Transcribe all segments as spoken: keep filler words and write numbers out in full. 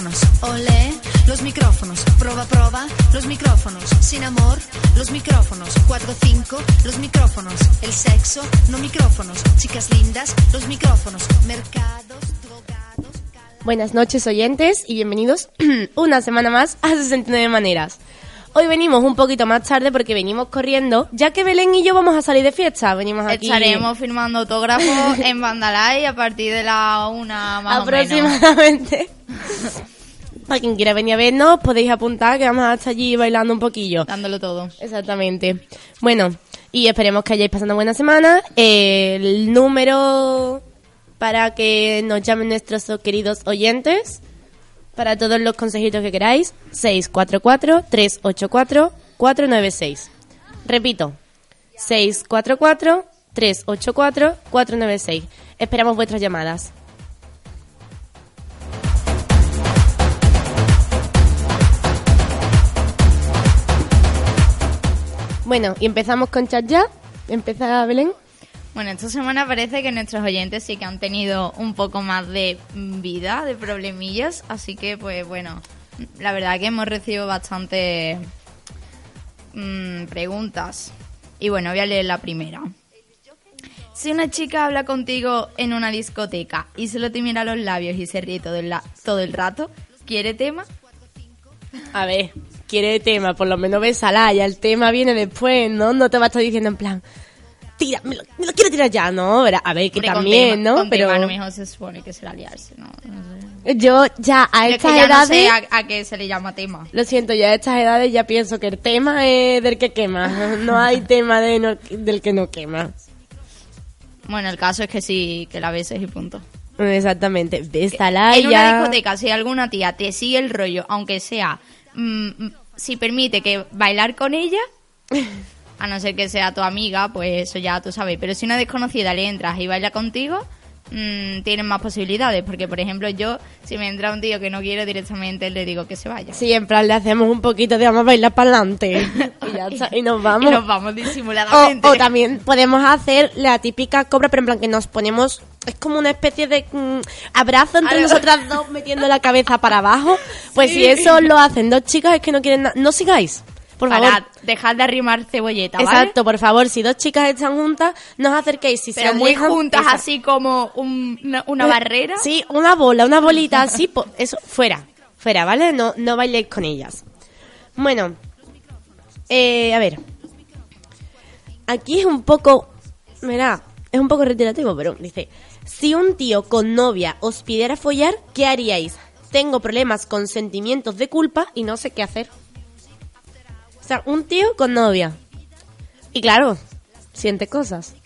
micrófonos. Olé, los micrófonos. Proba, proba, los micrófonos. Sin amor, los micrófonos. Cuatro, cinco, los micrófonos. El sexo, no micrófonos. Chicas lindas, los micrófonos. Mercados, drogados. Cala... Buenas noches, oyentes, y bienvenidos una semana más a sesenta y nueve Maneras. Hoy venimos un poquito más tarde porque venimos corriendo, ya que Belén y yo vamos a salir de fiesta. Venimos aquí. Estaremos firmando autógrafos en Bandalay a partir de la una más aproximadamente. O menos. Para quien quiera venir a vernos, podéis apuntar que vamos a estar allí bailando un poquillo. Dándolo todo. Exactamente. Bueno, y esperemos que hayáis pasado una buena semana. El número para que nos llamen nuestros queridos oyentes, para todos los consejitos que queráis, seis cuatro cuatro, tres ocho cuatro, cuatro nueve seis. Repito, seis cuatro cuatro, tres ocho cuatro, cuatro nueve seis. Esperamos vuestras llamadas. Bueno, y empezamos con chat ya. Empieza Belén. Bueno, esta semana parece que nuestros oyentes sí que han tenido un poco más de vida, de problemillas, así que pues bueno, la verdad que hemos recibido bastantes mmm, preguntas. Y bueno, voy a leer la primera. Si una chica habla contigo en una discoteca y solo te mira los labios y se ríe todo el, la- todo el rato, ¿quiere tema? A ver, quiere tema, por lo menos bésala, ya el tema viene después, ¿no? No te va a estar diciendo en plan... Tira, me lo, me lo quiero tirar ya, ¿no? A ver, que Hombre, también, con tema, ¿no? con Pero tema, a lo mejor se supone que será liarse, ¿no? No sé. yo ya a Yo es que estas ya no edades... sé a, a qué se le llama tema. Lo siento, ya a estas edades ya pienso que el tema es del que quema. No hay tema de no- del que no quema. Bueno, el caso es que sí, que la beses y punto. Exactamente. Bésala En ya. una discoteca, si alguna tía te sigue el rollo, aunque sea, mm, mm, si permite que bailar con ella, a no ser que sea tu amiga, pues eso ya tú sabes. Pero si una desconocida le entras y baila contigo, mmm, tienes más posibilidades. Porque, por ejemplo, yo, si me entra un tío que no quiero, directamente le digo que se vaya. Sí, en plan le hacemos un poquito de vamos a bailar para adelante. Y ya está, y nos vamos. Y nos vamos disimuladamente. O, o también podemos hacer la típica cobra, pero en plan que nos ponemos... Es como una especie de mm, abrazo entre Algo. nosotras dos metiendo la cabeza para abajo. Pues Sí. si eso lo hacen dos chicas es que no quieren nada. No sigáis, por Parad, favor. dejad de arrimar cebolleta, ¿vale? Exacto, por favor, si dos chicas están juntas, no os acerquéis. Si Pero se muy alejan, juntas, esa- así como un- una, una barrera. Sí, una bola, una bolita así, po- eso, fuera, fuera, ¿vale? No, no bailéis con ellas. Bueno, eh, a ver. Aquí es un poco, mira, es un poco reiterativo, pero dice, si un tío con novia os pidiera follar, ¿qué haríais? Tengo problemas con sentimientos de culpa y no sé qué hacer. O sea, un tío con novia. Y claro, siente cosas.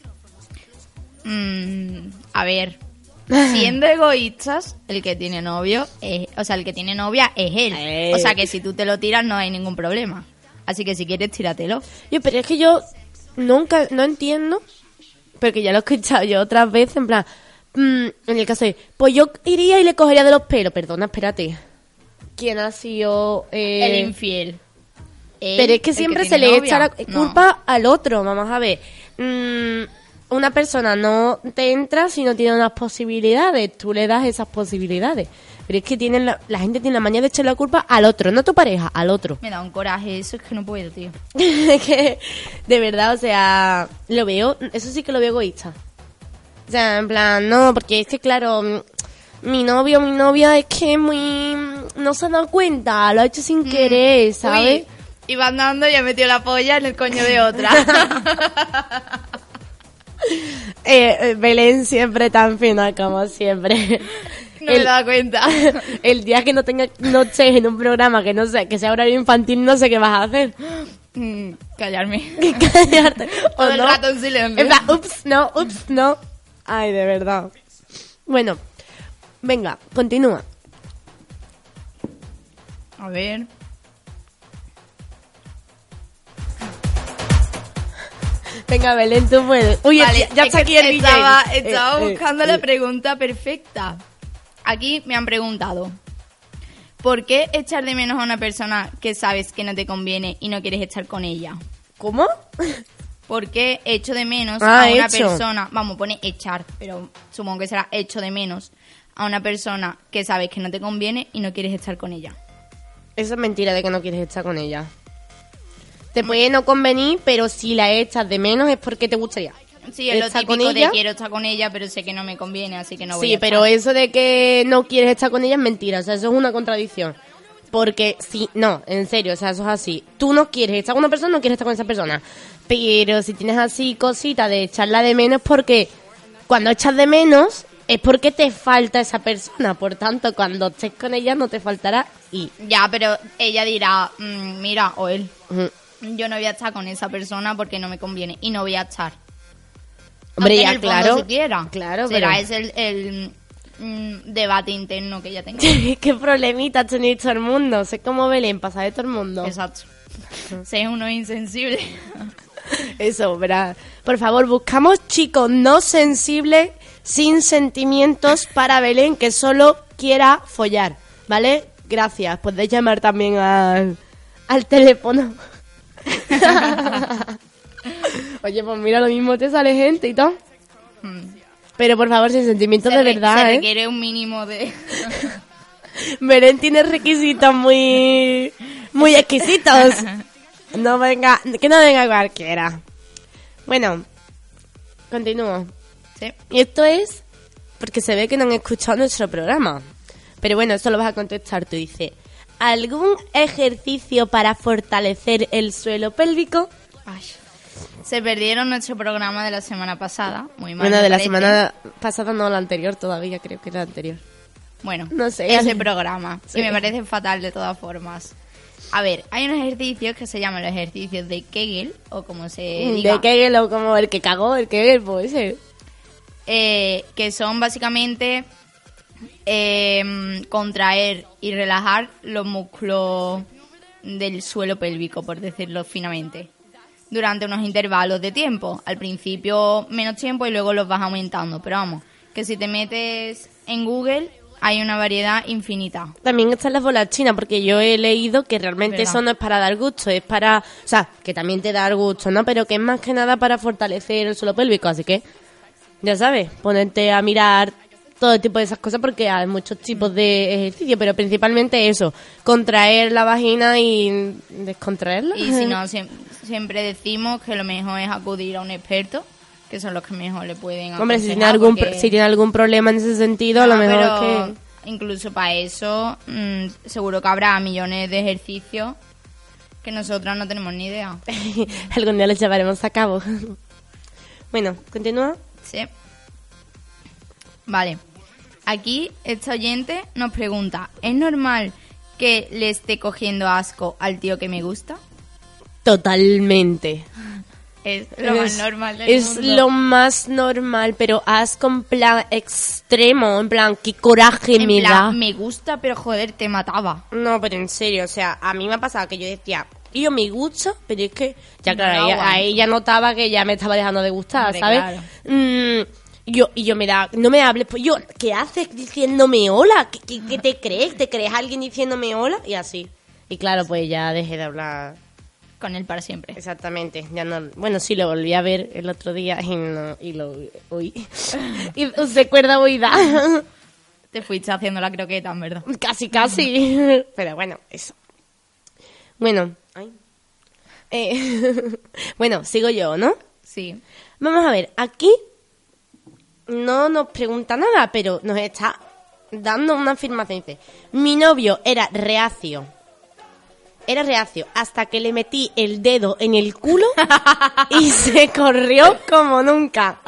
Mm, a ver, siendo egoístas, el que tiene novio, es, o sea, el que tiene novia es él. Eh. O sea, que si tú te lo tiras no hay ningún problema. Así que si quieres, tíratelo. Yo, pero es que yo nunca, no entiendo, porque ya lo he escuchado yo otras veces, en plan, mm, en el caso de, pues yo iría y le cogería de los pelos. Perdona, espérate. ¿Quién ha sido...? eh, El infiel. Él, Pero es que el siempre tiene se le novia. echa la No. culpa al otro. Vamos a ver. Mm, una persona no te entra si no tiene unas posibilidades. Tú le das esas posibilidades. Pero es que tienen la, la gente tiene la manía de echar la culpa al otro. No a tu pareja, al otro. Me da un coraje eso, es que no puedo, tío. Es que, de verdad, o sea, lo veo, eso sí que lo veo egoísta. O sea, en plan, no, porque es que, claro, m- mi novio o mi novia es que es muy... no se ha dado cuenta, lo ha hecho sin querer, ¿sabes? Uy, iba andando y ha metido la polla en el coño de otra. Eh, eh, Belén siempre tan fina como siempre. No me he dado cuenta. El día que no tenga noches en un programa que no sé, que sea horario infantil, no sé qué vas a hacer. Mm, callarme. Callarte. O Todo el no. rato en silencio. En plan, ups, no, ups, no. Ay, de verdad. Bueno, venga, continúa. A ver. Venga, Belén, tú puedes. Uy, Vale, ya, ya es está que aquí el estaba, D J. estaba Eh, eh, buscando eh. la pregunta perfecta. Aquí me han preguntado, ¿por qué echar de menos a una persona que sabes que no te conviene y no quieres estar con ella? ¿Cómo? ¿Por qué echo de menos Ah, a una hecho. persona? Vamos, pone echar, pero supongo que será echo de menos a una persona que sabes que no te conviene y no quieres estar con ella. Eso es mentira de que no quieres estar con ella. Te puede no convenir, pero si la echas de menos es porque te gustaría. Sí, es lo estar típico con de ella. quiero estar con ella, pero sé que no me conviene, así que no voy a Sí, estar. pero eso de que no quieres estar con ella es mentira. O sea, eso es una contradicción. Porque si, no, en serio, o sea, eso es así. Tú no quieres estar con una persona, no quieres estar con esa persona. Pero si tienes así cositas de echarla de menos, porque cuando echas de menos es porque te falta esa persona. Por tanto, cuando estés con ella no te faltará y... Ya, pero ella dirá, mm, mira, o él, Ujú. yo no voy a estar con esa persona porque no me conviene y no voy a estar. Hombre, Aunque ya, en el fondo claro. se quiera. Claro, Será pero... ese el, el mm, debate interno que ella tenga. Qué problemita tenéis todo el mundo. Sé como Belén, pasa de todo el mundo. Exacto. Sé uno insensible. Eso, ¿verdad? Por favor, buscamos chicos no sensibles, sin sentimientos para Belén, que solo quiera follar, ¿vale? Gracias. Podéis llamar también al, al teléfono. Oye, pues mira, lo mismo te sale gente y todo. Pero por favor, sin sentimientos Se de re- verdad, Se ¿eh? requiere un mínimo de... Belén tiene requisitos muy, muy exquisitos. No venga, que no venga cualquiera. Bueno, continúo. Sí. Y esto es porque se ve que no han escuchado nuestro programa. Pero bueno, esto lo vas a contestar tú. Dice, ¿algún ejercicio para fortalecer el suelo pélvico? Ay. Se perdieron nuestro programa de la semana pasada. Muy mal. Bueno, me de la parece. semana pasada, no, la anterior todavía, creo que era la anterior. Bueno, No sé. ese programa. Sí. Y me parece fatal de todas formas. A ver, hay unos ejercicios que se llaman los ejercicios de Kegel, o como se diga, De Kegel o como el que cagó, el Kegel, pues ese. eh, que son básicamente eh, contraer y relajar los músculos del suelo pélvico, por decirlo finamente, durante unos intervalos de tiempo. Al principio menos tiempo y luego los vas aumentando, pero vamos, que si te metes en Google hay una variedad infinita. También están las bolas chinas, porque yo he leído que realmente ¿Verdad? eso no es para dar gusto, es para... O sea, que también te da gusto, ¿no? Pero que es más que nada para fortalecer el suelo pélvico, así que, ya sabes, ponerte a mirar todo tipo de esas cosas porque hay muchos tipos de ejercicios, pero principalmente eso, contraer la vagina y descontraerla. Y si no, siem- siempre decimos que lo mejor es acudir a un experto, que son los que mejor le pueden Hombre, si tiene, aconsejar, algún, porque- pro- si tiene algún problema en ese sentido, a lo Ah, mejor pero es que... incluso para eso, mm, seguro que habrá millones de ejercicios que nosotros no tenemos ni idea. algún día los llevaremos a cabo. Bueno, continúa. Sí. Vale. Aquí este oyente nos pregunta, ¿es normal que le esté cogiendo asco al tío que me gusta? Totalmente. Es lo más Es- normal del Es mundo. lo más normal, pero asco en plan extremo, en plan, qué coraje En me plan, da. me gusta, pero joder, te mataba. No, pero en serio, o sea, a mí me ha pasado que yo decía, yo me gusta, pero es que, ya No claro, lo ahí, aguanto. ahí ya notaba que ya me estaba dejando de gustar, Hombre, ¿sabes? claro. Mm, yo, y yo me da, no me hables, pues yo, ¿qué haces diciéndome hola? ¿Qué, qué, qué te crees? ¿Te crees alguien diciéndome hola? Y así. Y claro, pues ya dejé de hablar. Con él para siempre. Exactamente, ya no, bueno, sí lo volví a ver el otro día y, no, y lo oí. Y usted cuerda oída. Te fuiste haciendo la croqueta, en verdad. Casi, casi. Pero bueno, eso. Bueno, ay. Eh, bueno, sigo yo, ¿no? Sí. Vamos a ver, aquí no nos pregunta nada, pero nos está dando una afirmación. Dice, mi novio era reacio. Era reacio hasta que le metí el dedo en el culo y se corrió como nunca.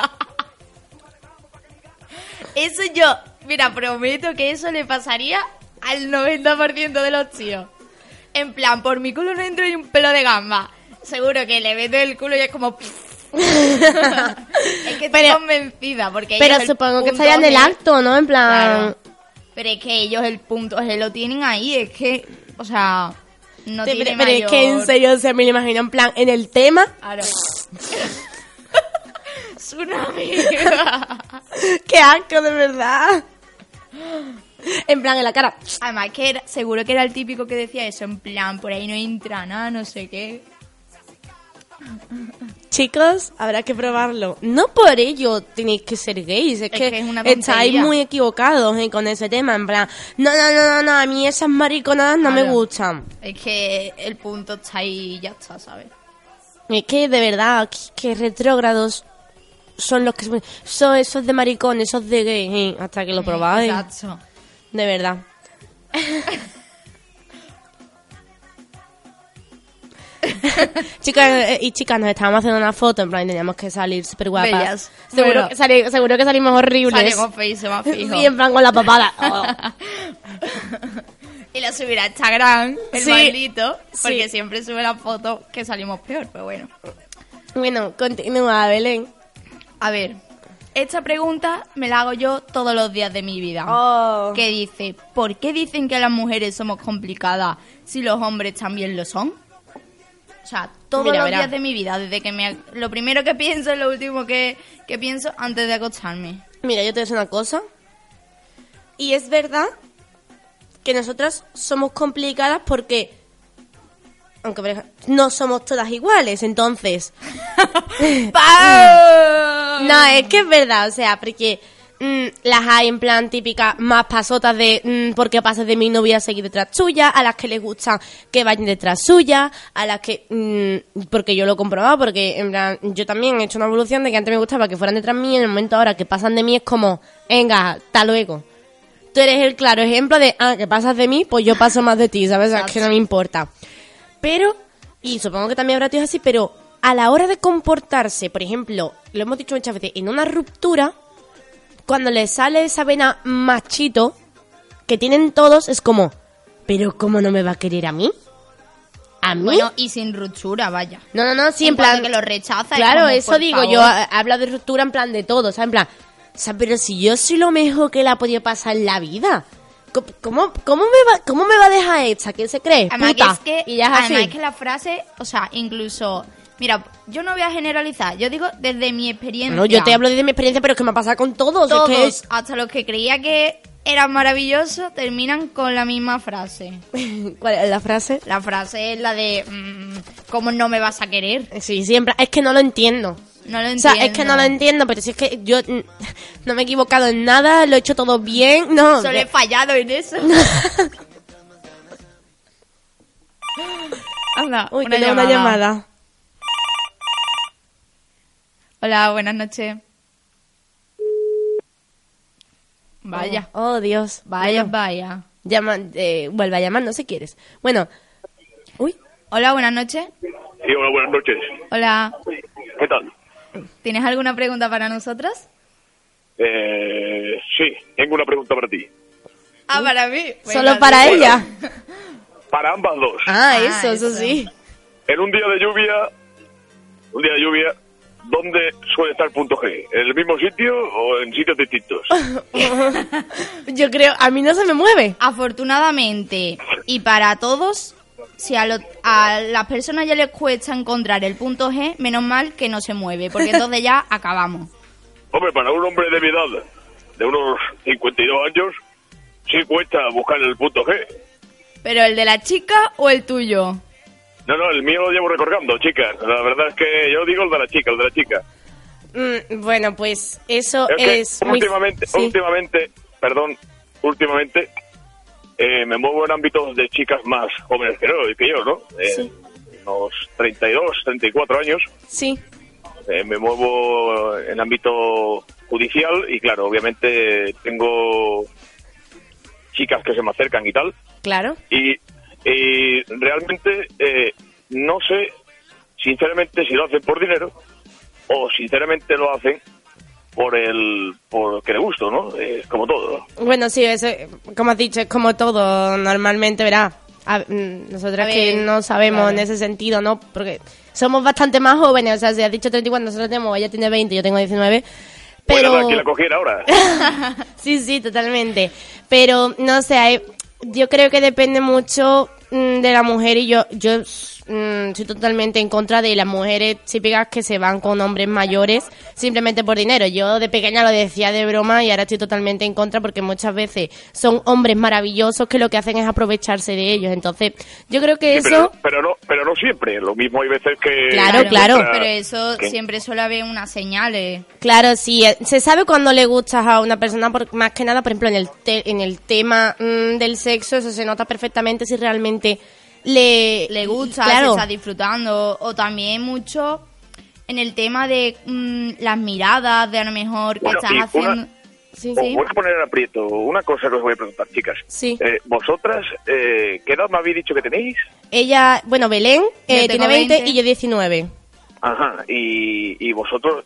Eso yo, mira, prometo que eso le pasaría al noventa por ciento de los tíos. En plan, por mi culo no entra ni un pelo de gamba. Seguro que le meto el culo y es como... es que estoy Pero- convencida, porque Pero ellos el supongo que punto estaría en el G- acto, ¿no? En plan... Claro. Pero es que ellos el punto G lo tienen ahí, es que, o sea, no Sí, tiene pero, pero es que en mayor- serio se me lo imagino en plan, en el tema, Claro. Tsunami. qué asco de verdad. En plan, en la cara. Además que era, seguro que era el típico que decía eso, en plan, por ahí no entra nada, no sé qué. Chicos, habrá que probarlo. No por ello tenéis que ser gays, es, Es que, que es una estáis tontería. muy equivocados eh, con ese tema. En plan, no, no, no, no, no, a mí esas mariconadas no me Claro. gustan. Es que el punto está ahí y ya está, ¿sabes? Es que de verdad, que, que retrógrados son los que son, son esos de maricones, esos de gays, eh, hasta que lo probáis. Exacto. De verdad. Chicas eh, y chicas, nos estábamos haciendo una foto, en plan, teníamos que salir súper guapas. Bellas. Seguro, Bueno. que sali- seguro que salimos horribles. Salimos feísimas, fijo. Sí, en plan con la papada. Oh. Y la subirá a Instagram, el Sí. maldito, porque Sí. siempre sube la foto que salimos peor, pero bueno. Bueno, continúa, Belén. A ver, esta pregunta me la hago yo todos los días de mi vida. Oh. Que dice, ¿por qué dicen que las mujeres somos complicadas si los hombres también lo son? O sea, todos Mira, los verá. días de mi vida, desde que me... Lo primero que pienso es lo último que, que pienso antes de acostarme. Mira, yo te voy a decir una cosa. Y es verdad que nosotras somos complicadas porque, aunque por ejemplo, no somos todas iguales, entonces... No, es que es verdad, o sea, porque mm, las hay en plan típicas más pasotas de mm, porque pasas de mí no voy a seguir detrás suya, a las que les gustan que vayan detrás suya, a las que... mm, porque yo lo he comprobado, porque en plan, yo también he hecho una evolución de que antes me gustaba que fueran detrás mí y en el momento ahora que pasan de mí es como, venga, hasta luego. Tú eres el claro ejemplo de, ah, que pasas de mí, pues yo paso más de ti, ¿sabes? Es que no me importa. Pero, y supongo que también habrá tíos así, pero a la hora de comportarse, por ejemplo, lo hemos dicho muchas veces, en una ruptura, cuando les sale esa vena machito que tienen todos, es como, ¿pero cómo no me va a querer a mí? ¿A mí? Bueno, y sin ruptura, vaya. no, no, no, sí, en, en cuanto plan... que lo rechaza, es Claro, como, eso por digo, favor. yo eh, hablo de ruptura en plan de todo, o sea, en plan... O sea, pero si yo soy lo mejor que le ha podido pasar en la vida, ¿cómo, cómo, cómo me, va, cómo me va a dejar esta? ¿Quién se cree? Además, Puta. que es que, y ya es además así. es que la frase, o sea, incluso... Mira, yo no voy a generalizar, yo digo desde mi experiencia. No, yo te hablo de mi experiencia, pero es que me ha pasado con todos. Todos, Es que es... hasta los que creía que eran maravillosos, terminan con la misma frase. ¿Cuál es la frase? La frase es la de, mm, ¿cómo no me vas a querer? Sí, siempre. Es que no lo entiendo. No lo O entiendo. sea, es que no lo entiendo, pero si es que yo mm, no me he equivocado en nada, lo he hecho todo bien, no. Solo que- he fallado en eso. Anda, Uy, una tengo llamada. una llamada. Hola, buenas noches. Vaya, Oh, oh, Dios. vaya, Bueno, vaya. llama, eh, vuelve a llamar, no si quieres. Bueno. Uy. Hola, buenas noches. Sí, hola, buenas noches. Hola, ¿Qué tal? ¿tienes alguna pregunta para nosotras? Eh, sí, tengo una pregunta para ti. Ah, para mí. Solo Venga, para sí. ella. Para ambas dos. Ah, Ah, eso, eso, eso. sí. En un día de lluvia, un día de lluvia, ¿dónde suele estar punto G? ¿En el mismo sitio o en sitios distintos? Yo creo, a mí no se me mueve. Afortunadamente, y para todos, si a, lo- a las personas ya les cuesta encontrar el punto G, menos mal que no se mueve, porque entonces ya acabamos. Hombre, para un hombre de mi edad, de unos cincuenta y dos años, sí cuesta buscar el punto G. ¿Pero el de la chica o el tuyo? No, no, el mío lo llevo recorgando, chicas. La verdad es que yo digo el de la chica, el de la chica. Mm, bueno, pues eso Es que es muy... últimamente, sí. últimamente, perdón, últimamente eh, me muevo en ámbitos de chicas más jóvenes que yo, que yo ¿no? Eh, Sí. Unos treinta y dos, treinta y cuatro años. Sí. Eh, me muevo en ámbito judicial y claro, obviamente tengo chicas que se me acercan y tal. Claro. Y, y realmente eh, no sé, sinceramente, si lo hacen por dinero o sinceramente lo hacen por el por que le gusto, ¿no? Es como todo. Bueno, sí, eso, como has dicho, es como todo normalmente, verás. A- mm, nosotras A que ver, no sabemos claro. en ese sentido, ¿no? Porque somos bastante más jóvenes, o sea, si has dicho treinta y cuatro, nosotros tenemos, ella tiene veinte, yo tengo diecinueve. Pero... Bueno, aquí la cogiera ahora. Sí, sí, totalmente. Pero, no sé, hay- yo creo que depende mucho mm, de la mujer y yo yo mm, estoy totalmente en contra de las mujeres típicas que se van con hombres mayores simplemente por dinero. Yo de pequeña lo decía de broma y ahora estoy totalmente en contra porque muchas veces son hombres maravillosos que lo que hacen es aprovecharse de ellos. Entonces, yo creo que Sí, eso... pero, pero no pero no siempre. Lo mismo hay veces que... Claro, claro. Pero eso ¿Qué? siempre suele haber unas señales. Claro, sí, eh, se sabe cuando le gustas a una persona, por, más que nada, por ejemplo, en el te- en el tema mm, del sexo, eso se nota perfectamente si realmente le... Le gusta, claro. se está disfrutando. O también mucho en el tema de mm, las miradas, de a lo mejor que Bueno, estás y una- haciendo... Sí, Os sí. voy a poner en aprieto una cosa que os voy a preguntar, chicas. Sí. Eh, vosotras, eh, ¿qué edad me habéis dicho que tenéis? Ella, bueno, Belén eh, Yo tiene tengo veinte, veinte y yo diecinueve. Ajá, y, y vosotros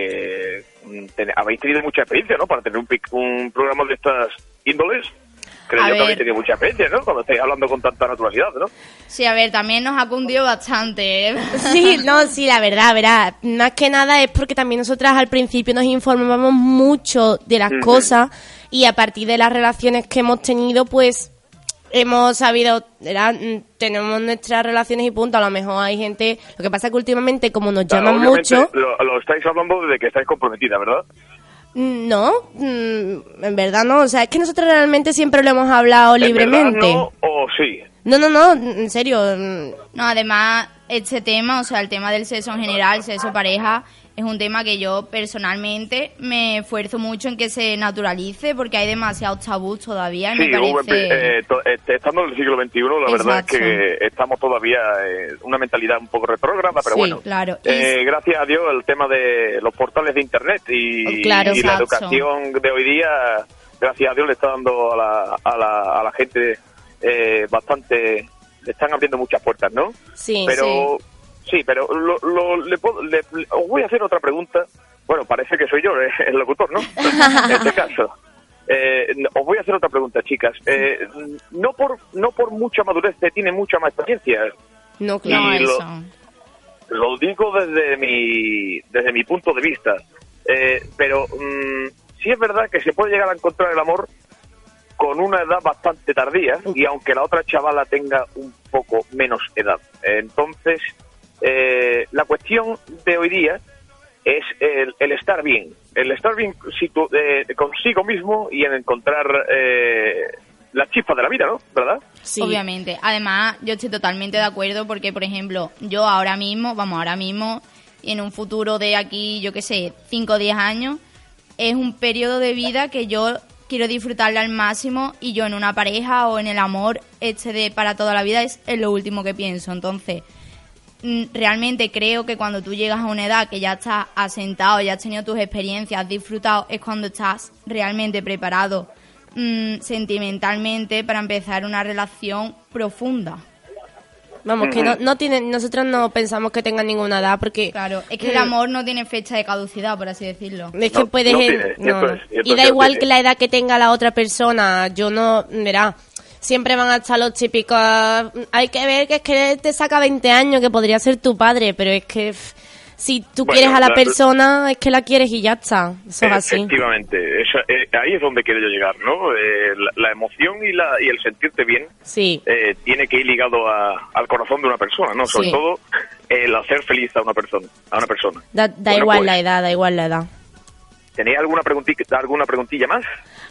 eh, ten- habéis tenido mucha experiencia, ¿no? Para tener un, pic- un programa de estas índoles. Creo A yo que ver. habéis tenido mucha experiencia, ¿no? Cuando estáis hablando con tanta naturalidad, ¿no? Sí, a ver, también nos ha cundido bastante, ¿eh? Sí, no, sí, la verdad, verá, más que nada es porque también nosotras al principio nos informábamos mucho de las Ujú. cosas y a partir de las relaciones que hemos tenido, pues hemos sabido, ¿verdad? Mm, tenemos nuestras relaciones y punto. A lo mejor hay gente, lo que pasa es que últimamente como nos Claro, llaman obviamente, mucho, Lo, lo estáis hablando desde que estáis comprometida, ¿verdad? mm, no, mm, en verdad no, o sea, es que nosotros realmente siempre lo hemos hablado ¿En libremente. verdad no o sí? No, no, no, en serio. mm, No, además, este tema, o sea, el tema del sexo en general, sexo pareja, es un tema que yo personalmente me esfuerzo mucho en que se naturalice porque hay demasiados tabús todavía y Sí, me hubo- parece... eh, to- eh, estando en el siglo veintiuno, la verdad es Exacto. que estamos todavía en una mentalidad un poco retrógrada, pero Sí, bueno, claro. Y- eh, gracias a Dios el tema de los portales de Internet y, Claro, y la exacto. educación de hoy día, gracias a Dios le está dando a la, a la, a la gente eh, bastante, le están abriendo muchas puertas, ¿no? Sí, Pero sí, pero lo, lo- le puedo- le- le- os voy a hacer otra pregunta. Bueno, parece que soy yo eh, el locutor, ¿no? En este caso. Eh, os voy a hacer otra pregunta, chicas. Eh, no por no por mucha madurez, te tiene mucha más experiencia. no, No, claro. y lo- eso. Lo digo desde mi desde mi punto de vista. Eh, pero mm, sí es verdad que se puede llegar a encontrar el amor con una edad bastante tardía y aunque la otra chavala tenga un poco menos edad. Entonces, eh, la cuestión de hoy día es el, el estar bien, el estar bien situ- eh, consigo mismo y en encontrar eh, la chispa de la vida, ¿no? ¿Verdad? Sí. Obviamente. Además, yo estoy totalmente de acuerdo porque, por ejemplo, yo ahora mismo, vamos, ahora mismo, y en un futuro de aquí, yo qué sé, cinco o diez años, es un periodo de vida que yo quiero disfrutarle al máximo y yo en una pareja o en el amor este de para toda la vida es, es lo último que pienso. Entonces, mm, realmente creo que cuando tú llegas a una edad que ya estás asentado, ya has tenido tus experiencias, has disfrutado, es cuando estás realmente preparado mm, sentimentalmente para empezar una relación profunda. Vamos, que no, no tienen, nosotros no pensamos que tengan ninguna edad porque... Claro, es que el Mm. amor no tiene fecha de caducidad, por así decirlo. Es que No, puedes... no en- tiene, no, cierto no. es, cierto Y es da que igual tiene. que la edad que tenga la otra persona, yo no... Verá, siempre van a estar los típicos... Hay que ver que es que te saca veinte años, que podría ser tu padre, pero es que... pff, si tú Bueno, quieres a la, la- persona, es que la quieres y ya está. Eso es así. Efectivamente, Esa- eh, ahí es donde quiero yo llegar, ¿no? Eh, la, la emoción y, la, y el sentirte bien Sí. eh, tiene que ir ligado a- al corazón de una persona, ¿no? Sobre Sí. todo el hacer feliz a una persona. A una persona. Da, da Bueno, igual pues, la edad, da igual la edad. ¿Tenéis alguna preguntita, alguna preguntilla más?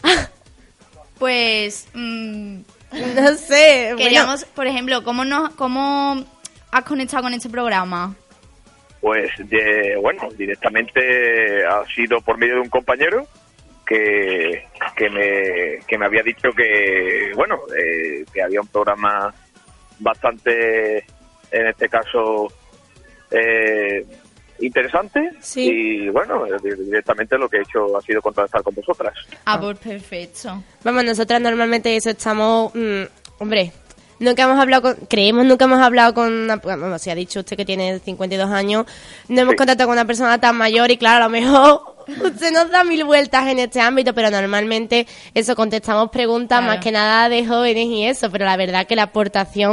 Pues mm, No sé. bueno, queríamos, por ejemplo, ¿cómo, nos, ¿cómo has conectado con este programa? Pues, de, bueno, directamente ha sido por medio de un compañero que, que, me, que me había dicho que, bueno, eh, que había un programa bastante, en este caso, eh, interesante. Sí. Y, bueno, di- directamente lo que he hecho ha sido contactar con vosotras. Ah, pues perfecto. Vamos, nosotras normalmente eso estamos... mm, hombre, nunca hemos hablado con... Creemos, nunca hemos hablado con una... Vamos, si ha dicho usted que tiene cincuenta y dos años, no hemos Sí. contactado con una persona tan mayor y claro, a lo mejor usted nos da mil vueltas en este ámbito, pero normalmente eso, contestamos preguntas Claro. más que nada de jóvenes y eso, pero la verdad que la aportación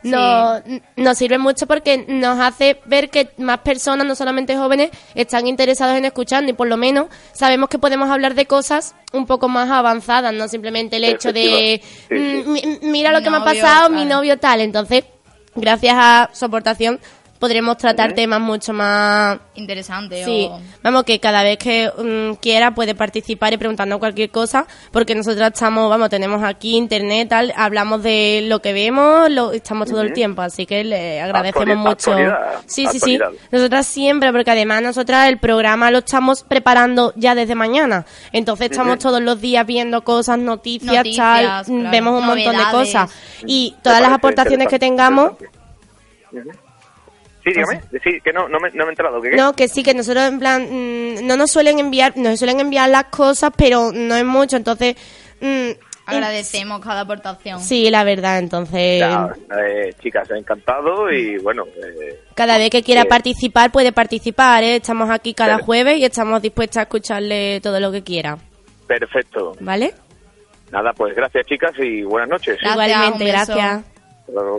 nos, sí. nos sirve mucho porque nos hace ver que más personas, no solamente jóvenes, están interesados en escuchando, y por lo menos sabemos que podemos hablar de cosas un poco más avanzadas, no simplemente el hecho de sí, sí. mira lo mi que novio, me ha pasado, claro. mi novio tal. Entonces, gracias a su aportación podremos tratar ¿Sí? temas mucho más interesantes. Sí, o... vamos, que cada vez que um, quiera puede participar y preguntarnos cualquier cosa, porque nosotros estamos, vamos, tenemos aquí internet, tal, hablamos de lo que vemos, lo estamos todo uh-huh. el tiempo, así que le agradecemos Actualidad, mucho. Actualidad, sí, sí, actualidad. sí. Nosotras siempre, porque además nosotras el programa lo estamos preparando ya desde mañana, entonces estamos uh-huh. todos los días viendo cosas, noticias, noticias tal, claro. vemos un Novedades. montón de cosas y todas las aportaciones que tengamos. Uh-huh. Sí, dígame, sí, que no, no me, no me he enterado. ¿Qué, qué? No, que sí, que nosotros en plan, mmm, no nos suelen enviar, nos suelen enviar las cosas, pero no es mucho, entonces... Mmm, agradecemos cada aportación. Sí, la verdad, entonces... Ya, eh, chicas, encantado y bueno... Eh, cada vez que quiera eh, participar, puede participar, ¿eh? Estamos aquí cada pero, jueves y estamos dispuestas a escucharle todo lo que quiera. Perfecto. ¿Vale? Nada, pues gracias, chicas, y buenas noches. Gracias, igualmente, gracias. Hasta luego.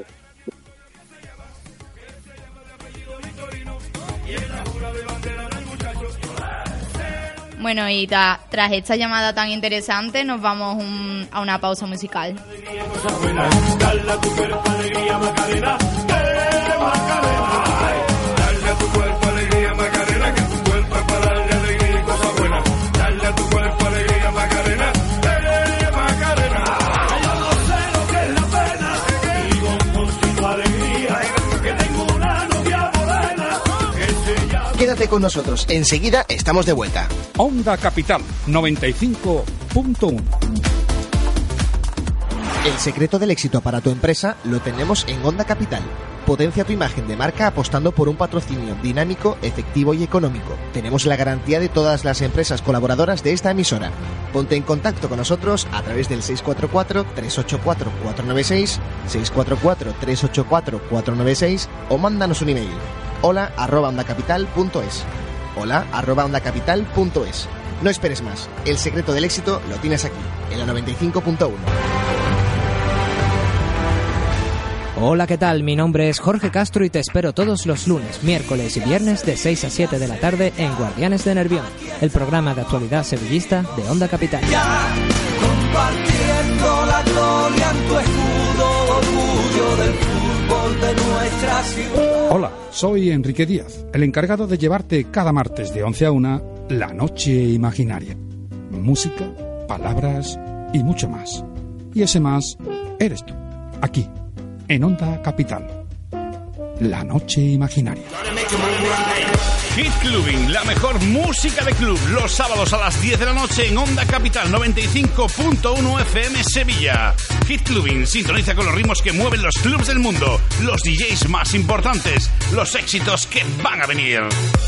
Bueno, y ta, tras esta llamada tan interesante nos vamos un, a una pausa musical. Quédate con nosotros, enseguida estamos de vuelta. Onda Capital noventa y cinco punto uno. El secreto del éxito para tu empresa lo tenemos en Onda Capital. Potencia tu imagen de marca apostando por un patrocinio dinámico, efectivo y económico. Tenemos la garantía de todas las empresas colaboradoras de esta emisora. Ponte en contacto con nosotros a través del seis cuatro cuatro, tres ocho cuatro, cuatro nueve seis, seis cuatro cuatro, tres ocho cuatro, cuatro nueve seis o mándanos un email. Hola arroba ondacapital punto es. Hola arroba ondacapital punto es. No esperes más. El secreto del éxito lo tienes aquí, en la noventa y cinco punto uno. Hola, ¿qué tal? Mi nombre es Jorge Castro y te espero todos los lunes, miércoles y viernes de seis a siete de la tarde en Guardianes de Nervión, el programa de actualidad sevillista de Onda Capital. Compartiendo la gloria en tu escudo, orgullo del fútbol de nuestra ciudad. Hola, soy Enrique Díaz, el encargado de llevarte cada martes de once a una La Noche Imaginaria. Música, palabras y mucho más. Y ese más eres tú, aquí, en Onda Capital. La Noche Imaginaria. Hit Clubbing, la mejor música de club, los sábados a las diez de la noche en Onda Capital noventa y cinco punto uno F M Sevilla. Hit Clubbing sintoniza con los ritmos que mueven los clubs del mundo, los D Js más importantes, los éxitos que van a venir.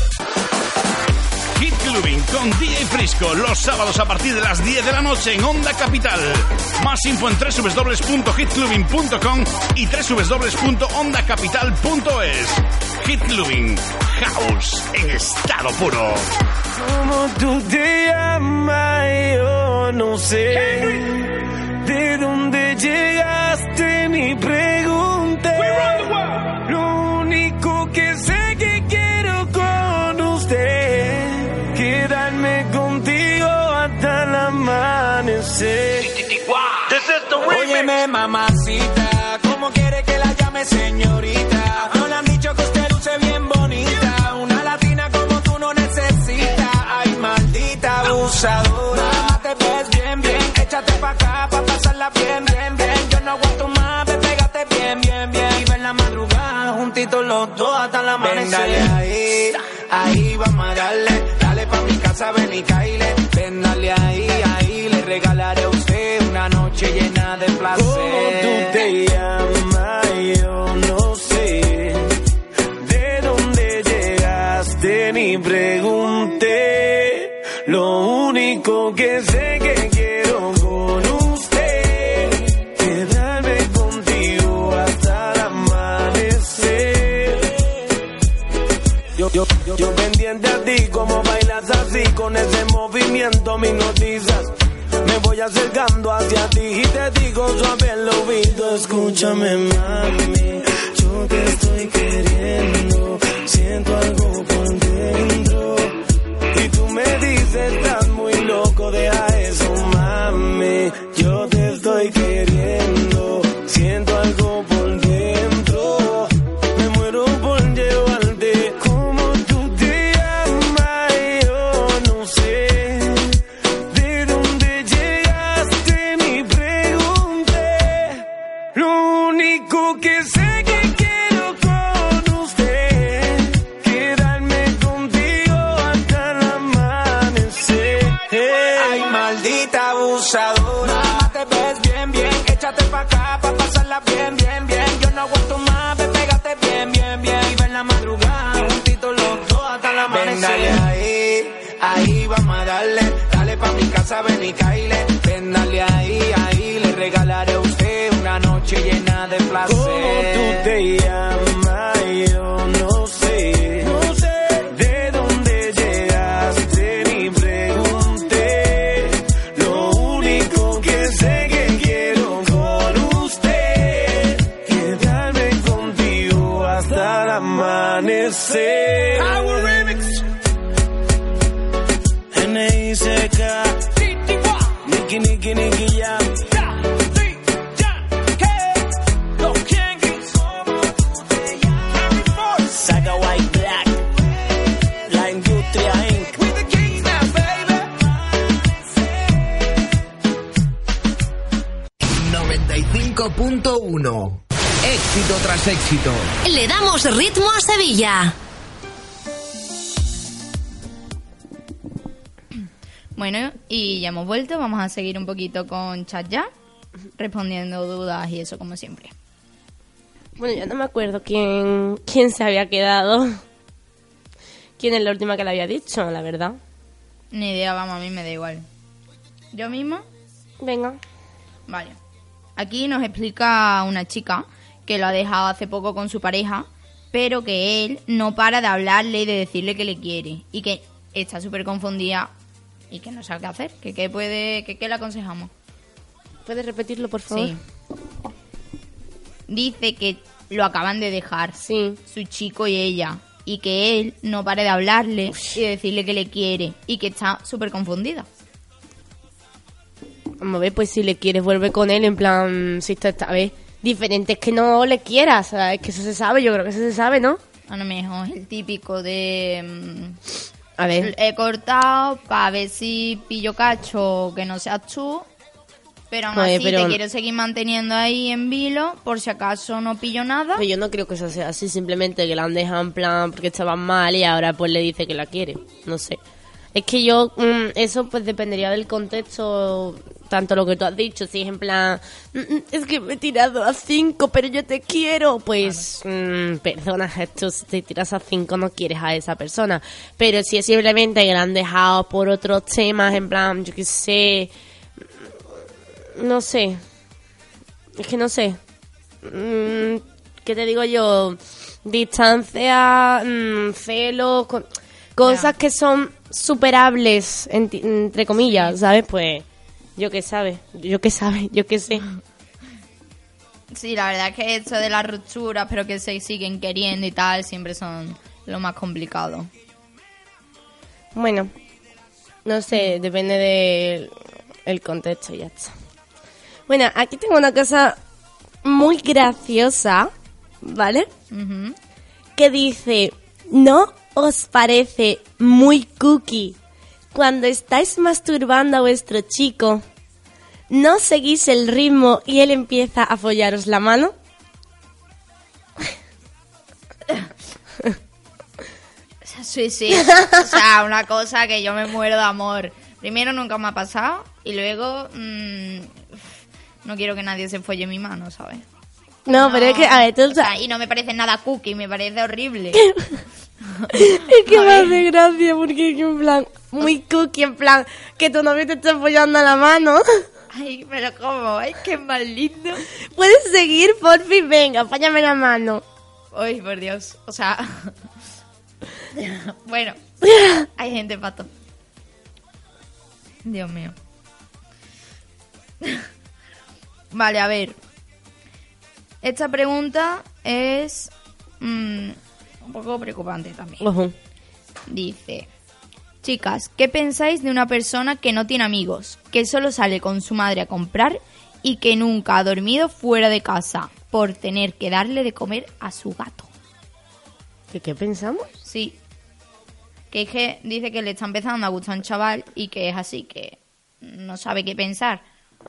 Hit Clubbing con D J Frisco, los sábados a partir de las diez de la noche en Onda Capital. Más info en doble u doble u doble u punto hit clubbing punto com y doble u doble u doble u punto onda capital punto es. Hit Clubbing, house en estado puro. ¿Cómo tú te llamas? Yo no sé. ¿De dónde llegaste? Ni pregunté. Lo único que sé que quiero con usted, quedarme contigo hasta el amanecer. Óyeme, mamacita, ¿cómo quiere que la llame señorita? No le han dicho que usted luce bien bonita. Una latina como tú no necesita. Ay, maldita abusadora. Mamá, te ves bien, bien. Échate pa' acá pa' pasarla bien, bien, bien. Yo no aguanto más, ve, pégate bien, bien, bien. Y ver la madrugada juntitos los dos hasta la amanecer. Ven, dale ahí, ahí vamos a darle. Dale pa' mi casa, ven y caile. Ven, dale ahí, ahí le regalaré a usted una noche llena de placer. ¿Cómo tú te llamas? Yo no sé. ¿De dónde llegaste? Ni pregunté. Lo único que sé que quiero con usted, quedarme contigo hasta el amanecer. Yo, yo, yo, yo pendiente a ti, como bailas así, con ese movimiento me hipnotizas. Me voy acercando hacia ti y te digo suave al oído, escúchame, mami. estoy queriendo, siento algo por dentro. Y tú me dices, estás muy loco, deja eso, mami. Yo te estoy queriendo, siento algo por dentro. Me muero por llevarte. Como tú te llamas, yo no sé. De dónde llegaste, ni pregunté. Lo único que sé que quiero con usted, quedarme contigo hasta el amanecer. Ay, maldita abusadora, te ves bien, bien, échate pa' acá pa' pasarla bien, bien, bien. Yo no aguanto más, ve, pégate bien, bien, bien. Y ven la madrugada, juntitos los dos hasta la amanecer. Ven, dale ahí, ahí vamos a darle, dale pa' mi casa, ven y caile. Ven, dale ahí, ahí, le regalaré a usted una noche llena de placer. ¿Cómo tú te llamas? Yo no sé, no sé de dónde llegaste, ni pregunté. Lo único que sé que quiero con usted, quedarme contigo hasta el amanecer. Power Remix. N I C K, Nicky, Nicky, Nicky, ya. Saga White Black, la industria incorporated. noventa y cinco punto uno. Éxito tras éxito. Le damos ritmo a Sevilla. Bueno, y ya hemos vuelto. Vamos a seguir un poquito con chat ya, respondiendo dudas y eso como siempre. Bueno, ya no me acuerdo quién, quién se había quedado. ¿Quién es la última que le había dicho, la verdad? Ni idea, vamos, a mí me da igual. ¿Yo misma? Venga. Vale. Aquí nos explica una chica que lo ha dejado hace poco con su pareja, pero que él no para de hablarle y de decirle que le quiere. Y que está súper confundida y que no sabe qué hacer. Que qué puede, que qué le aconsejamos. ¿Puedes repetirlo, por favor? Sí. Dice que lo acaban de dejar, sí, su chico y ella, y que él no pare de hablarle y de decirle que le quiere, y que está súper confundida. Vamos a ver, pues si le quieres vuelve con él, en plan, si está esta vez diferente es que no le quieras, o sea, es que eso se sabe, yo creo que eso se sabe, ¿no? A lo mejor es el típico de... Um, a ver. He cortado para ver si pillo cacho que no seas tú, pero aún Joder, así pero... te quiero seguir manteniendo ahí en vilo por si acaso no pillo nada. Pero yo no creo que eso sea así, simplemente que la han dejado en plan porque estaban mal y ahora pues le dice que la quiere, no sé. Es que yo, mmm, eso pues dependería del contexto, tanto lo que tú has dicho, si es en plan, mmm, es que me he tirado a cinco, pero yo te quiero, pues, mmm, perdona, esto, si te tiras a cinco no quieres a esa persona. Pero si es simplemente que la han dejado por otros temas, en plan, yo qué sé, no sé, es que no sé, mmm, ¿qué te digo yo? Distancia, mmm, celos, con... cosas que son superables, ent- entre comillas, sí. ¿Sabes? Pues, yo qué sabe, yo qué sabe, yo qué sé. Sí, la verdad es que esto de las rupturas, pero que se siguen queriendo y tal, siempre son lo más complicado. Bueno, no sé, depende del el contexto y ya está. Bueno, aquí tengo una cosa muy graciosa, ¿vale? Uh-huh. Que dice, ¿no os parece muy cookie cuando estáis masturbando a vuestro chico, no seguís el ritmo y él empieza a follaros la mano? Sí, sí, o sea, una cosa que yo me muero de amor. Primero, nunca me ha pasado, y luego mmm, no quiero que nadie se folle mi mano, ¿sabes? No, no, pero es que, a ver, tú... O sea, y no me parece nada cookie, me parece horrible. Es que me hace gracia porque es en plan, muy cookie, en plan, que tu novio te esté follando la mano. Ay, pero ¿cómo? Ay, qué más lindo. Puedes seguir, por fin, venga, fóllame la mano. Ay, por Dios, o sea... Bueno, hay gente pato. Dios mío. Vale, a ver. Esta pregunta es mmm, un poco preocupante también. Uh-huh. Dice: chicas, ¿qué pensáis de una persona que no tiene amigos, que solo sale con su madre a comprar y que nunca ha dormido fuera de casa por tener que darle de comer a su gato? ¿Qué, qué pensamos? Sí. Que es que dice que le está empezando a gustar un chaval y que es así, que no sabe qué pensar.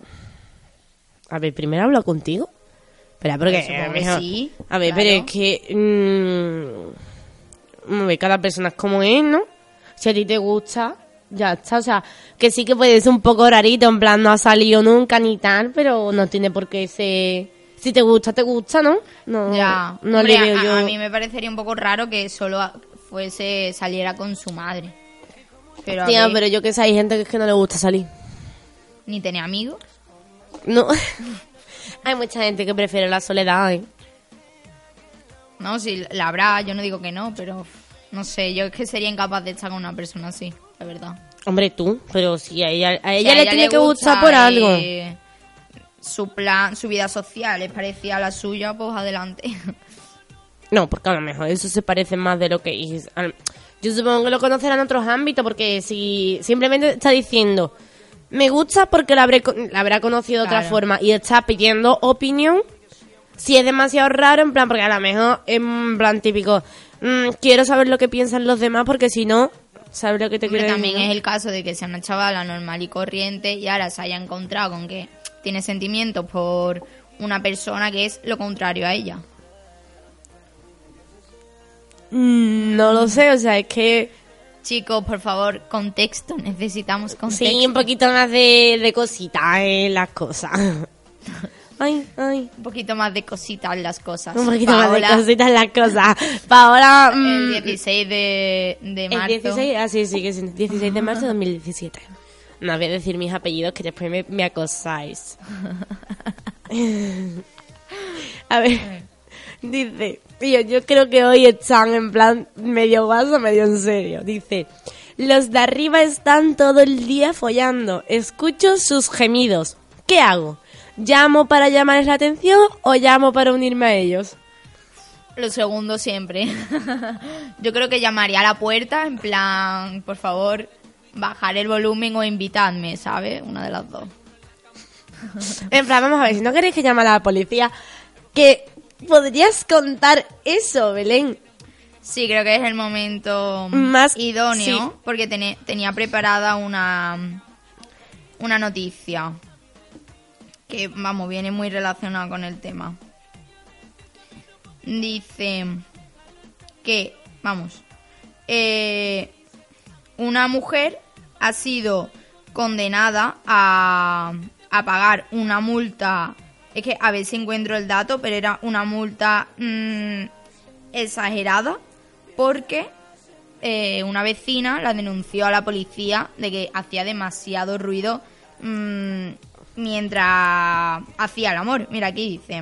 A ver, primero hablo contigo. Espera, porque... Supongo que mejor- sí, a ver, claro. pero es que... mm, a ver, cada persona es como es, ¿no? Si a ti te gusta, ya está. O sea, que sí que puede ser un poco rarito, en plan, no ha salido nunca ni tal, pero no tiene por qué ser... Si te gusta, te gusta, ¿no? No, Ya, no hombre, le veo a, yo... a mí me parecería un poco raro que solo a- fuese saliera con su madre. Pero, a Tía, ver, pero yo que sé, hay gente que es que no le gusta salir. ni tenía amigos. No. Hay mucha gente que prefiere la soledad, ¿eh? No, si la habrá, yo no digo que no, pero no sé, yo es que sería incapaz de estar con una persona así, la verdad. Hombre, tú, pero si a ella, a Si ella le tiene que gusta, gustar por algo. eh, su plan, su vida social es parecida a la suya, pues adelante. No, porque a lo mejor eso se parece más de lo que es. Al- Yo supongo que lo conocerá en otros ámbitos, porque si simplemente está diciendo, me gusta porque la, habré, con- la habrá conocido de otra Claro. forma, y está pidiendo opinión, si es demasiado raro, en plan, porque a lo mejor es en plan típico, mm, quiero saber lo que piensan los demás, porque si no, ¿sabes lo que te Hombre, quiero también decir? es no? el caso de que sea una chavala normal y corriente y ahora se haya encontrado con que tiene sentimientos por una persona que es lo contrario a ella. Mm, no lo sé, o sea, es que... Chicos, por favor, contexto, necesitamos contexto. Sí, un poquito más de, de cositas en las cosas. Ay, ay. Un poquito más de cositas en las cosas. Un poquito más de Paola, cositas en las cosas. Paola... mm, El dieciséis de, de el marzo. dieciséis, ah, sí, sí, que es el dieciséis de marzo de dos mil diecisiete. No voy a decir mis apellidos que después me, me acosáis. A ver, dice, yo, yo creo que hoy están en plan medio guaso, medio en serio. Dice, los de arriba están todo el día follando. Escucho sus gemidos. ¿Qué hago? ¿Llamo para llamarles la atención o llamo para unirme a ellos? Lo segundo siempre. Yo creo que llamaría a la puerta en plan, por favor, bajar el volumen o invitadme, ¿sabes? Una de las dos. En plan, vamos a ver, si no queréis que llame a la policía, que podrías contar eso, Belén. Sí, creo que es el momento Más- idóneo, sí. porque tené- tenía preparada una, una noticia que, vamos, viene muy relacionada con el tema. Dice que, vamos, eh, una mujer ha sido condenada a, a pagar una multa. Es que a ver si encuentro el dato, pero era una multa mm, exagerada porque eh, una vecina la denunció a la policía de que hacía demasiado ruido mm, mientras hacía el amor. Mira, aquí dice.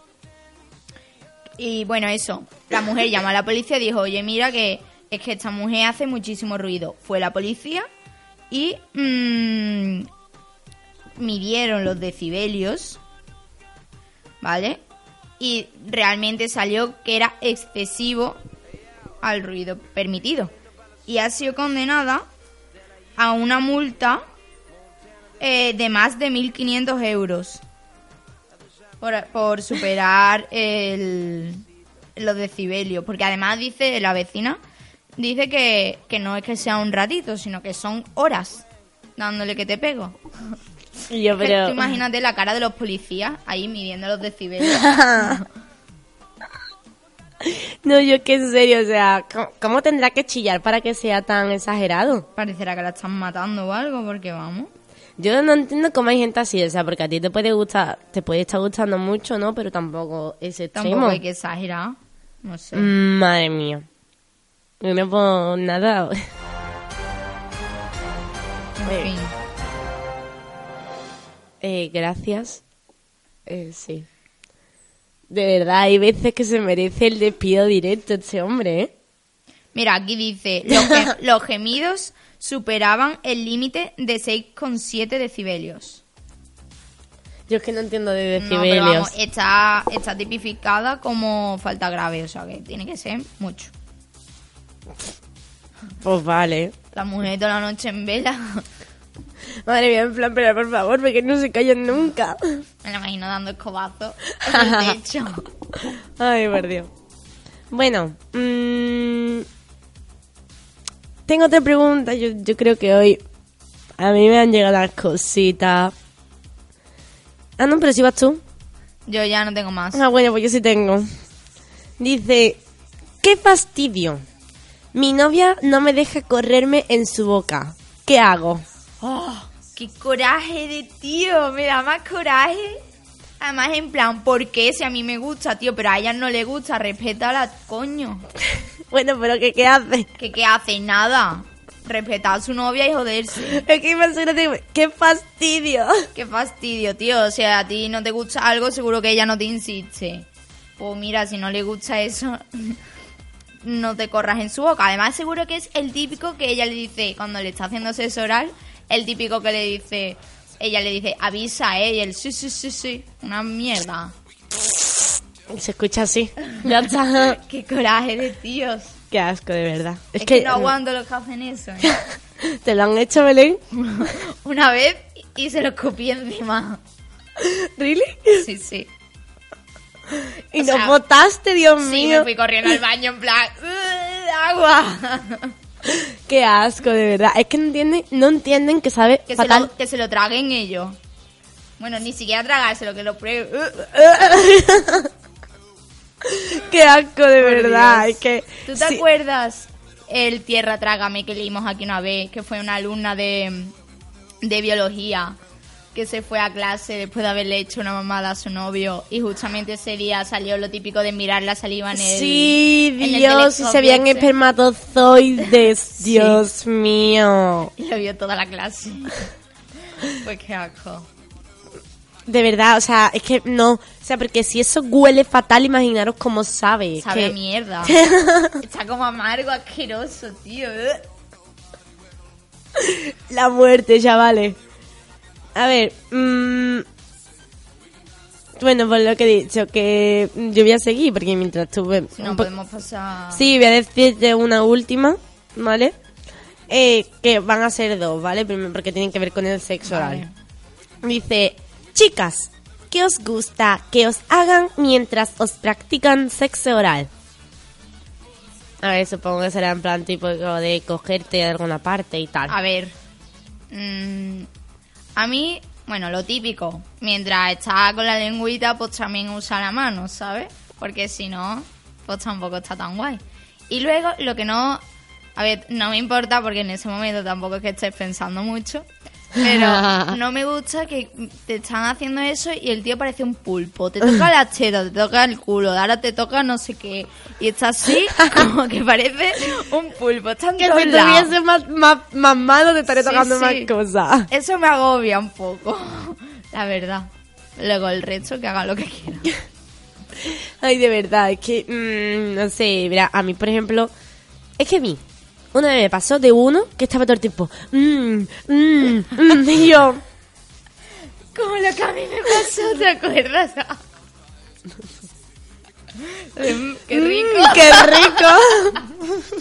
Y bueno, eso. La mujer llamó a la policía y dijo, oye, mira que es que esta mujer hace muchísimo ruido. Fue la policía y mmm, midieron los decibelios, ¿vale? Y realmente salió que era excesivo al ruido permitido. Y ha sido condenada a una multa eh, de más de mil quinientos euros por, por superar el, los decibelios. Porque además dice la vecina, dice que, que no es que sea un ratito, sino que son horas dándole que te pego. Yo, Que pero... tú imagínate la cara de los policías ahí midiendo los decibelios. No, yo que en serio, o sea, ¿cómo, cómo tendrá que chillar para que sea tan exagerado? Parecerá que la están matando o algo, porque vamos. Yo no entiendo cómo hay gente así, o sea, porque a ti te puede gustar, te puede estar gustando mucho, ¿no? Pero tampoco es extremo. Tampoco hay que exagerar. No sé. Mm, Madre mía. Yo no puedo nada. En fin. Eh, gracias. Eh, sí. De verdad, hay veces que se merece el despido directo este hombre, ¿eh? Mira, aquí dice, los, ge- los gemidos superaban el límite de seis coma siete decibelios. Yo es que no entiendo de No, pero decibelios. vamos, está, está tipificada como falta grave, o sea que tiene que ser mucho. Pues vale. La mujer toda la noche en vela. Madre mía, en plan, pero por favor, porque no se callan nunca. Me la imagino dando escobazos en el techo. Ay, por Dios. Bueno, mmm, tengo otra pregunta. Yo, yo creo que hoy a mí me han llegado las cositas. Ah, no, pero si vas tú. Yo ya no tengo más. Ah, bueno, pues yo sí tengo. Dice, qué fastidio. Mi novia no me deja correrme en su boca. ¿Qué hago? Oh, ¡qué coraje de tío! Me da más coraje. Además, en plan, ¿por qué? Si a mí me gusta, tío, pero a ella no le gusta, respétala, coño. Bueno, pero ¿qué, qué hace? ¿Qué, qué hace? Nada. Respetar a su novia y joderse. Es que imagínate, qué fastidio. Qué fastidio, tío. O sea, a ti no te gusta algo, seguro que ella no te insiste. Pues mira, si no le gusta eso, no te corras en su boca. Además, seguro que es el típico que ella le dice, cuando le está haciendo sexo oral, el típico que le dice, ella le dice, avisa, ¿eh? Y él, sí, sí, sí, sí. Una mierda. Se escucha así. Ya está. Qué coraje de tíos. Qué asco, de verdad. Es, es que, que no aguanto los que hacen eso, ¿eh? ¿Te lo han hecho, Belén? Una vez y se lo escupí encima. ¿Really? Sí, sí. Y o no sea, botaste, Dios sí, mío. Sí, me fui corriendo al baño en plan, ¡agua! Qué asco, de verdad. Es que no entienden, no entienden que sabe que fatal. Se lo, que se lo traguen ellos. Bueno, ni siquiera tragárselo, que lo prueben. Qué asco, de Por verdad. Dios. Es que, ¿Tú te sí. acuerdas el Tierra Trágame que leímos aquí una vez? Que fue una alumna de, de biología que se fue a clase después de haberle hecho una mamada a su novio y justamente ese día salió lo típico de mirar la saliva en el Sí, en Dios, el y se veían ese. espermatozoides, sí. Dios mío. Y lo vio toda la clase. Pues qué asco. De verdad, o sea, es que no, o sea, porque si eso huele fatal, imaginaros cómo sabe. Sabe que... a mierda. Está como amargo, asqueroso, tío. La muerte, chavales. A ver, mmm, bueno, por lo que he dicho, que yo voy a seguir, porque mientras tuve... Si no, podemos pasar... Sí, voy a decirte una última, ¿vale? Eh, que van a ser dos, ¿vale? Primero porque tienen que ver con el sexo oral. Vale. Dice, chicas, ¿qué os gusta que os hagan mientras os practican sexo oral? A ver, supongo que será en plan tipo de cogerte de alguna parte y tal. A ver... Mmm... A mí, bueno, lo típico, mientras está con la lengüita, pues también usa la mano, ¿sabes? Porque si no, pues tampoco está tan guay. Y luego, lo que no... A ver, no me importa porque en ese momento tampoco es que estés pensando mucho, pero no me gusta que te están haciendo eso y el tío parece un pulpo. Te toca la teta, te toca el culo, ahora te toca no sé qué. Y está así, como que parece un pulpo. Está en que todos si lados. tuviese más, más, más malo te estaría Sí, tocando sí. más cosas. Eso me agobia un poco, la verdad. Luego el resto que haga lo que quiera. Ay, de verdad, es que, mmm, no sé, mira, a mí, por ejemplo, es que a mí, una vez me pasó de uno que estaba todo el tiempo, mmm, mmm, mmm, y yo... Como lo que a mí me pasó, ¿te acuerdas? Mm, ¡Qué rico! Mm, ¡Qué rico!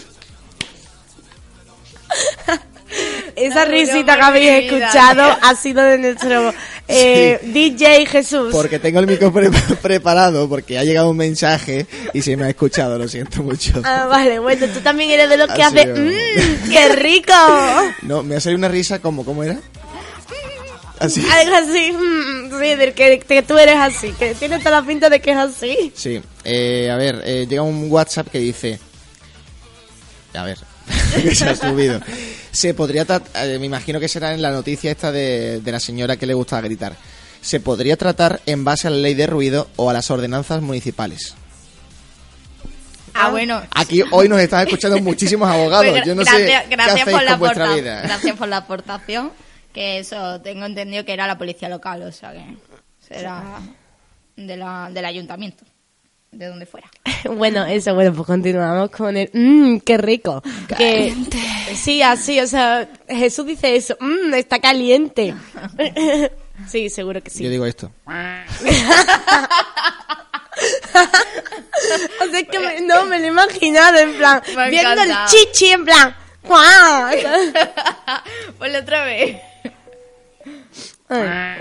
Esa No, risita no, que habéis mi vida, escuchado tío. ha sido de nuestro eh, Sí. D J Jesús. Porque tengo el micro pre- preparado, porque ha llegado un mensaje y se me ha escuchado, lo siento mucho. Ah, vale, bueno, tú también eres de los que Ha hace, sido- mmm, ¡qué rico! No, me ha salido una risa como, ¿cómo era? Así. Algo así, mm, sí, del que, que tú eres así, que tienes toda la pinta de que es así. Sí, eh, a ver, eh, llega un WhatsApp que dice... A ver, que se ha subido. Se podría tratar, eh, me imagino que será en la noticia esta de, de la señora que le gusta gritar. Se podría tratar en base a la ley de ruido o a las ordenanzas municipales. Ah, bueno. Aquí hoy nos están escuchando muchísimos abogados. Pues gra- Yo no gracias, sé qué gracias hacéis por la con vuestra aporta- vida. Gracias por la aportación. Que eso, tengo entendido que era la policía local, o sea que será de la, del ayuntamiento, de donde fuera. Bueno, eso, bueno, pues continuamos con el mmm, qué rico. Que, sí, así, o sea, Jesús dice eso, mmm, está caliente. Sí, seguro que sí. Yo digo esto. O sea, es que me, no, me lo he imaginado, en plan, Me viendo el encanta. chichi, en plan, ¡guau! Ponle otra vez. Ay.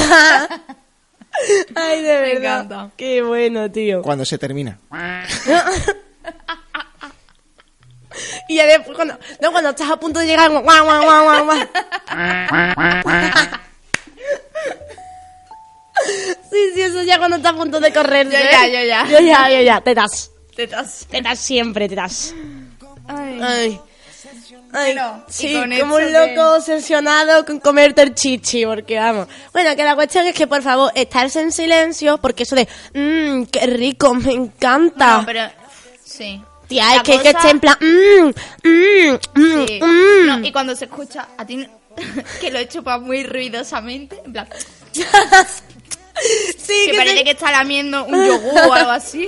Ay, de Me verdad. encanta. Qué bueno, tío. Cuando se termina. Y ya después, cuando, no, cuando estás a punto de llegar, guau, guau, guau, guau, guau. Sí, sí, eso ya cuando estás a punto de correr. Yo ¿eh? ya, yo ya. Yo ya, yo ya. Tetas. Tetas. Tetas siempre, tetas. Ay. Ay. Ay, Bueno, y sí, con como un esto de- loco obsesionado con comerte el chichi, porque vamos. Bueno, que la cuestión es que, por favor, estarse en silencio, porque eso de, mmm, qué rico, me encanta. No, pero... Sí. Tía, La es que, es que cosa- esté en plan, mmm, mmm, mmm, Sí. mmm. No, y cuando se escucha a ti... que lo he hecho pa- muy ruidosamente, en plan... Sí, que que parece te- que está lamiendo un yogur o algo así.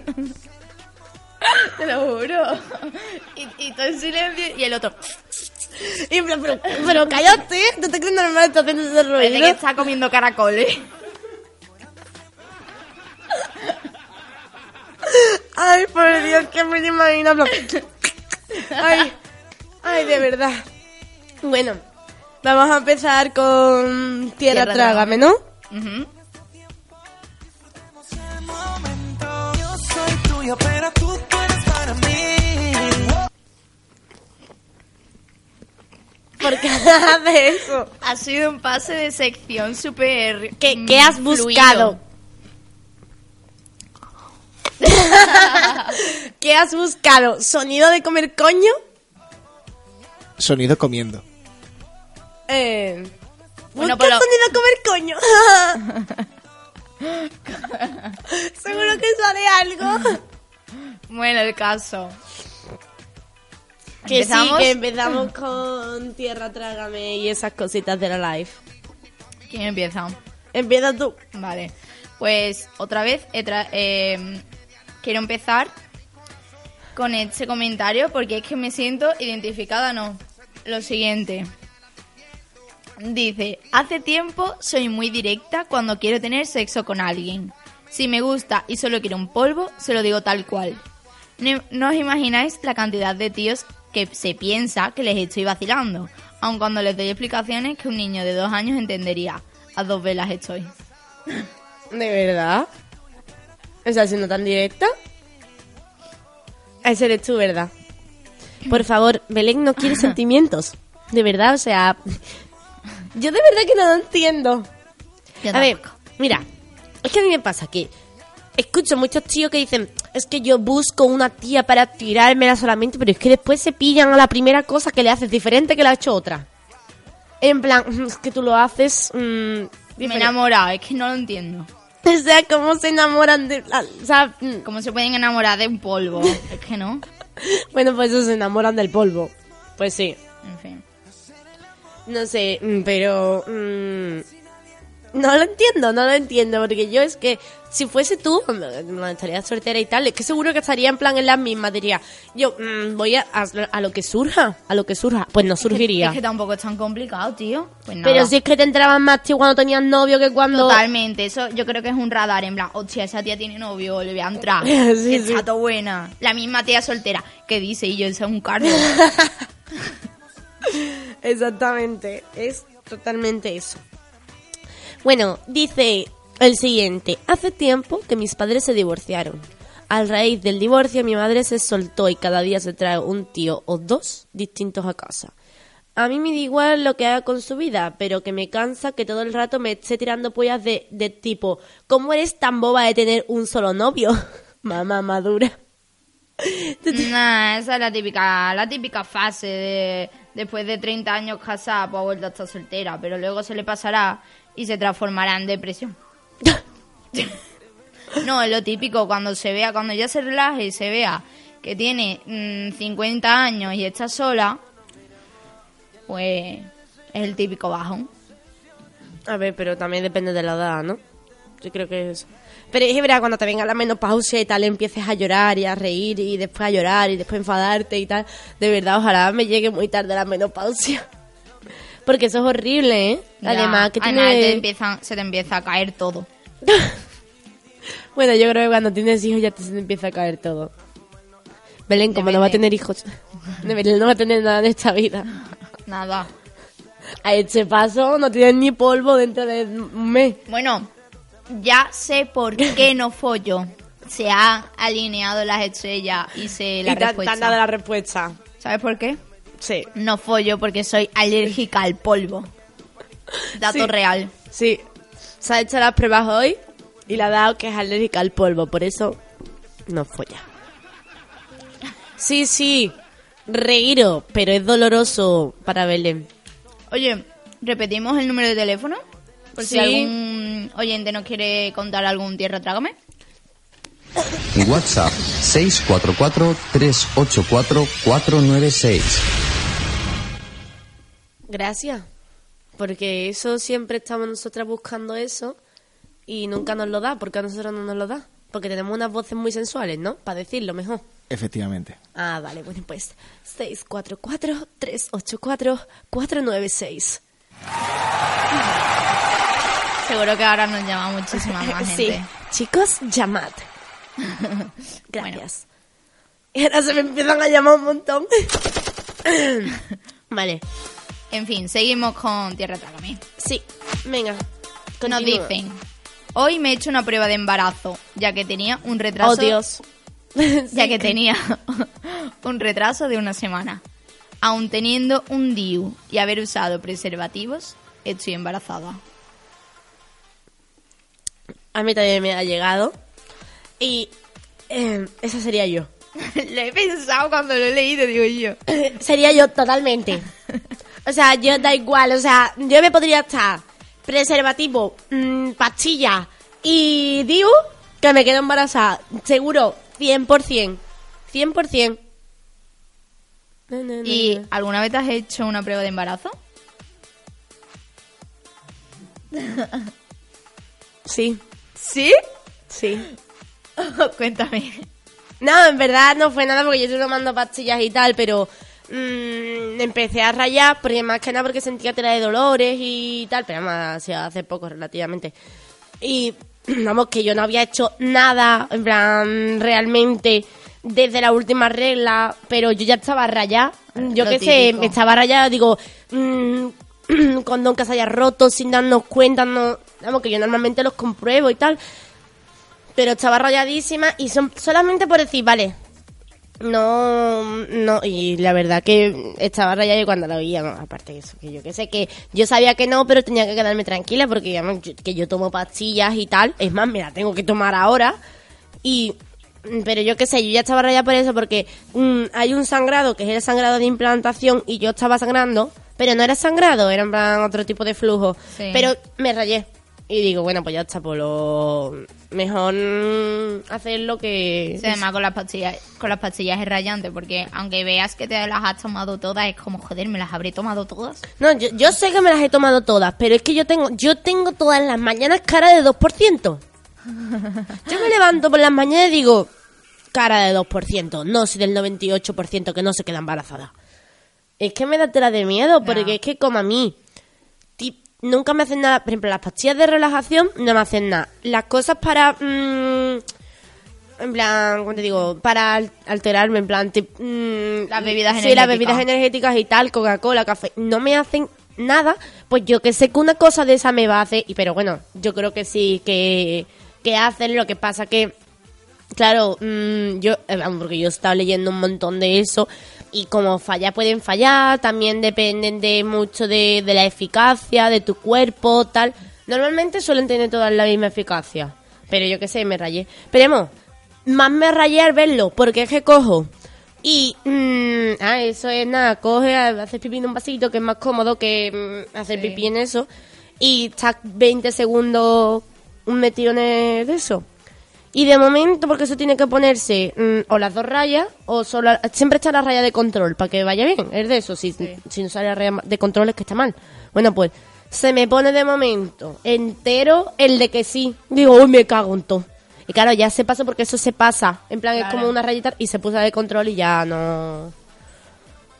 Te lo juro. Y, y todo en silencio y el otro... Y en plan, pero, pero cállate, ¿tú te crees normal estás haciendo ese Parece que ruido? está comiendo caracoles. Ay, por Dios, que me lo imagino. en plan, Ay, ay, de verdad. Bueno, vamos a empezar con Tierra, Tierra Trágame, ¿no? Ujú. Yo soy tuyo, pero tú, tú eres para mí. ¿Por qué haces eso? Ha sido un pase de sección súper... ¿Qué, mm, qué has fluido. buscado? ¿Qué has buscado? ¿Sonido de comer coño? Sonido comiendo. Eh... Bueno, busca pero- sonido de comer coño. Seguro que sale algo. Bueno, el caso. Que ¿Empezamos? sí, que empezamos con Tierra Trágame y esas cositas de la live. ¿Quién empieza? Empieza tú. Vale. Pues otra vez he tra- eh, quiero empezar con este comentario porque es que me siento identificada, no. Lo siguiente. Dice, hace tiempo soy muy directa cuando quiero tener sexo con alguien. Si me gusta y solo quiero un polvo, se lo digo tal cual. No, no os imagináis la cantidad de tíos que se piensa que les estoy vacilando, aun cuando les doy explicaciones que un niño de dos años entendería. A dos velas estoy. ¿De verdad? ¿Estás siendo tan directa? Ese eres tú, ¿verdad? Por favor, Belén no quiere sentimientos. De verdad, o sea... Yo de verdad que no lo entiendo. Yo A ver, tampoco. mira, es que a mí me pasa que escucho muchos tíos que dicen, es que yo busco una tía para tirármela solamente, pero es que después se pillan a la primera cosa que le haces diferente que la ha hecho otra. En plan, es que tú lo haces... mmm, Me he diferente. enamorado, es que no lo entiendo. O sea, cómo se enamoran de... la- O sea, mm, ¿Cómo se pueden enamorar de un polvo? Es que no. bueno, pues eso, se enamoran del polvo. Pues sí. En fin. No sé, mm, pero... mm, no lo entiendo, no lo entiendo, porque yo es que si fuese tú, cuando cuando estaría soltera y tal, es que seguro que estaría en plan en las mismas, diría, yo mm, voy a, a, a lo que surja, a lo que surja, pues no surgiría. Es que tampoco es tan complicado, tío. Pues nada. Pero si es que te entraban más, tío, cuando tenías novio que cuando... Totalmente, eso yo creo que es un radar, en plan, hostia, esa tía tiene novio, le voy a entrar. Sí, que sí. está todo buena. La misma tía soltera, que dice, y yo, eso es un cardio. Exactamente, es totalmente eso. Bueno, dice el siguiente. Hace tiempo que mis padres se divorciaron. A raíz del divorcio mi madre se soltó y cada día se trae un tío o dos distintos a casa. A mí me da igual lo que haga con su vida, pero que me cansa que todo el rato me esté tirando pollas de, de tipo, ¿cómo eres tan boba de tener un solo novio? Mamá madura. Nah, esa es la típica, la típica fase de después de treinta años casada, pues ha vuelto a estar soltera, pero luego se le pasará y se transformará en depresión. No, es lo típico, cuando se vea, cuando ya se relaje y se vea que tiene mmm, cincuenta años y está sola, pues es el típico bajón. A ver, pero también depende de la edad, ¿no? Yo creo que es... Pero es verdad, cuando te venga la menopausia y tal, empieces a llorar y a reír y después a llorar y después enfadarte y tal. De verdad, ojalá me llegue muy tarde la menopausia. Porque eso es horrible, ¿eh? Ya, Además, que además tiene... te empiezan, se te empieza a caer todo. Bueno, yo creo que cuando tienes hijos ya te se te empieza a caer todo. Belén, como no va a tener hijos, Belén no va a tener nada en esta vida. Nada. A este paso no tienes ni polvo dentro de un mes. Bueno, ya sé por qué no follo. Se ha alineado las estrellas y sé la y te, te respuesta. han dado la respuesta. ¿Sabes por qué? Sí. No follo porque soy alérgica al polvo. Dato Sí. real. Sí. Se ha hecho las pruebas hoy y le ha dado que es alérgica al polvo. Por eso no folla. Sí, sí. Reíro, pero es doloroso para Belén. Oye, ¿repetimos el número de teléfono? Por Sí. si algún oyente nos quiere contar algún tierra trágame. WhatsApp seis cuatro cuatro, tres ocho cuatro, cuatro nueve seis. Gracias. Porque eso siempre estamos nosotras buscando eso y nunca nos lo da. ¿Por qué a nosotros no nos lo da? Porque tenemos unas voces muy sensuales, ¿no? Para decirlo mejor. Efectivamente. Ah, vale, bueno, pues seis cuatro cuatro, tres ocho cuatro, cuatro nueve seis. Seguro que ahora nos llama muchísima más Sí, gente. chicos, llamad. Gracias. Y ahora se me empiezan a llamar un montón. Vale. En fin, seguimos con tierra trágame. Sí, venga. Nos continúa. dicen, hoy me he hecho una prueba de embarazo, ya que tenía un retraso... Oh, Dios. Ya que tenía un retraso de una semana. Aún teniendo un D I U y haber usado preservativos, estoy embarazada. A mí también me ha llegado. Y eh, esa sería yo. Lo he pensado cuando lo he leído, digo yo. Sería yo totalmente. O sea, yo da igual. O sea, yo me podría estar preservativo, mmm, pastilla y D I U, que me quedo embarazada. Seguro, cien por ciento. cien por ciento. No, no, no, ¿Y no. alguna vez te has hecho una prueba de embarazo? Sí. ¿Sí? Sí. Cuéntame. No, en verdad no fue nada porque yo estoy tomando pastillas y tal, pero mmm, empecé a rayar, porque más que nada porque sentía tela de dolores y tal, pero además o sea, hace poco relativamente. Y vamos, que yo no había hecho nada, en plan, realmente desde la última regla, pero yo ya estaba rayada. Yo Lo qué sé, típico. me estaba rayada, digo, mmm, condón que se haya roto sin darnos cuenta, no, vamos, que yo normalmente los compruebo y tal. Pero estaba rayadísima y son solamente por decir, vale, no, no, y la verdad que estaba rayada y cuando la veía, no, aparte de eso, que yo que sé, que yo sabía que no, pero tenía que quedarme tranquila porque digamos, yo, que yo tomo pastillas y tal, es más, me la tengo que tomar ahora, y, pero yo que sé, yo ya estaba rayada por eso porque mm, hay un sangrado que es el sangrado de implantación y yo estaba sangrando, pero no era sangrado, era en plan otro tipo de flujo, Sí. pero me rayé. Y digo, bueno, pues ya está, por lo mejor hacer lo que... Sí, además con las pastillas, con las pastillas es rayante, porque aunque veas que te las has tomado todas, es como, joder, ¿me las habré tomado todas? No, yo, yo sé que me las he tomado todas, pero es que yo tengo yo tengo todas las mañanas cara de dos por ciento. Yo me levanto por las mañanas y digo, cara de dos por ciento, no si del noventa y ocho por ciento que no se queda embarazada. Es que me da tela de miedo, porque Ya. es que como a mí... ti- Nunca me hacen nada. Por ejemplo, las pastillas de relajación no me hacen nada. Las cosas para... mmm, en plan, ¿cómo te digo? Para al- alterarme, en plan... tip- mmm, Las bebidas sí, energéticas. las bebidas energéticas y tal, Coca-Cola, café. No me hacen nada. Pues yo que sé que una cosa de esa me va a hacer... Y, pero bueno, yo creo que sí, que, que hacen. Lo que pasa que... Claro, mmm, yo... eh, vamos, porque yo estaba leyendo un montón de eso... Y como fallar pueden fallar, también dependen de mucho de, de la eficacia, de tu cuerpo, tal. Normalmente suelen tener todas la misma eficacia. Pero yo qué sé, me rayé. Esperemos, más me rayé al verlo, porque es que cojo. Y, mm, ah, eso es nada, coge, haces pipí en un vasito, que es más cómodo que mm, hacer Sí. pipí en eso. Y estás veinte segundos metido en de eso. Y de momento, porque eso tiene que ponerse mm, o las dos rayas, o solo... Siempre está la raya de control, para que vaya bien. Es de eso, si, Sí. si no sale la raya de control es que está mal. Bueno, pues, se me pone de momento entero el de que sí. Digo, uy, me cago en todo. Y claro, ya se pasa porque eso se pasa. En plan, Claro. es como una rayita y se puso la de control y ya no...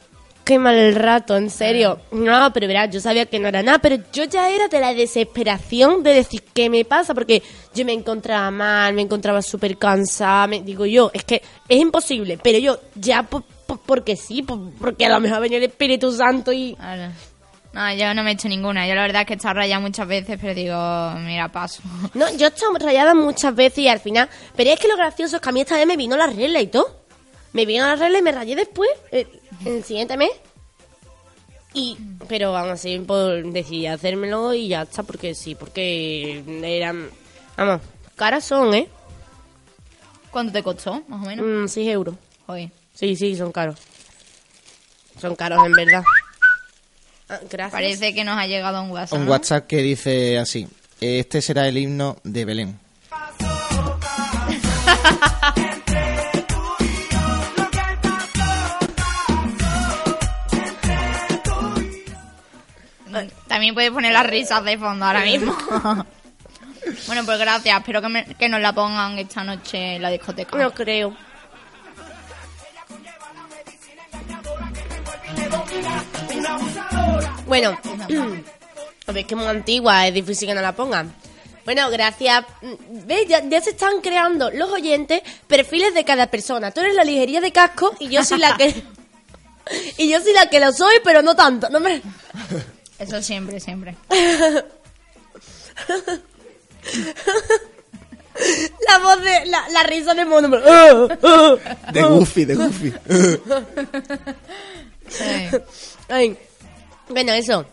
qué mal rato, en serio. No, pero verás, yo sabía que no era nada, pero yo ya era de la desesperación de decir, ¿qué me pasa? Porque yo me encontraba mal, me encontraba súper cansada, me digo yo, es que es imposible, pero yo ya, por, por, porque sí, por, porque a lo mejor venía el Espíritu Santo y... Claro. No, yo no me he hecho ninguna. Yo la verdad es que he estado rayada muchas veces, pero digo, mira, paso. No, yo he estado rayada muchas veces y al final... Pero es que lo gracioso es que a mí esta vez me vino la regla y todo. Me vino la regla y me rayé después, el, el siguiente mes. Y, pero aún así pues, decidí hacérmelo y ya está, porque sí, porque eran... Vamos, caras son, ¿eh? ¿Cuánto te costó, más o menos? Mm, seis euros. Joder. Sí, sí, son caros. Son caros, en verdad. Ah, gracias. Parece que nos ha llegado un WhatsApp. Un ¿no? WhatsApp que dice así: este será el himno de Belén. También puedes poner las risas de fondo ahora mismo. Bueno, pues gracias. Espero que, me, que nos la pongan esta noche en la discoteca. No creo. Bueno, a ver, que es muy antigua, es difícil que no la pongan. Bueno, gracias. ¿Ves? Ya, ya se están creando los oyentes perfiles de cada persona. Tú eres la ligería de casco y yo soy la que... y yo soy la que lo soy, pero no tanto. No me... Eso siempre, siempre. La voz de... La, la risa de mono. De Goofy, de Goofy. Sí. Ay. Bueno, eso.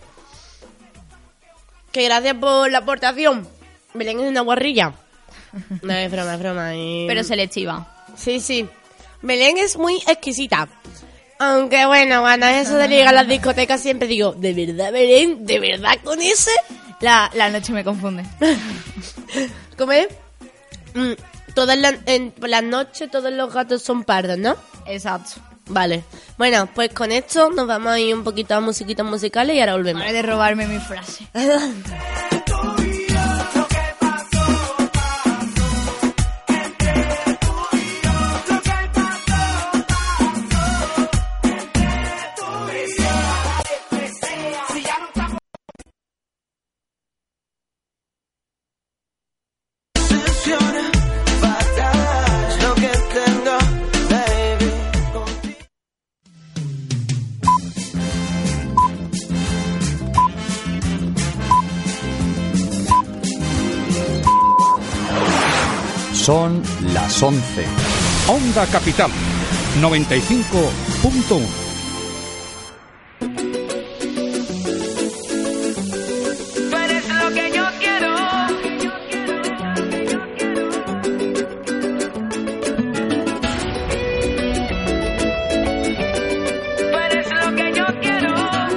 Que gracias por la aportación. Belén es una guarrilla. No, es broma, es broma. Y... Pero selectiva. Sí, sí. Belén es muy exquisita. Aunque bueno, cuando es eso de llegar a las discotecas siempre digo, ¿de verdad, Belén? ¿De verdad con ese? La, la noche me confunde. ¿Cómo es? Mm, todas las, en, por las noches todos los gatos son pardos, ¿no? Exacto. Vale. Bueno, pues con esto nos vamos a ir un poquito a musiquitas musicales y ahora volvemos. Vale de robarme mi frase. Son las once. Onda Capital, noventa y cinco punto uno. Tú eres lo que yo quiero. Tú eres lo que yo quiero.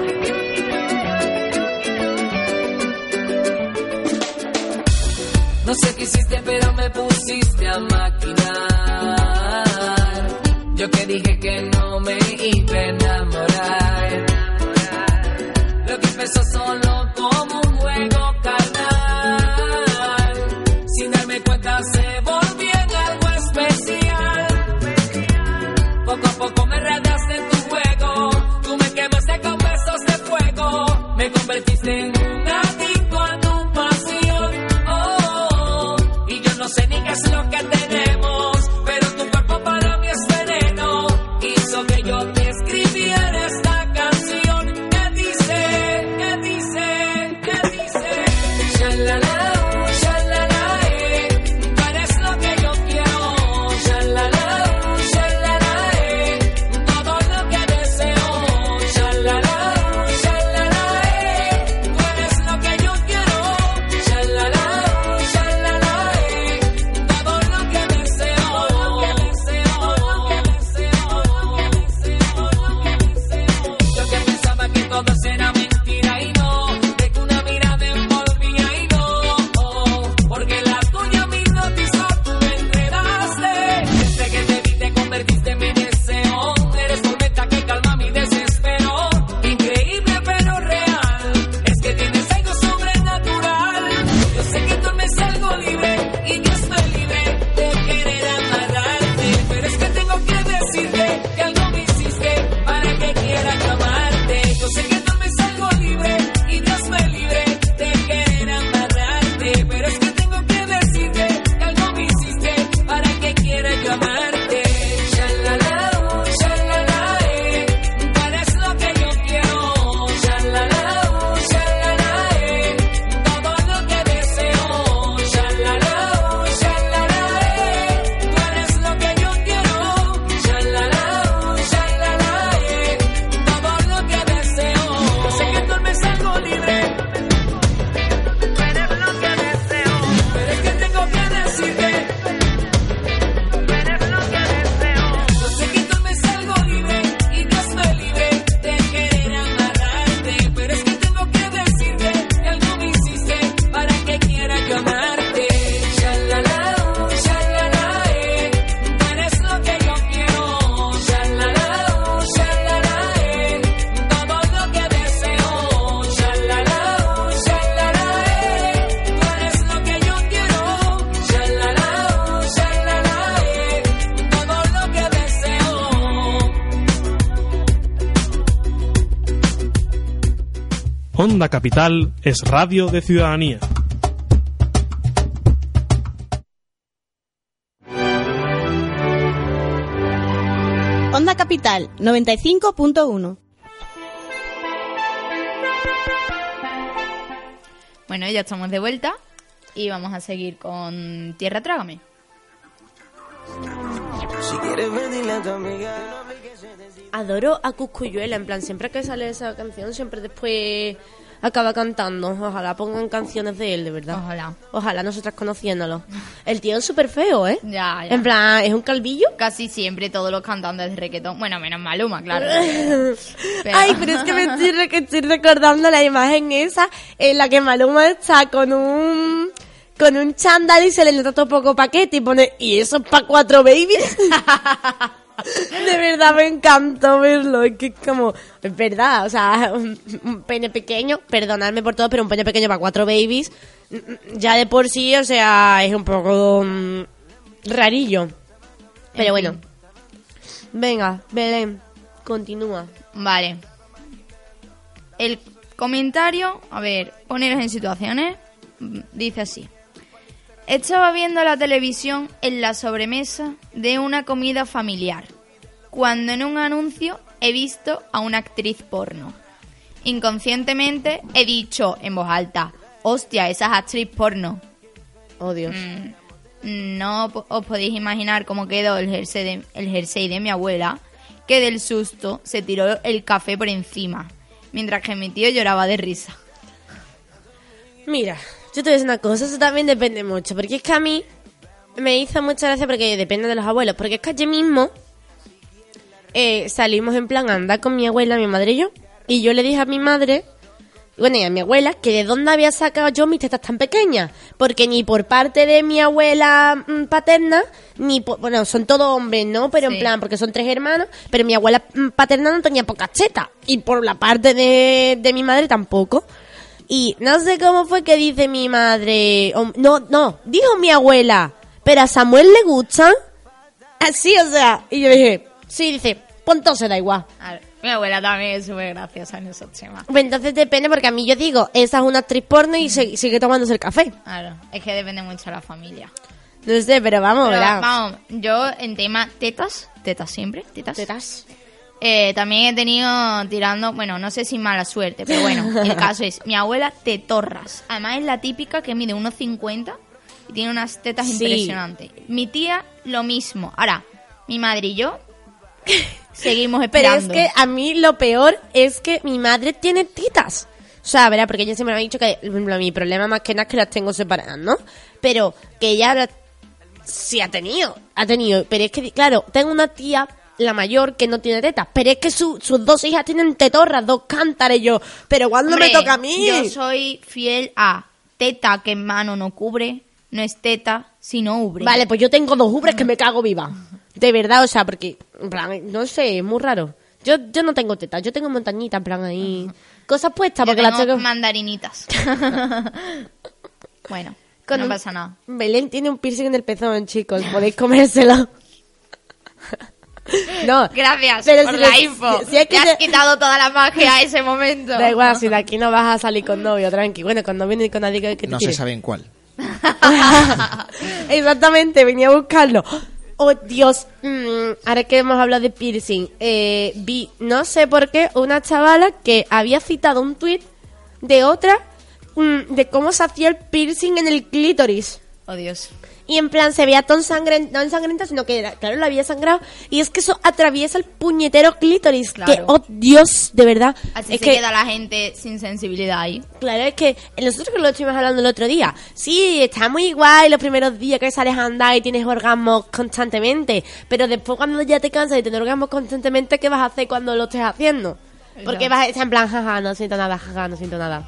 No sé qué hiciste, pero me pusiste a maquinar. Yo que dije que no me iba a enamorar. Lo que empezó solo como un juego carnal. Sin darme cuenta se volvió en algo especial. Poco a poco me enredaste en tu juego. Tú me quemaste con besos de fuego. Me convertiste en un adicto a tu pasión. Oh, no sé ni qué es lo que tenemos, pero tu cuerpo para mí es veneno. Y Onda Capital es radio de ciudadanía. Onda Capital, noventa y cinco punto uno. Bueno, ya estamos de vuelta y vamos a seguir con Tierra Trágame. Si quieres venirle a tu amiga. Adoro a Cuscuyuela, en plan, siempre que sale esa canción, siempre después acaba cantando. Ojalá pongan canciones de él, de verdad. Ojalá. Ojalá, nosotras conociéndolo. El tío es súper feo, ¿eh? Ya, ya. En plan, es un calvillo. Casi siempre todos los cantantes de reggaetón. Bueno, menos Maluma, claro. Pero... Ay, pero es que me estoy, re- que estoy recordando la imagen esa en la que Maluma está con un... con un chándal y se le nota todo poco paquete y pone, ¿y eso es para cuatro babies? De verdad me encantó verlo, es que es como, es verdad, o sea, un, un pene pequeño, perdonadme por todo, pero un pene pequeño para cuatro babies, ya de por sí, o sea, es un poco um, rarillo. Pero bueno, venga, Belén, continúa. Vale. El comentario, a ver, poneros en situaciones, dice así. Estaba viendo la televisión en la sobremesa de una comida familiar, cuando en un anuncio he visto a una actriz porno. Inconscientemente he dicho en voz alta, hostia, esa es actriz porno. Oh, Dios. Mm, no os podéis imaginar cómo quedó el jersey, de, el jersey de mi abuela, que del susto se tiró el café por encima, mientras que mi tío lloraba de risa. Mira, yo te voy a decir una cosa, eso también depende mucho, porque es que a mí me hizo mucha gracia porque depende de los abuelos, porque es que ayer mismo eh, salimos en plan a andar con mi abuela, mi madre y yo, y yo le dije a mi madre, bueno, y a mi abuela, que de dónde había sacado yo mis tetas tan pequeñas, porque ni por parte de mi abuela mmm, paterna, ni por, bueno, son todos hombres, ¿no? Pero sí. En plan, porque son tres hermanos, pero mi abuela mmm, paterna no tenía pocas tetas, y por la parte de, de mi madre tampoco. Y no sé cómo fue que dice mi madre... Oh, no, no, dijo mi abuela. ¿Pero a Samuel le gustan? Así, o sea... Y yo dije... Sí, dice... Pues entonces da igual. A ver, mi abuela también es súper graciosa en esos temas. Pues entonces depende, porque a mí yo digo... Esa es una actriz porno y se, sigue tomándose el café. Claro, es que depende mucho de la familia. No sé, pero vamos, pero, ¿verdad? Vamos, yo en tema tetas... Tetas siempre, tetas. Tetas. Eh, también he tenido tirando, bueno, no sé si mala suerte, pero bueno, el caso es, mi abuela tetorras. Además es la típica que mide uno cincuenta y tiene unas tetas sí. impresionantes. Mi tía, lo mismo. Ahora, mi madre y yo seguimos esperando. Pero es que a mí lo peor es que mi madre tiene tetas. O sea, verá, porque ella siempre me ha dicho que mi problema más que nada es que las tengo separadas, ¿no? Pero que ella sí ha tenido, ha tenido. Pero es que, claro, tengo una tía... la mayor, que no tiene tetas, pero es que su, sus dos hijas tienen tetorras, dos cántares, yo, pero ¿cuándo Hombre, me toca a mí? Yo soy fiel a teta que en mano no cubre, no es teta, sino ubre. Vale, pues yo tengo dos ubres que me cago viva, de verdad, o sea, porque, en plan, no sé, es muy raro. Yo yo no tengo tetas, yo tengo montañitas, en plan, ahí, cosas puestas, yo porque tengo las tengo... mandarinitas. Bueno, Con no un... pasa nada. Belén tiene un piercing en el pezón, chicos, podéis comérselo. No, gracias pero por si la le, info. Si, si es que te te... has quitado toda la magia a ese momento. Da igual, si de aquí no vas a salir con novio, tranqui. Bueno, cuando vienes con nadie que te No quiere. se sabe en cuál. Exactamente, venía a buscarlo. Oh, Dios. Mm, ahora que hemos hablado de piercing, eh, vi, no sé por qué, una chavala que había citado un tuit de otra mm, de cómo se hacía el piercing en el clítoris. Oh, Dios. Y en plan se veía todo ensangrentado, no ensangrentado, sino que, era, claro, lo había sangrado. Y es que eso atraviesa el puñetero clítoris. Claro. Que, oh, Dios, de verdad. Así es se que, queda la gente sin sensibilidad ahí. claro, es que nosotros que lo estuvimos hablando el otro día. Sí, está muy guay los primeros días que sales a andar y tienes orgasmos constantemente. Pero después cuando ya te cansas de tener orgasmos constantemente, ¿qué vas a hacer cuando lo estés haciendo? Porque vas a estar en plan, jaja, no siento nada, jaja, no siento nada.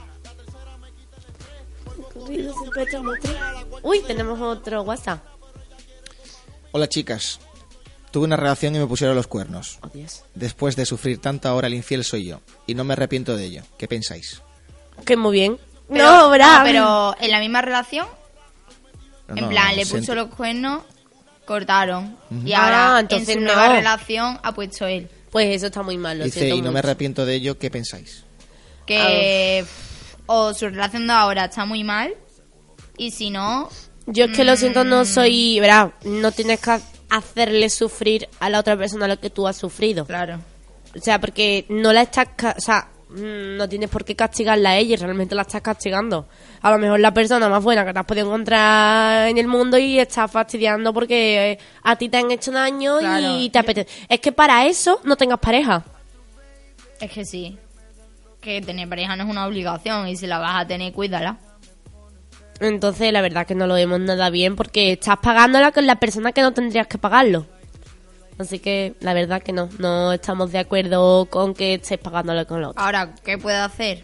Uy, tenemos otro WhatsApp. Hola chicas, tuve una relación y me pusieron los cuernos. Oh, Dios. Después de sufrir tanto, ahora el infiel soy yo. Y no me arrepiento de ello. ¿Qué pensáis? Que muy bien. Pero, no, bravo. No, pero en la misma relación, No, en no, plan, no, le se puso ent- los cuernos, cortaron. Ujú. Y ahora Ah, en entonces su no. nueva relación ha puesto él. Pues eso está muy mal, lo Dice, siento y no me mucho. arrepiento de ello. ¿Qué pensáis? Que pff, o su relación de ahora está muy mal y si no... Yo es que lo siento, no soy... Verá, no tienes que hacerle sufrir a la otra persona lo que tú has sufrido. Claro. O sea, porque no la estás... ca- O sea, mm, no tienes por qué castigarla a ella y realmente la estás castigando. A lo mejor la persona más buena que te has podido encontrar en el mundo y estás fastidiando porque eh, a ti te han hecho daño Claro. y te apetece. Es que para eso no tengas pareja. Es que sí. Que tener pareja no es una obligación y si la vas a tener, cuídala. Entonces, la verdad que no lo vemos nada bien porque estás pagándola con la persona que no tendrías que pagarlo. Así que, la verdad que no, no estamos de acuerdo con que estés pagándolo con la otra. Ahora, ¿qué puede hacer?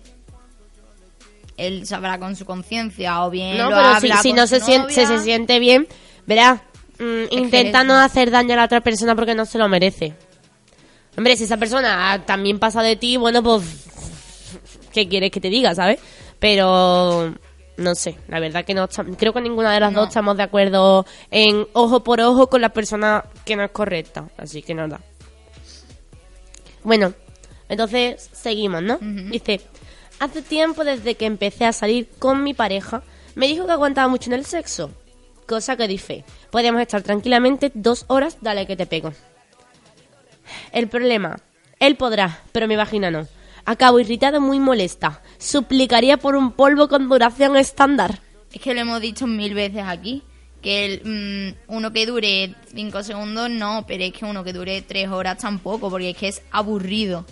Él sabrá con su conciencia o bien No, lo pero si, habla si con no su se siente, novia. se, se siente bien, verás, mm, que intenta es- no hacer daño a la otra persona porque no se lo merece. Hombre, si esa persona también pasa de ti, bueno, pues, ¿qué quieres que te diga, sabes? Pero, no sé, la verdad que no estam- creo que ninguna de las No. dos estamos de acuerdo en ojo por ojo con la persona que no es correcta. Así que nada. Bueno, entonces seguimos, ¿no? Dice, hace tiempo desde que empecé a salir con mi pareja, me dijo que aguantaba mucho en el sexo. Cosa que di fe. Podíamos estar tranquilamente dos horas, dale que te pego. El problema, él podrá, pero mi vagina no. Acabo irritada, muy molesta. Suplicaría por un polvo con duración estándar. Es que lo hemos dicho mil veces aquí. Que el, mm, uno que dure cinco segundos no, pero es que uno que dure tres horas tampoco, porque es que es aburrido.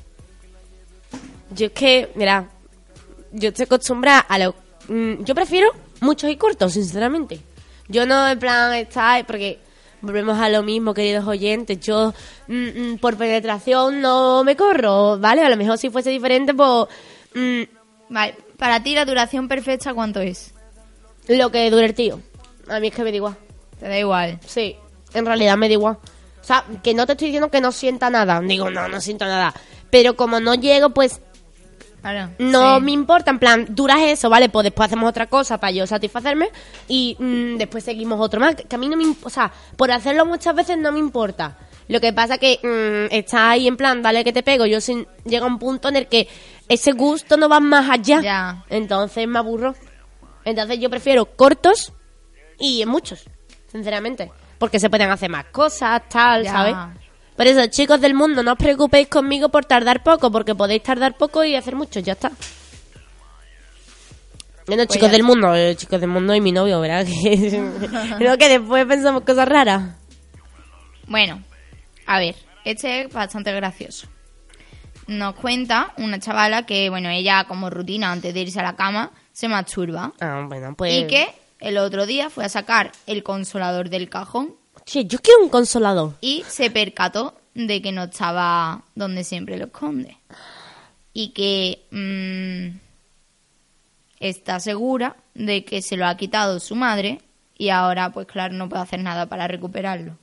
Yo es que, mira, yo estoy acostumbrada a lo... mm, yo prefiero muchos y cortos, sinceramente. Yo no, en plan, está... Porque volvemos a lo mismo, queridos oyentes. Yo, mm, mm, por penetración, no me corro, ¿vale? A lo mejor si fuese diferente, pues... mm, Vale, para ti la duración perfecta, ¿cuánto es? lo que dure el tío. A mí es que me da igual. Te da igual. Sí, en realidad me da igual. O sea, que no te estoy diciendo que no sienta nada. Digo, no, no siento nada. Pero como no llego, pues Claro. no sí. me importa. En plan, duras eso, ¿vale? Pues después hacemos otra cosa para yo satisfacerme y mm, después seguimos otro más. Que a mí no me... imp- O sea, por hacerlo muchas veces no me importa. Lo que pasa que mm, está ahí en plan, dale que te pego. Yo sin... llega un punto en el que ese gusto no va más allá. Ya. Entonces me aburro. Entonces yo prefiero cortos y en muchos, sinceramente. Porque se pueden hacer más cosas, tal, Ya. ¿sabes? Por eso, chicos del mundo, no os preocupéis conmigo por tardar poco, porque podéis tardar poco y hacer mucho, ya está. Bueno, Pues chicos ya del está. mundo, eh, chicos del mundo y mi novio, ¿verdad? Que, no, que después pensamos cosas raras. Bueno, a ver, este es bastante gracioso. Nos cuenta una chavala que, bueno, ella como rutina antes de irse a la cama se masturba. Ah, bueno, pues... Y que el otro día fue a sacar el consolador del cajón Che, yo quiero un consolador. y se percató de que no estaba donde siempre lo esconde. Y que mm, está segura de que se lo ha quitado su madre y ahora, pues claro, no puede hacer nada para recuperarlo.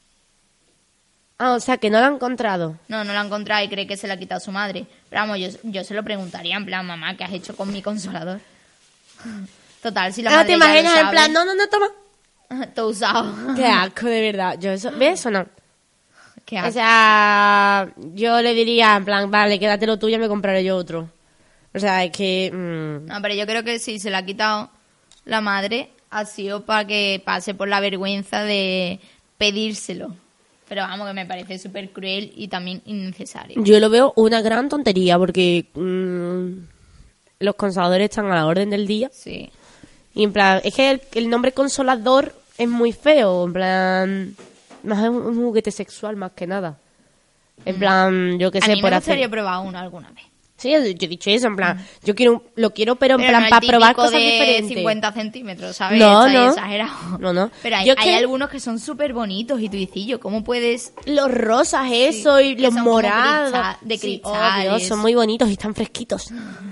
Ah, o sea, que no lo ha encontrado. No, no lo ha encontrado y cree que se lo ha quitado su madre. Pero vamos, yo, yo se lo preguntaría en plan, mamá, ¿qué has hecho con mi consolador? Total, si la Ah, madre ¿te ya lo imaginas en sabe. plan, no, no, no, toma? Todo usado. Qué asco, de verdad. Yo eso, ¿ves eso no? Qué O asco. sea, yo le diría, en plan, vale, quédate lo tuyo y me compraré yo otro. O sea, es que... mm, No, pero yo creo que si se lo ha quitado la madre, ha sido para que pase por la vergüenza de pedírselo. Pero vamos, que me parece súper cruel y también innecesario. yo lo veo una gran tontería porque mm, los consoladores están a la orden del día. Sí. Y en plan, es que el, el nombre consolador es muy feo. En plan, más es un, un juguete sexual más que nada. En plan, yo qué A sé, mí por me hacer... gustaría probar uno alguna vez. Sí, yo he dicho eso, en plan, yo quiero, un- lo quiero, pero en Pero plan, no el para probar típico cosas de diferentes. cincuenta centímetros, ¿sabes? No, Está ahí no. exagerado. No, no. Pero hay, Yo es hay que- algunos que son súper bonitos y tú dices, yo, ¿cómo puedes...? Los rosas, eso, Sí, y que los son como morados. crista- de Sí, oh, cristales. Dios, son muy bonitos y están fresquitos.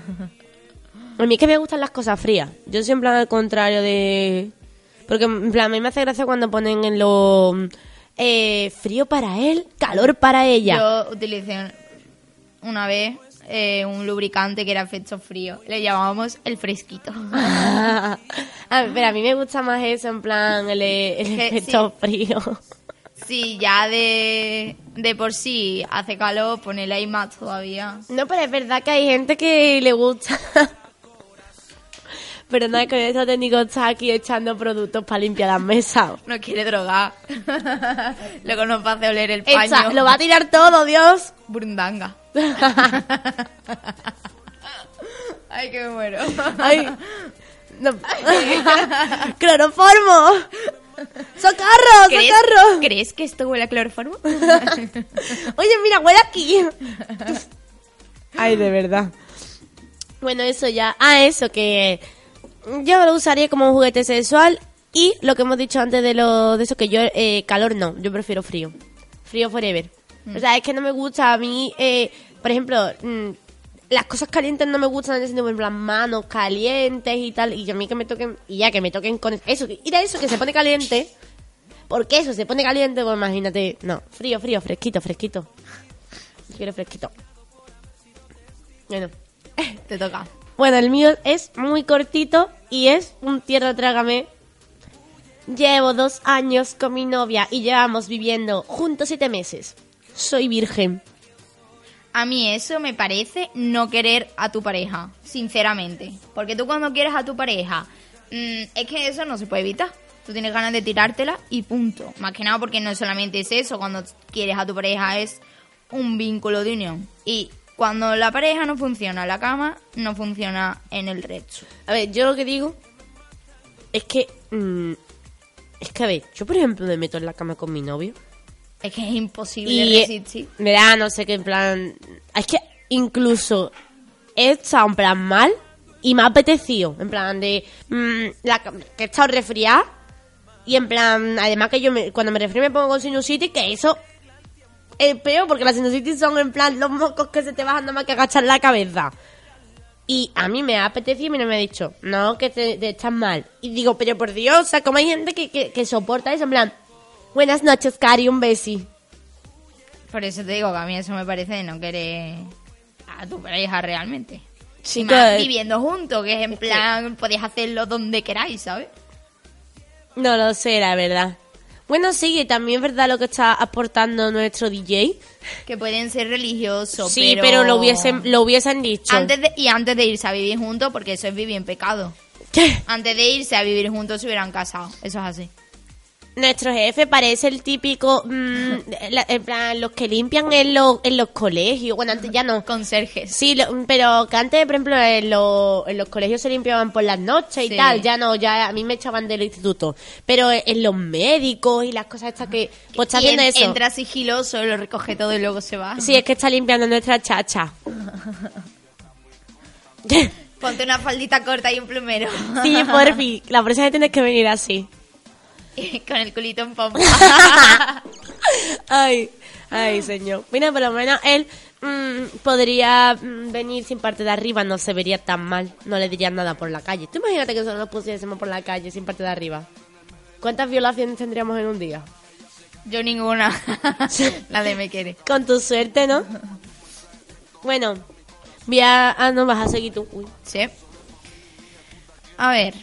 A mí es que me gustan las cosas frías. Yo soy en plan al contrario de... Porque en plan, a mí me hace gracia cuando ponen en lo... Eh, frío para él, calor para ella. Yo utilicé una vez eh, un lubricante que era efecto frío. Le llamábamos el fresquito. Ah, pero a mí me gusta más eso, en plan, el, el Es que efecto sí. frío. Si ya de, de por sí hace calor, ponele ahí más todavía. No, pero es verdad que hay gente que le gusta. Pero no es que este técnico está aquí echando productos para limpiar las mesas. No quiere drogar. Luego nos va a hacer oler el paño. Echa, lo va a tirar todo, Dios. Burundanga. Ay, que me muero. Ay. No. ¡Cloroformo! ¡Socorro! ¿Crees, ¡Socorro! ¿Crees que esto huele a cloroformo? Oye, mira, huele aquí. Ay, de verdad. Bueno, eso ya. Ah, eso que yo lo usaría como un juguete sexual. Y lo que hemos dicho antes de lo de eso, que yo eh, calor no, yo prefiero frío. Frío forever. Mm. O sea, es que no me gusta a mí, eh, por ejemplo, mmm, las cosas calientes no me gustan en el sentido, en plan, manos calientes y tal. Y a mí que me toquen, y ya que me toquen con eso, ir a eso que se pone caliente. Porque eso se pone caliente, pues imagínate. No, frío, frío, fresquito, fresquito. Yo quiero fresquito. Bueno, te toca. Bueno, el mío es muy cortito y es un tierra trágame. Llevo dos años con mi novia y llevamos viviendo juntos siete meses. Soy virgen. A mí eso me parece no querer a tu pareja, sinceramente. Porque tú cuando quieres a tu pareja, mmm, es que eso no se puede evitar. Tú tienes ganas de tirártela y punto. Más que nada porque no solamente es eso, cuando quieres a tu pareja es un vínculo de unión. Y cuando la pareja no funciona en la cama, no funciona en el resto. A ver, yo lo que digo es que... Mmm, es que, a ver, yo por ejemplo me meto en la cama con mi novio. Es que es imposible y resistir. Me da, no sé qué, en plan... Es que incluso he estado en plan mal y me ha apetecido. En plan de... Mmm, la, que he estado resfriada. Y en plan, además que yo me, cuando me resfrío me pongo con sinusitis, que eso es peor porque las sinusitis son en plan los mocos que se te bajan nada más que agachar la cabeza. Y a mí me ha apetecido y no me ha dicho, no, que te, te estás mal. Y digo, pero por Dios, o sea, como hay gente que, que, que soporta eso, en plan, buenas noches, Cari, un besi. Por eso te digo que a mí eso me parece de no querer a tu pareja realmente. Sí, y más que... viviendo juntos, que es en es plan, que... podéis hacerlo donde queráis, ¿sabes? No lo sé, la verdad. Bueno, sí, que también es verdad lo que está aportando nuestro D J. Que pueden ser religiosos, sí, pero... pero lo hubiesen, lo hubiesen dicho. Antes de, y antes de irse a vivir juntos, porque eso es vivir en pecado. ¿Qué? Antes de irse a vivir juntos se hubieran casado. Eso es así. Nuestro jefe parece el típico, mmm, la, en plan, los que limpian en, lo, en los colegios. Bueno, antes ya no. Conserjes. Sí, lo, pero que antes, por ejemplo, en, lo, en los colegios se limpiaban por las noches y sí. tal. Ya no, ya a mí me echaban del instituto. Pero en los médicos y las cosas estas que... Pues está haciendo en, eso. Entra sigiloso, lo recoge todo y luego se va. Sí, es que está limpiando nuestra chacha. Ponte una faldita corta y un plumero. Sí, porfi. La próxima vez tienes que venir así. Con el culito en pompa. Ay, ay, señor. Mira, por lo menos él mmm, podría mmm, venir sin parte de arriba, no se vería tan mal. No le dirían nada por la calle. Tú imagínate que solo nos pusiésemos por la calle sin parte de arriba. ¿Cuántas violaciones tendríamos en un día? Yo ninguna. Nadie me quiere. Con tu suerte, ¿no? Bueno, voy a... Ah, no, vas a seguir tú. Uy. Sí. A ver...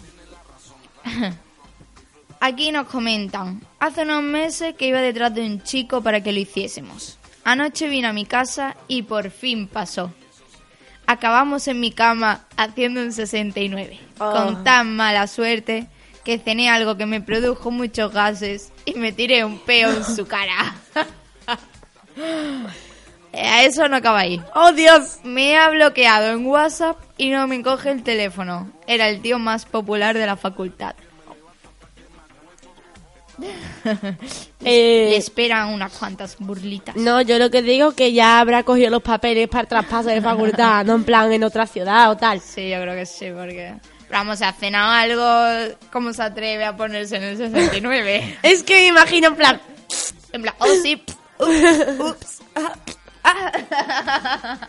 Aquí nos comentan, hace unos meses que iba detrás de un chico para que lo hiciésemos. Anoche vino a mi casa y por fin pasó. Acabamos en mi cama haciendo un sesenta y nueve, oh. Con tan mala suerte que cené algo que me produjo muchos gases y me tiré un peo en su cara. A eso no acaba ahí. ¡Oh, Dios! Me ha bloqueado en WhatsApp y no me coge el teléfono. Era el tío más popular de la facultad. eh, Le esperan unas cuantas burlitas. No, yo lo que digo es que ya habrá cogido los papeles para el traspaso de facultad, no en plan en otra ciudad o tal. Sí, yo creo que sí, porque... Pero vamos, ¿ha cenado algo? ¿Cómo se atreve a ponerse en el sesenta y nueve? Es que me imagino en plan... En plan, oh sí, ups, ups. Ah, ah.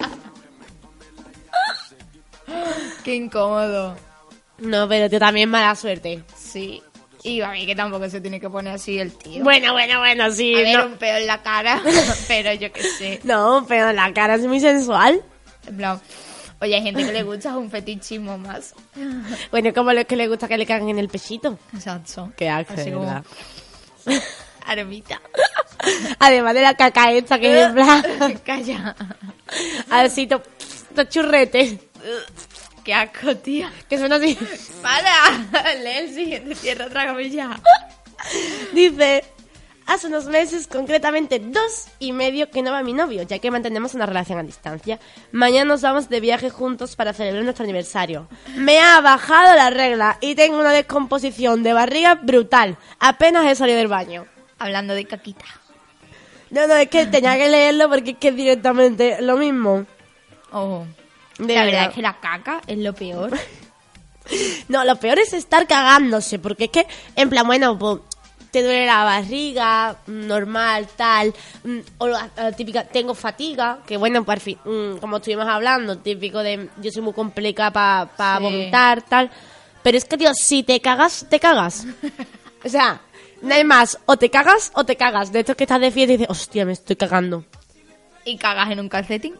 Qué incómodo. No, pero tú también mala suerte. Sí. Y a mí que tampoco se tiene que poner así el tío. Bueno, bueno, bueno, sí. A ver, no. un pedo en la cara, pero yo qué sé. No, un pedo en la cara es muy sensual. En plan, oye, hay gente que le gusta un fetichismo más. Bueno, como los que le gusta que le caguen en el pechito. Exacto. Qué asco, así de como... verdad. Aromita. Además de la caca esta que es en plan... Calla. Así, to, to churrete. Qué asco, tía. Que suena así. ¡Para! Lee el siguiente, cierra otra camilla. Dice... Hace unos meses, concretamente dos y medio, que no va mi novio, ya que mantenemos una relación a distancia. Mañana nos vamos de viaje juntos para celebrar nuestro aniversario. Me ha bajado la regla y tengo una descomposición de barriga brutal. Apenas he salido del baño. Hablando de caquita. No, no, es que tenía que leerlo porque es que es directamente lo mismo. Oh. De la verdad. verdad es que la caca es lo peor. No, lo peor es estar cagándose, porque es que, en plan, bueno, pues... te duele la barriga, normal, tal, o la, la típica, tengo fatiga, que bueno, por fin, como estuvimos hablando, típico de, yo soy muy complicada para pa Sí. vomitar, tal, pero es que, tío, si te cagas, te cagas. O sea, no hay más, o te cagas o te cagas, de estos que estás de fiesta y dices, hostia, me estoy cagando. Y cagas en un calcetín.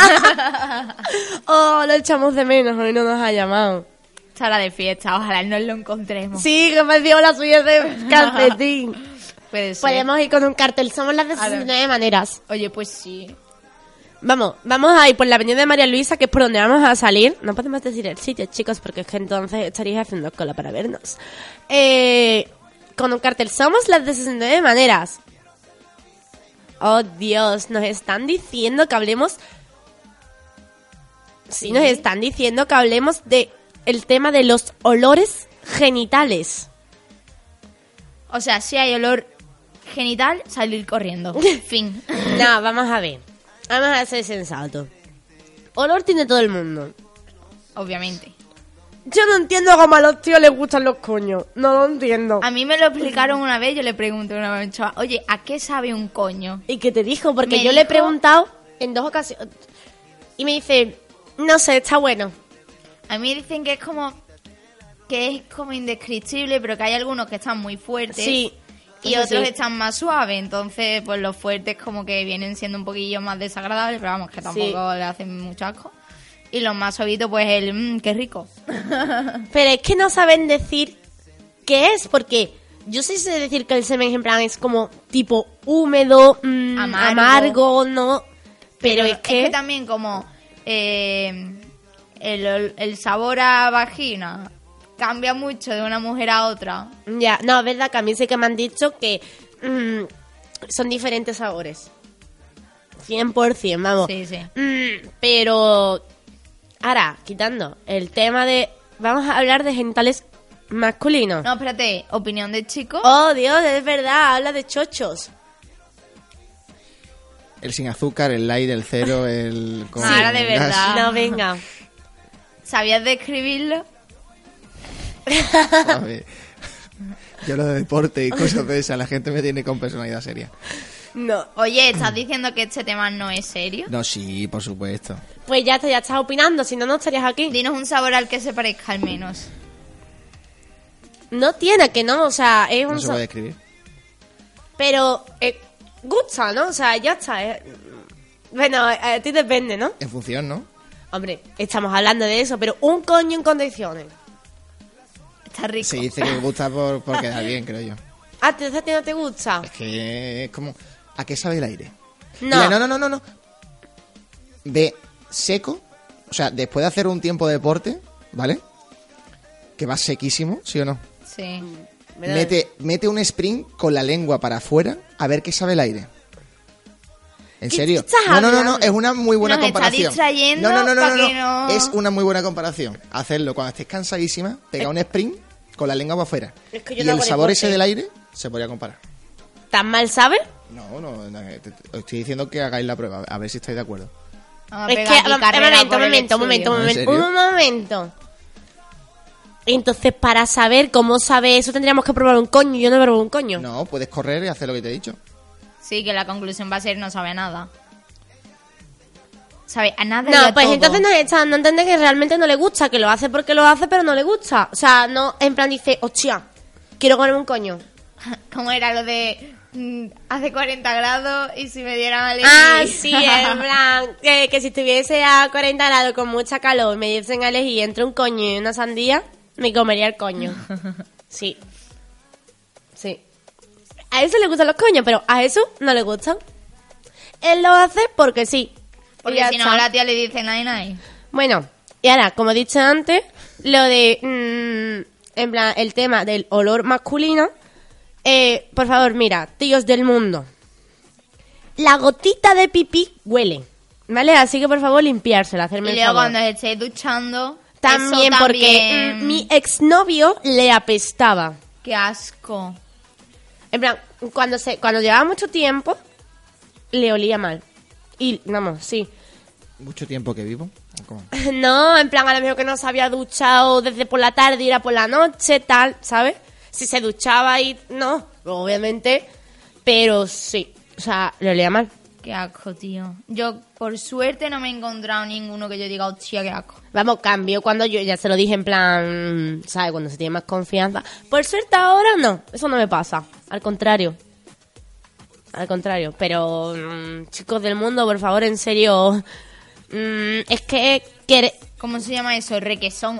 Oh, lo echamos de menos, hoy no nos ha llamado. Sala de fiesta, ojalá nos lo encontremos. Sí, que me dio la suya de calcetín. Puede ser. Podemos ir con un cartel, somos las de sesenta y nueve maneras. Oye, pues sí. Vamos, vamos a ir por la avenida de María Luisa, que es por donde vamos a salir. No podemos decir el sitio, chicos, porque es que entonces estaríais haciendo cola para vernos. Eh, con un cartel, somos las de sesenta y nueve maneras. Oh, Dios, nos están diciendo que hablemos... Sí, Sí. nos están diciendo que hablemos de el tema de los olores genitales. O sea, si hay olor genital, salir corriendo. Fin. No, vamos a ver. Vamos a ser sensatos. Olor tiene todo el mundo. Obviamente. Yo no entiendo cómo a los tíos les gustan los coños. No lo entiendo. A mí me lo explicaron una vez, yo le pregunté una vez a un chaval, oye, ¿a qué sabe un coño? ¿Y qué te dijo? Porque Me yo le he dijo- preguntado en dos ocasiones. Y me dice, no sé, está bueno. A mí dicen que es como que es como indescriptible, pero que hay algunos que están muy fuertes Sí. y eso otros sí. están más suaves. Entonces, pues los fuertes como que vienen siendo un poquillo más desagradables, pero vamos, que tampoco Sí. le hacen mucho asco. Y los más suavitos, pues el mmm, qué rico. Pero es que no saben decir qué es, porque yo sí sé decir que el semen en plan es como tipo húmedo, mm, Amargo. amargo. no. Pero, es, que... también como eh, el, ol- el sabor a vagina cambia mucho de una mujer a otra. Ya, no, es verdad que a mí sí que me han dicho que mm, son diferentes sabores. cien por ciento, vamos. Sí, sí. Mm, pero, ahora, quitando el tema de... Vamos a hablar de genitales masculinos. No, espérate, opinión de chico. Oh, Dios, es verdad, habla de chochos. El sin azúcar, el light, el cero, el... con Ahora de gas. verdad. No, venga. ¿Sabías describirlo? A ver, yo lo de deporte y cosas de esas, la gente me tiene con personalidad seria. No. Oye, ¿estás diciendo que este tema no es serio? No, sí, por supuesto. Pues ya, está, ya estás opinando, si no, no estarías aquí. Dinos un sabor al que se parezca al menos. No tiene que no, o sea, es un... No se sa- puede escribir. Pero eh, gusta, ¿no? O sea, ya está. eh. Bueno, a, a ti depende, ¿no? En función, ¿no? Hombre, estamos hablando de eso, pero un coño en condiciones. Está rico. Se dice que gusta por, por quedar bien, creo yo. Ah, entonces a ti no te gusta. Es que es como... ¿A qué sabe el aire? No. Mira, no, no, no, no, no. Ve seco, o sea, después de hacer un tiempo de deporte, ¿vale? Que va sequísimo, ¿sí o no? Sí. ¿Verdad? Mete, mete un sprint con la lengua para afuera a ver qué sabe el aire. ¿En ¿Qué serio? estás No, no, no, no, hablando? es una muy buena Nos está comparación. distrayendo no, no, no, no, pa' no, que no- Es una muy buena comparación. Hacerlo cuando estés cansadísima, pega un sprint con la lengua para afuera. Es que yo y no el hago sabor deporte. ese del aire se podría comparar. ¿Tan mal sabe? No, no, no, te- te- os estoy diciendo que hagáis la prueba, a ver si estáis de acuerdo. Vamos a Es que, pegar aquí un carrera momento, por un el momento, un momento, un estudio. ¿En momento, serio? un momento. Entonces, para saber cómo sabe eso, tendríamos que probar un coño. Yo no he probado un coño. No, puedes correr y hacer lo que te he dicho. Sí, que la conclusión va a ser no sabe a nada. Sabe a nada y No, a pues todo. entonces nos está dando a entender que realmente no le gusta, que lo hace porque lo hace, pero no le gusta. O sea, no, en plan dice, hostia, quiero comer un coño. ¿Cómo era lo de mm, hace cuarenta grados y si me dieran a elegir? Ah, sí, en plan, que, que si estuviese a cuarenta grados con mucha calor, me diesen a elegir entre un coño y una sandía, me comería el coño. Sí. Sí. A eso le gustan los coños, pero a Jesús no le gustan. Él lo hace porque sí. Porque Y ya si no, está. la tía le dice nai nai. Bueno, y ahora, como he dicho antes, lo de, mmm, en plan, el tema del olor masculino, eh, por favor, mira, tíos del mundo, la gotita de pipí huele, ¿vale? Así que, por favor, limpiársela, hacerme Y el luego favor. cuando estéis duchando... También, eso porque también... mm, mi exnovio le apestaba. ¡Qué asco! En plan, cuando, se, cuando llevaba mucho tiempo, le olía mal. Y, vamos, sí. ¿Mucho tiempo que vivo? ¿O cómo? No, en plan, a lo mejor que no se había duchado desde por la tarde y era por la noche, tal, ¿sabes? Si se duchaba y... No, obviamente, pero sí. O sea, le olía mal. ¡Qué asco, tío! Yo, por suerte, no me he encontrado ninguno que yo diga, hostia, qué asco. Vamos, cambio cuando yo ya se lo dije en plan, ¿sabes? Cuando se tiene más confianza. Por suerte ahora no, eso no me pasa. Al contrario. Al contrario. Pero, mmm, chicos del mundo, por favor, en serio. Mmm, es que... Quiere... ¿Cómo se llama eso? Requesón.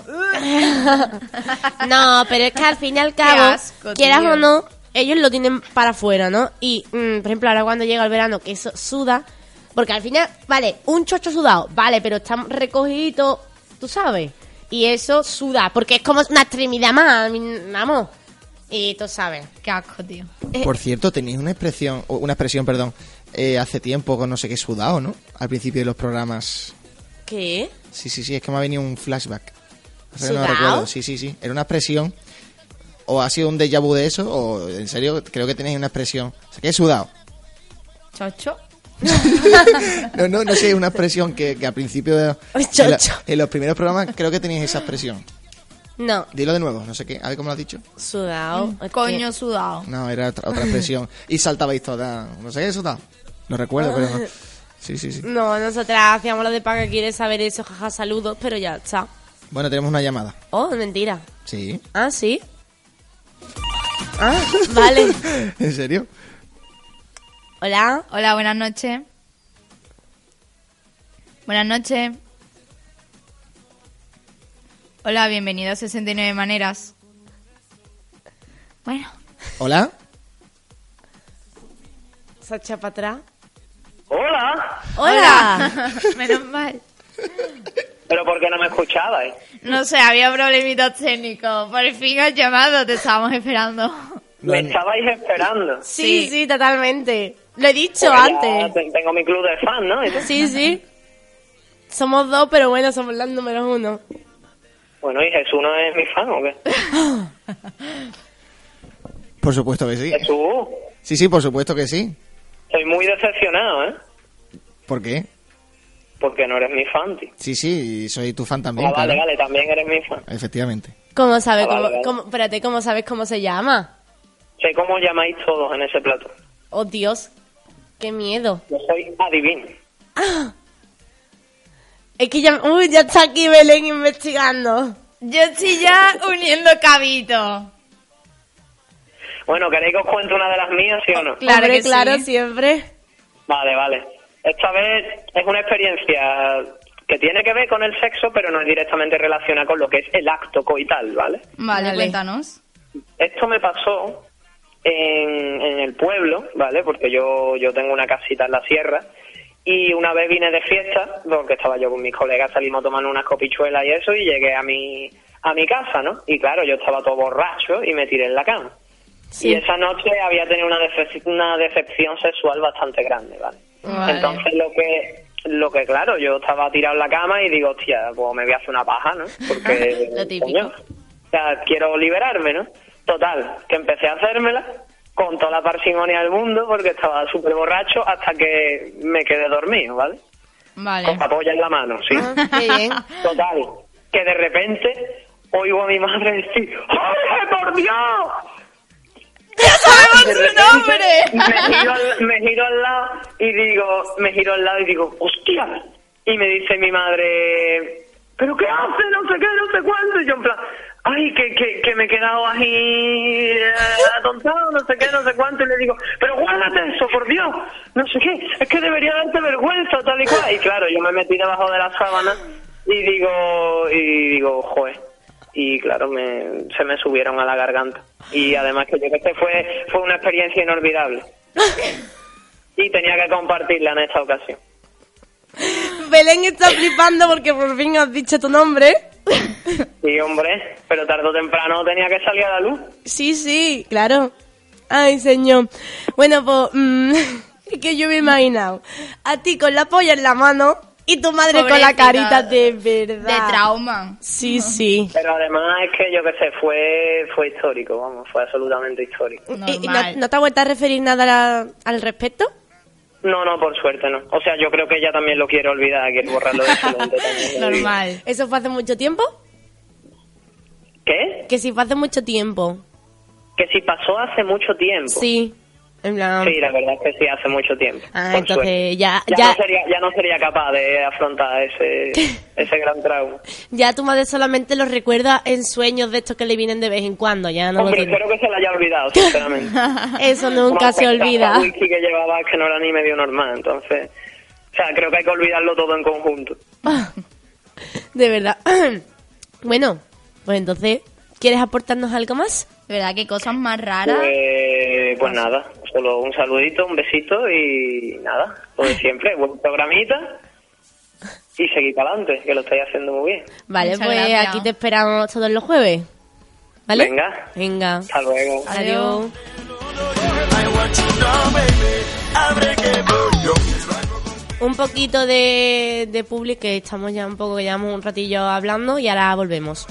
No, pero es que al fin y al Qué cabo, asco, quieras tío. o no, ellos lo tienen para afuera, ¿no? Y, mm, por ejemplo, ahora cuando llega el verano, que eso suda, porque al final, vale, un chocho sudado, vale, pero está recogidito, tú sabes, y eso suda, porque es como una extremidad más, vamos, y tú sabes. Qué asco, tío. Por cierto, tenéis una expresión, o una expresión, perdón, eh, hace tiempo con no sé qué sudado, ¿no? Al principio de los programas. ¿Qué? Sí, sí, sí, es que me ha venido un flashback. O sea, no ¿Sudao? lo recuerdo. Sí, sí, sí. Era una expresión. O ha sido un déjà vu de eso, o en serio, creo que tenéis una expresión. O sea, que he sudado. ¿Chocho? No, no, no sé, una expresión que, que al principio de. Chocho. En, la- en los primeros programas creo que teníais esa expresión. No, Dilo de nuevo, no sé qué. A ver cómo lo has dicho. sudado. es Coño que- sudado. No, era otra, otra expresión. Y saltabais toda. No sé qué, sudado. Lo recuerdo, pero no. Sí, sí, sí. No, nosotras hacíamos lo de para que quiere saber eso, jaja, saludos, pero ya está. Bueno, tenemos una llamada. Oh, mentira. Sí. Ah, ¿sí? Ah, vale. ¿En serio? Hola. Hola, buenas noches. Buenas noches. Hola, bienvenido a sesenta y nueve Maneras. Bueno. ¿Hola? ¿Se echa para atrás? Hola. Hola. Menos mal. Pero ¿por qué no me escuchabais? No sé, había problemitas técnicos. Por fin has llamado, te estábamos esperando. Me estabais esperando. Sí, sí, totalmente. Lo he dicho Pues ya antes. te- tengo mi club de fans, ¿no? ¿Y tú? Sí, sí. Somos dos, pero bueno, somos los números uno. Bueno, ¿y Jesús no es mi fan o qué? Por supuesto que sí. Jesús, Sí, sí, por supuesto que sí. estoy muy decepcionado, ¿eh? ¿Por qué? Porque no eres mi fan, tío. Sí, sí, soy tu fan también. Ah, vale, claro. vale, también eres mi fan. Efectivamente. ¿Cómo sabes Ah, vale, cómo, vale. cómo- espérate, ¿cómo sabes cómo se llama? Sé cómo llamáis todos en ese plato. Oh, Dios. Qué miedo. Yo soy adivino. Es que ya... Uy, ya está aquí Belén investigando. Yo estoy ya uniendo cabitos. Bueno, ¿queréis que os cuente una de las mías, sí o no? Claro, que claro, sí. siempre. Vale, vale. Esta vez es una experiencia que tiene que ver con el sexo, pero no es directamente relacionada con lo que es el acto coital, ¿vale? Vale, Vale. cuéntanos. Esto me pasó en, en el pueblo, ¿vale? Porque yo, yo tengo una casita en la sierra y una vez vine de fiesta, porque estaba yo con mis colegas, salimos tomando unas copichuelas y eso, y llegué a mi, a mi casa, ¿no? Y claro, yo estaba todo borracho y me tiré en la cama. Sí. Y esa noche había tenido una, decep- una decepción sexual bastante grande, ¿vale? Vale. Entonces lo que, lo que claro, yo estaba tirado en la cama y digo, hostia, pues me voy a hacer una paja, ¿no? Porque, Lo típico. coño, o sea, quiero liberarme, ¿no? Total, que empecé a hacérmela con toda la parsimonia del mundo porque estaba súper borracho hasta que me quedé dormido, ¿vale? Vale. Con la polla en la mano, sí. Ah, qué bien. Total, que de repente oigo a mi madre decir, ¡Jorge, por Dios! ¡Sabemos De tu repente, nombre! Me giro, al, me giro al lado y digo, me giro al lado y digo, ¡hostia! Y me dice mi madre, ¿pero qué hace? No sé qué, no sé cuánto. Y yo en plan, ay, que, que, que me he quedado ahí eh, atontado, no sé qué, no sé cuánto. Y le digo, pero guárdate eso, por Dios. No sé qué, es que debería darte vergüenza, tal y cual. Y claro, yo me metí debajo de la sábana y digo, y digo, joder. y claro, me, se me subieron a la garganta. Y además que yo creo que fue, fue una experiencia inolvidable. Y tenía que compartirla en esta ocasión. Belén está flipando porque por fin has dicho tu nombre. Sí, hombre, pero tarde o temprano tenía que salir a la luz. Sí, sí, claro. Ay, señor. Bueno, pues, mmm, es que yo me he imaginado a ti con la polla en la mano y tu madre Pobrecita, con la carita de verdad. De trauma. Sí, sí. Pero además es que yo qué sé, fue fue histórico, vamos, fue absolutamente histórico. ¿Y, y no, no te has vuelto a referir nada la- al respecto? No, no, por suerte no. O sea, yo creo que ella también lo quiere olvidar, quiere borrarlo de su mente también. Normal. ¿Eso fue hace mucho tiempo? ¿Qué? Que si fue hace mucho tiempo. Que si pasó hace mucho tiempo. Sí. En plan... Sí, la verdad es que sí, hace mucho tiempo. Ah, por entonces suerte. ya- Ya, ya- No sería, ya no sería capaz de afrontar ese, ese gran trauma. Ya tu madre solamente lo recuerda en sueños de estos que le vienen de vez en cuando. Ya no Hombre, lo tiene. espero que se la haya olvidado, sinceramente. Eso nunca Como se tanta olvida. whisky que llevaba que no era ni medio normal, entonces... O sea, creo que hay que olvidarlo todo en conjunto. De verdad. Bueno, pues entonces, ¿quieres aportarnos algo más? De verdad, qué cosas más raras. Pues, pues nada, solo un saludito, un besito y nada, lo de siempre, buen programita y seguir para adelante, que lo estáis haciendo muy bien. Vale, Muchas pues gracias. aquí te esperamos todos los jueves. ¿Vale? Venga. Venga. Hasta luego. Adiós. Un poquito de, de public, que estamos ya un poco, que llevamos un ratillo hablando y ahora volvemos.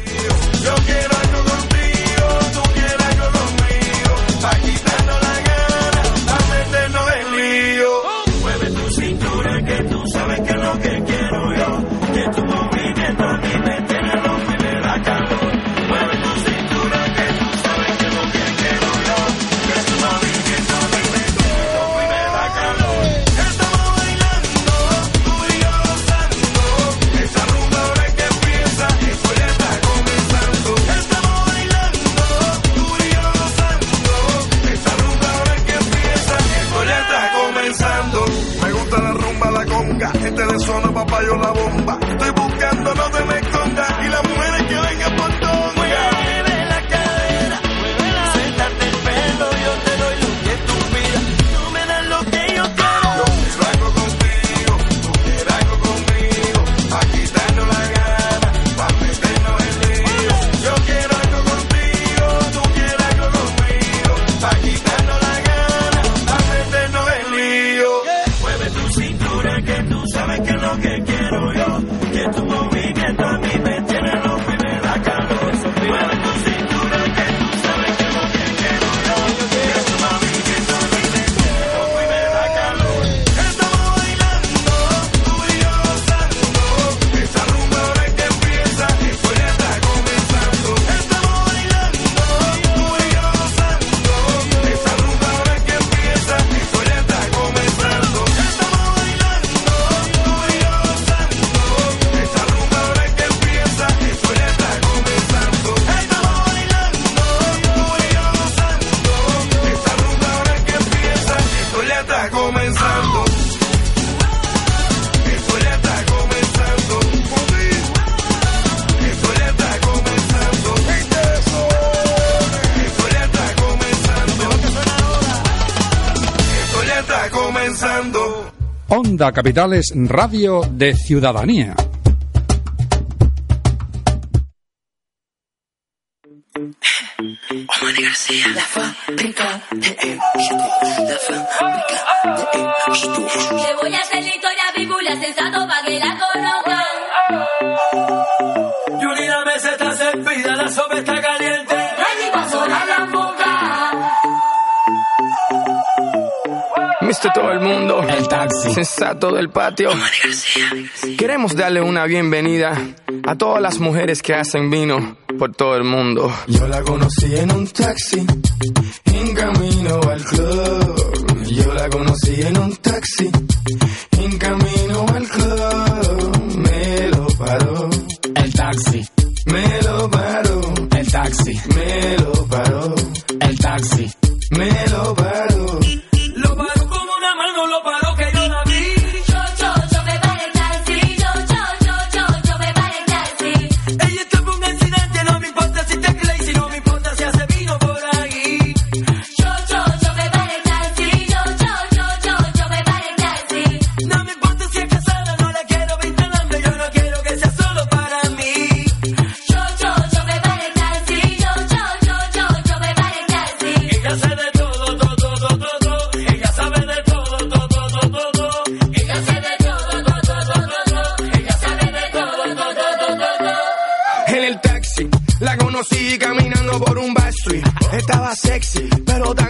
Yo quiero algo contigo, tú quieres algo conmigo, pa' quitarnos la gana, pa' meternos en lío. Mueve tu cintura que tú sabes que es lo que quiero yo, que tu movimiento a mí me tiene loco y me da calor. Mueve tu cintura que tú sabes que es lo que quiero yo, que tu movimiento a mí me tiene loco y me da calor. Estamos bailando, tú y yo gozando, esa rumba ahora es que empieza, esto ya está comenzando. Estamos bailando, tú y yo gozando, esa rumba ahora es que empieza, esto ya está comenzando. Me gusta la rumba, la conga, este de zona papayo la bomba. Estoy buscando, no te me escondas, y las mujeres que vengan por todo. Mueve la cadera, muévela, suéltate el pelo, yo te doy lo que tú pidas. Tú me das lo que yo quiero. Yo quiero algo contigo, tú quieres algo conmigo, pa' quitarnos la gana, pa' meternos en lío. Yo quiero algo contigo, tú quieres algo conmigo, pa' quitarnos la gana, pa' meternos en lío. Mueve tu cintura que tú sabes que es lo que quiero yo, que tu movimiento a mí me tiene loco y me da calor. Mueve tu cintura que tú sabes que es lo que quiero yo, que tu movimiento a mí me tiene loco y me da calor. Estamos bailando, tú y yo gozando, esa rumba ahora es que empieza, esto ya está comenzando. Estamos bailando, tú y yo gozando, esa rumba ahora es que empieza, esto ya está comenzando. Estamos bailando, tú y yo gozando, esa rumba ahora es que empieza, esto ya está comenzando. Estamos bailando, tú y yo gozando, esa rumba ahora es que empieza, esto ya está comenzando. Esto ya está comenzando. Esto ya está comenzando. Esto ya está comenzando. Esto ya está comenzando. Onda Capitales Radio de Ciudadanía. Omar García, la fábrica de éxito, la fábrica de éxito. Le voy a hacer la historia bíblia sensato pa' que la conozcan. Yuri, la mesa está servida, la sopa está caliente. Ready pa' sonar la boca. Mister Todo el Mundo, el taxi, sensato del patio. Queremos darle una bienvenida a todas las mujeres que hacen vino por todo el mundo. Yo la conocí en un taxi, en camino al club. Yo la conocí en un taxi, en camino al club. Me lo paró el taxi, me lo paró el taxi, me lo paró el taxi, me lo paró. Lo paró con una mano, lo paró que yo la vi. Yo, yo, yo me paré el taxi. Yo, yo, yo, yo, yo me paré el taxi. Ella tuvo un accidente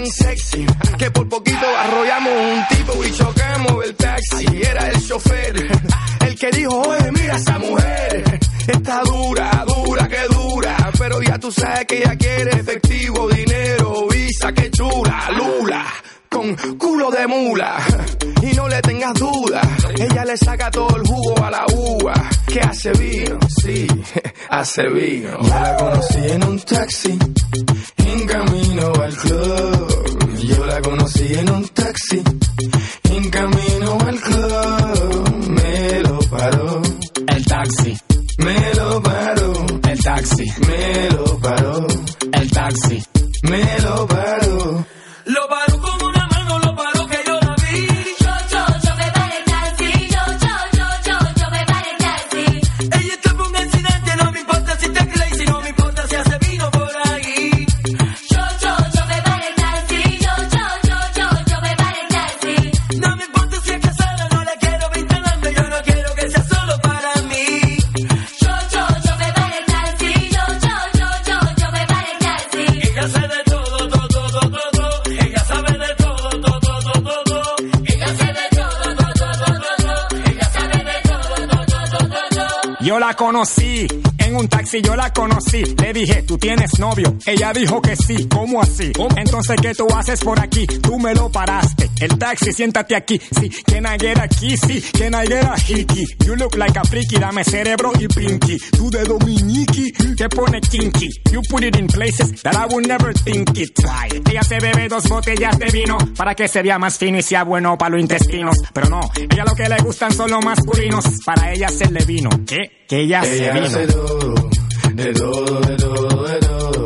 tan sexy que por poquito arrollamos un tipo y chocamos el taxi. Era el chofer el que dijo, oye, mira esa mujer, está dura, dura, que dura, pero ya tú sabes que ella quiere efectivo, dinero, visa, que chula, lula, con culo de mula. Y no le tengas duda, ella le saca todo el jugo a la uva, que hace vino, sí, hace vino. Yo la conocí en un taxi, en camino al club. Yo la conocí en un taxi, en camino al club. Me lo paró el taxi, me lo paró el taxi, me lo paró el taxi, me lo paró. Lo paró como una mano, lo paró que yo la vi. Yo, yo, yo me paré el taxi. Yo, yo, yo, yo, yo me paré el taxi. Ella está por un accidente, no me importa si está crazy, no me importa si hace vino por ahí. Yo, yo, yo me paré el taxi. Yo, yo, yo, yo, yo me paré el taxi. No me importa si es casada, no la quiero vinculando, yo no quiero que sea solo para mí. Yo, yo, yo me paré el taxi. Yo, yo, yo, yo, yo me paré el taxi. Ella sabe de todo, todo, todo, todo. Ella sabe de todo, todo, todo, todo. Ella sabe de todo, todo, todo, todo. Ella sabe de todo, todo, todo, todo. Yo la conocí en un taxi, yo la conocí. Le dije, ¿tú tienes novio? Ella dijo que sí. ¿Cómo así? Entonces, ¿qué tú haces por aquí? Tú me lo paraste. El taxi, siéntate aquí. Sí, can I get a kissy? Can I get a hickey? You look like a freaky, dame cerebro y pinky. Tú de Dominiki, te pone kinky. You put it in places that I would never think it. Ay, ella se bebe dos botellas de vino para que se vea más fino y sea bueno para los intestinos. Pero no, ella lo que le gustan son los masculinos. Para ella hacerle vino. ¿Qué? Que ella, Ella se vino. hace todo, de todo, de todo, de todo.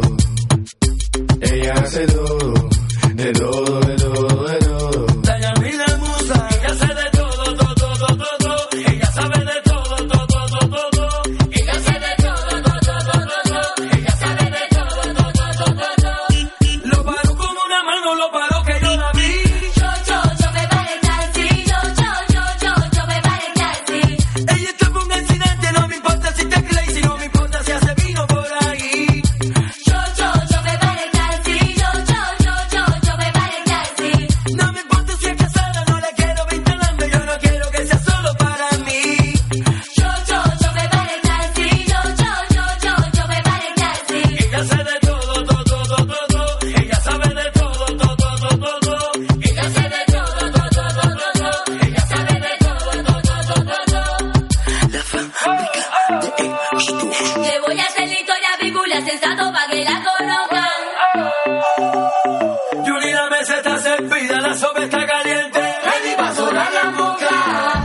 Ella hace todo, de todo, de todo, de todo. Doña Mila Musa, ella sabe de todo, todo, todo, todo. Ella sabe de todo, todo, todo, todo. Ella sabe de todo, todo, todo, todo. Ella sabe de todo, todo, todo, todo. Lo paró como una mano, lo paró que yo la vi. Yo, yo, yo me paré el taxi. Yo, yo, yo, yo, yo me paré el taxi. Ella está por un accidente, no me importa si está crazy, no me importa si hace vino por ahí. Yo, yo, yo me paré el taxi. Yo, yo, yo, yo, yo me paré el taxi. No me importa si es casada, no la quiero vinculando, yo no quiero que sea solo para mí. Yo, yo, yo me paré el taxi. Yo, yo, yo, yo, yo me paré el taxi. Ella sabe de todo, todo, todo, todo. Ella sabe de todo, todo, todo, todo. Ella sabe de todo, todo, todo, todo. Ella sabe de todo, todo, todo, todo. La fábrica de éxito. Te voy a hacer la historia bíblia sensato pa' que la conozcan. Yuri, la mesa está servida, la sopa está caliente. Ready pa' sonar la boca.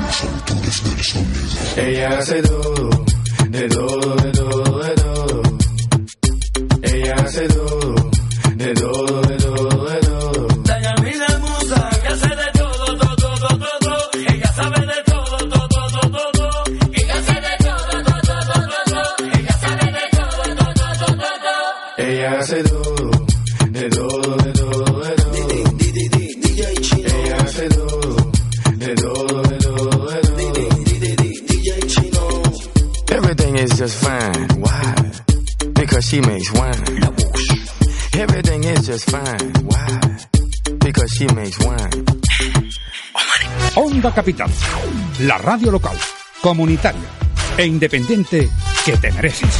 Ella hace todo, de todo, de todo, de todo. Ella hace todo, de todo, de todo, de todo. Doña Mila Musa, ella sabe de todo, todo, todo, todo. Ella sabe de todo, todo, todo, todo. Ella sabe de todo, todo, todo, todo. Ella sabe de todo, todo, todo, todo. Ella hace todo, de todo, de todo, de todo. Ella hace todo, de todo, de todo, de todo. Everything is just fine. Why? Because she makes wine. Everything is just fine. Why? Because she makes wine. Onda Capital, la radio local, comunitaria e independiente que te mereces.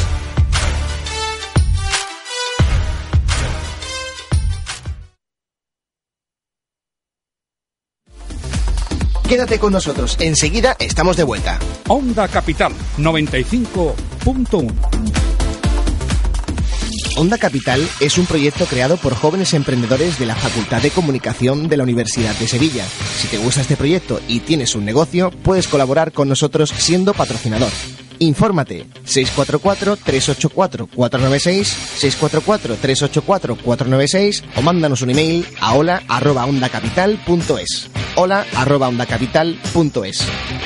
Quédate con nosotros, enseguida estamos de vuelta. Onda Capital noventa y cinco punto uno. Onda Capital es un proyecto creado por jóvenes emprendedores de la Facultad de Comunicación de la Universidad de Sevilla. Si te gusta este proyecto y tienes un negocio, puedes colaborar con nosotros siendo patrocinador. Infórmate seis cuatro cuatro, tres ocho cuatro, cuatro nueve seis, seis cuatro cuatro, tres ocho cuatro, cuatro nueve seis o mándanos un email a hola arroba ondacapital punto es. hola arroba ondacapital punto es.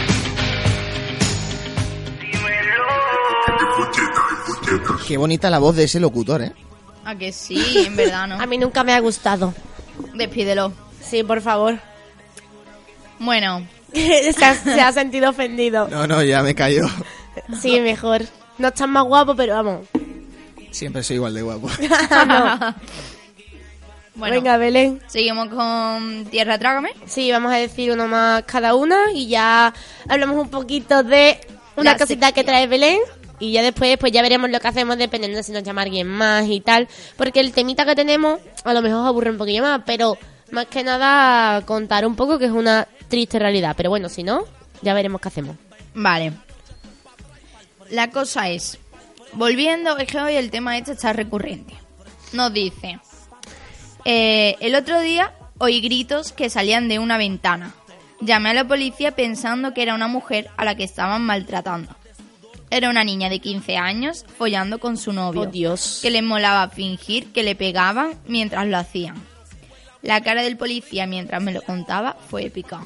Qué bonita la voz de ese locutor, ¿eh? ¿A que sí? En verdad, ¿no? A mí nunca me ha gustado. Despídelo. Sí, por favor. Bueno. se, ha, se ha sentido ofendido. No, no, ya me cayó. Sí, mejor. No estás más guapo, pero vamos. Siempre soy igual de guapo. No. Bueno, Venga, Belén. Seguimos con Tierra Trágame. Sí, vamos a decir uno más cada una y ya hablamos un poquito de una La cosita que sección. trae Belén y ya después pues ya veremos lo que hacemos dependiendo de si nos llama alguien más y tal, porque el temita que tenemos a lo mejor os aburre un poquillo más, pero más que nada contar un poco que es una triste realidad, pero bueno, si no, ya veremos qué hacemos. Vale. La cosa es, volviendo, es que hoy el tema este está recurrente. Nos dice, eh, el otro día oí gritos que salían de una ventana. Llamé a la policía pensando que era una mujer a la que estaban maltratando. Era una niña de quince años follando con su novio. Oh, Dios. Que les molaba fingir que le pegaban mientras lo hacían. La cara del policía mientras me lo contaba fue épica.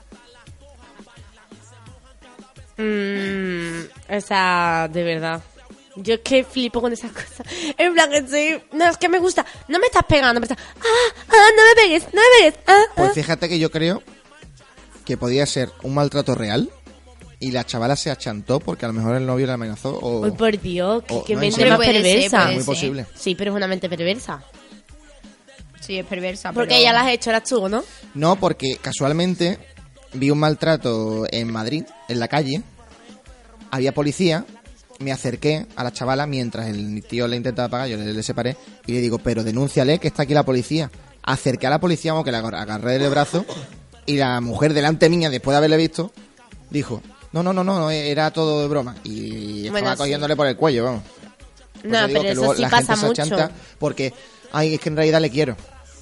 Mm, o sea, de verdad. Yo es que flipo con esas cosas. En plan, estoy... No, es que me gusta. No me estás pegando. Me estás... Ah, ah, no me pegues, no me pegues. Ah, ah. Pues fíjate que yo creo que podía ser un maltrato real y la chavala se achantó porque a lo mejor el novio la amenazó o... Uy, por Dios, que, o- que no, mente en serio. más Puede ser, perversa. puede Muy ser. posible. Sí, pero es una mente perversa. Sí, es perversa. Porque pero- ella las has hecho, eras tú, ¿no? No, porque casualmente vi un maltrato en Madrid, en la calle. Había policía, me acerqué a la chavala mientras el tío le intentaba pagar, yo le, le separé y le digo, pero denúnciale que está aquí la policía. Acerqué a la policía, como que la agar- agarré del brazo y la mujer delante mía, después de haberle visto, dijo, no, no, no, no, era todo de broma. Y Bueno, estaba sí. cogiéndole por el cuello, vamos. Por No, eso digo pero que eso luego sí la pasa gente se mucho. achanta porque, ay, es que en realidad le quiero.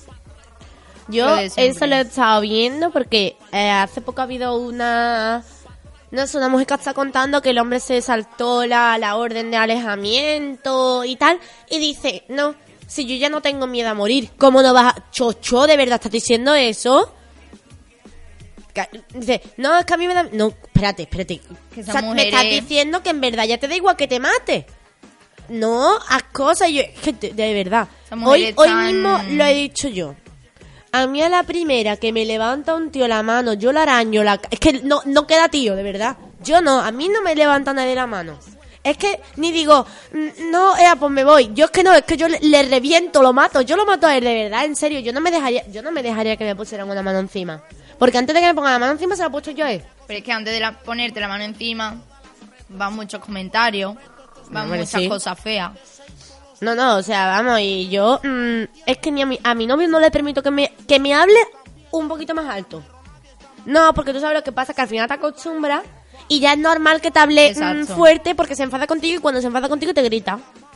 Yo Lo de siempre. eso lo he estado viendo porque eh, hace poco ha habido una... No sé, una mujer que está contando que el hombre se saltó la, la orden de alejamiento y tal. Y dice, no, si yo ya no tengo miedo a morir, ¿cómo no vas a...? Chocho, ¿de verdad estás diciendo eso? Ca- Dice, no, es que a mí me da... No, espérate, espérate. Que O esas sea, me estás mujeres- diciendo que en verdad ya te da igual que te mate. No, haz cosas. Yo, es que de, de verdad. Esas Hoy, mujeres hoy están- mismo lo he dicho yo. A mí a la primera que me levanta un tío la mano, yo la araño, la... ca- es que no, no queda tío, de verdad. Yo no, a mí no me levanta nadie la mano. Es que ni digo, "Mm, no, ea, pues me voy". Yo es que no, es que yo le, le reviento, lo mato. Yo lo mato a él, de verdad, en serio. Yo no me dejaría, yo no me dejaría que me pusieran una mano encima. Porque antes de que me pongan la mano encima se la he puesto yo a él. Pero es que antes de la- ponerte la mano encima, van muchos comentarios, van Hombre, muchas sí. cosas feas. No, no, o sea, vamos, y yo... mm, es que ni a mi, a mi novio no le permito que me, que me hable un poquito más alto. No, porque tú sabes lo que pasa, que al final te acostumbras y ya es normal que te hable mm, Exacto. fuerte porque se enfada contigo y cuando se enfada contigo te grita.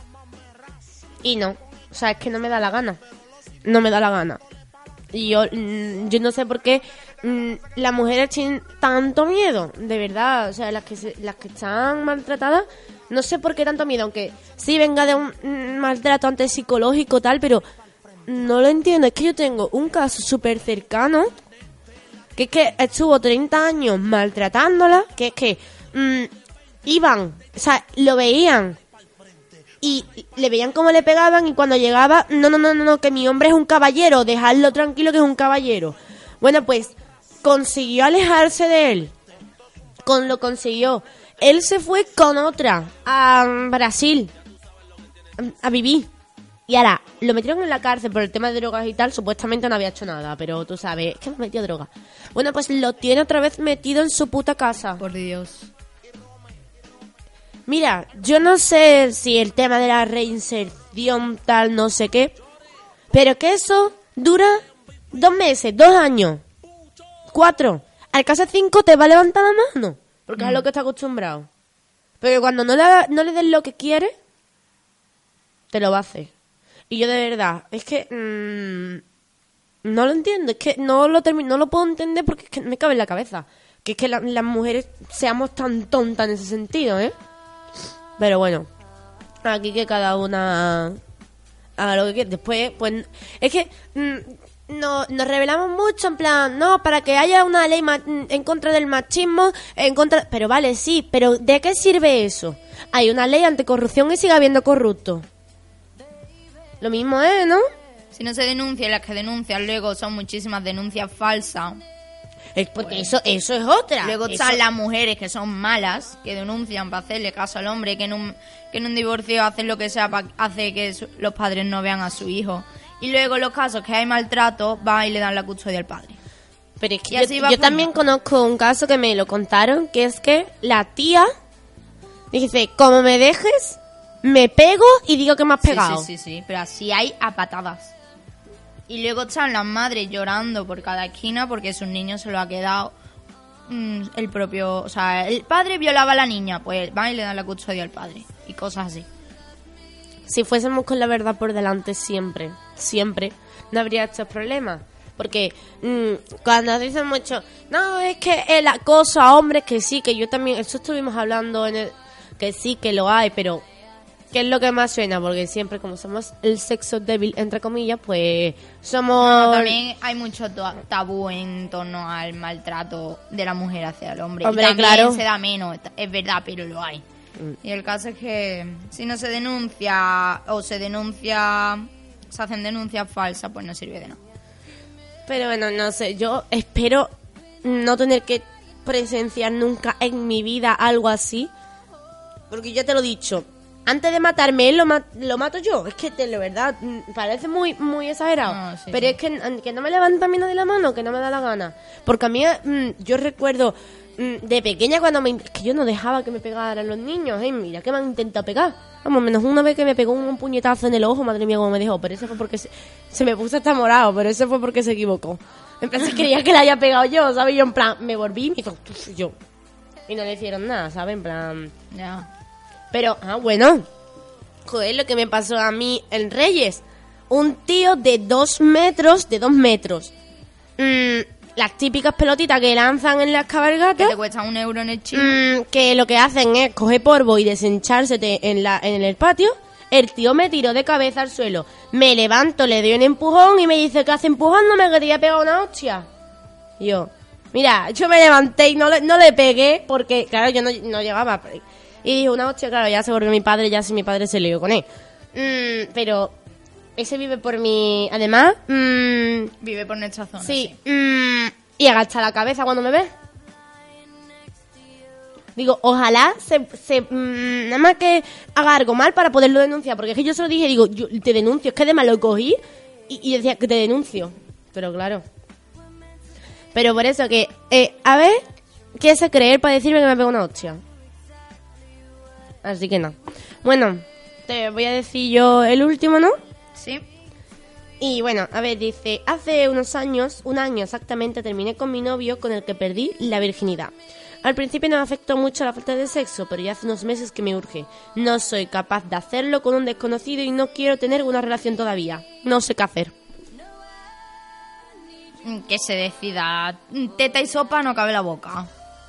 Y no, o sea, es que no me da la gana. No me da la gana. Y yo, mm, yo no sé por qué mm, las mujeres tienen tanto miedo, de verdad. O sea, las que, se- las que están maltratadas, no sé por qué tanto miedo, aunque sí venga de un mm, maltrato antes psicológico tal, pero no lo entiendo. Es que yo tengo un caso súper cercano, que es que estuvo treinta años maltratándola, que es que mm, iban, o sea, lo veían y le veían cómo le pegaban y cuando llegaba, no, no, no, no, no, que mi hombre es un caballero, dejadlo tranquilo que es un caballero. Bueno, pues consiguió alejarse de él, con lo consiguió. Él se fue con otra a Brasil a vivir. Y ahora, lo metieron en la cárcel por el tema de drogas y tal. Supuestamente no había hecho nada, pero tú sabes, es que me metió droga. Bueno, pues lo tiene otra vez metido en su puta casa. Por Dios. Mira, yo no sé si el tema de la reinserción tal, no sé qué, pero que eso dura dos meses, dos años, cuatro. Al caso cinco te va a levantar la mano, porque es a lo que está acostumbrado. Pero cuando no le, no le des lo que quiere, te lo va a hacer. Y yo de verdad, es que mmm, no lo entiendo, es que no lo termino, no lo puedo entender porque es que me cabe en la cabeza. Que es que la- las mujeres seamos tan tontas en ese sentido, ¿eh? Pero bueno, aquí que cada una haga lo que quiera. Después, pues, es que mm, no, nos revelamos mucho en plan, no, para que haya una ley ma- en contra del machismo, en contra... Pero vale, sí, pero ¿de qué sirve eso? Hay una ley anticorrupción y sigue habiendo corruptos. Lo mismo es, ¿no? Si no se denuncia y las que denuncian luego son muchísimas denuncias falsas. Es porque eso, eso es otra. Luego Eso- están las mujeres que son malas, que denuncian para hacerle caso al hombre, que en un, que en un divorcio hacen lo que sea para hace que su- los padres no vean a su hijo Y luego los casos que hay maltrato, va y le dan la custodia al padre. Pero es que Y así yo, va yo con- también conozco un caso que me lo contaron, que es que la tía dice, como me dejes, me pego y digo que me has Sí, pegado. Sí, sí, sí, pero así hay a patadas. Y luego están las madres llorando por cada esquina porque su niño se lo ha quedado mm, el propio... O sea, el padre violaba a la niña, pues van y le dan la custodia al padre. Y cosas así. Si fuésemos con la verdad por delante siempre, siempre, no habría estos problemas. Porque mm, cuando dicen mucho, no, es que el acoso a hombres, que sí, que yo también, eso estuvimos hablando en el, que sí, que lo hay, pero ¿qué es lo que más suena? Porque siempre como somos el sexo débil, entre comillas, pues somos... No, también hay mucho to- tabú en torno al maltrato de la mujer hacia el hombre. Hombre, y también claro. se da menos, es verdad, pero lo hay. Mm. Y el caso es que si no se denuncia o se denuncia, se hacen denuncias falsas, pues no sirve de nada. Pero bueno, no sé, yo espero no tener que presenciar nunca en mi vida algo así. Porque ya te lo he dicho, antes de matarme él lo, ma- lo mato yo. Es que de la verdad mm, parece muy muy exagerado. No, sí, pero sí. es que, que no me levanta a mí de la mano, que no me da la gana. Porque a mí, mm, yo recuerdo mm, de pequeña cuando me... Es que yo no dejaba que me pegaran los niños. ¿eh? Mira que me han intentado pegar. Vamos, menos una vez que me pegó un puñetazo en el ojo, madre mía, cómo me dejó. Pero eso fue porque se, se me puso hasta morado, pero eso fue porque se equivocó. En plan, si creía que la haya pegado yo, ¿sabes? Yo en plan, me volví y me hizo tuf, yo. Y no le hicieron nada, ¿sabes? En plan... Ya. Pero, ah, bueno. Joder, lo que me pasó a mí en Reyes. Un tío de dos metros, de dos metros. Mm, las típicas pelotitas que lanzan en las cabalgatas. Que te cuesta un euro en el chino. Mm, que lo que hacen es coger polvo y desenchársete en, la, en el patio. El tío me tiró de cabeza al suelo. Me levanto, le doy un empujón y me dice, ¿qué hace empujándome? Que te iba a pegar una hostia. Y yo, mira, yo me levanté y no le, no le pegué porque, claro, yo no, no llegaba. Y dijo, una hostia, claro, ya se volvió mi padre, ya si mi padre se lió con él. Mm, pero ese vive por mi... Además... Mm, Vive por nuestra zona. sí. Mm, y agacha la cabeza cuando me ve. Digo, ojalá se, se mm, nada más que haga algo mal para poderlo denunciar. Porque es que yo se lo dije, digo, yo te denuncio. Es que además lo cogí y, y decía que te denuncio. Pero claro. Pero por eso que, eh, a ver, ¿qué se creer para decirme que me pegó una hostia? Así que no. Bueno, te voy a decir yo el último, ¿no? Sí. Y bueno, a ver, dice, hace unos años, un año exactamente, terminé con mi novio con el que perdí la virginidad. Al principio no me afectó mucho la falta de sexo, pero ya hace unos meses que me urge. No soy capaz de hacerlo con un desconocido y no quiero tener una relación todavía. No sé qué hacer. Que se decida. Teta y sopa no cabe la boca.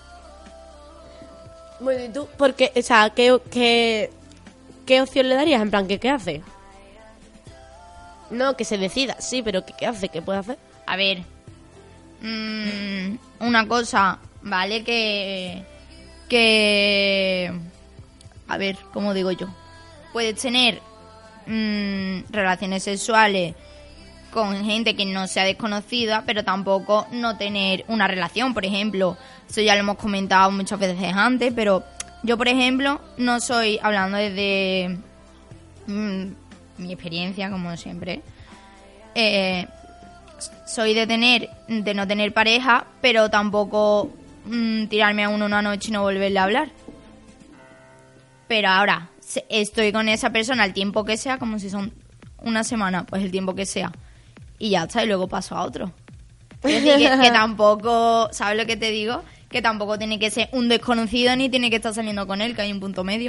Bueno, ¿y tú? Porque, o sea, ¿qué, qué, qué opción le darías? En plan, ¿qué, qué hace? No, que se decida, sí, pero ¿qué, qué hace? ¿Qué puede hacer? A ver. Mmm, una cosa, ¿vale? Que. Que. A ver, ¿cómo digo yo? Puedes tener mmm, relaciones sexuales con gente que no sea desconocida, pero tampoco no tener una relación, por ejemplo. Eso ya lo hemos comentado muchas veces antes, pero yo, por ejemplo, no soy, hablando desde mmm, mi experiencia, como siempre, eh, soy de tener, de no tener pareja, pero tampoco mmm, tirarme a uno una noche y no volverle a hablar. Pero ahora, estoy con esa persona el tiempo que sea, como si son una semana, pues el tiempo que sea. Y ya está, y luego paso a otro. Es decir, que, que tampoco, ¿sabes lo que te digo? Que tampoco tiene que ser un desconocido ni tiene que estar saliendo con él, que hay un punto medio.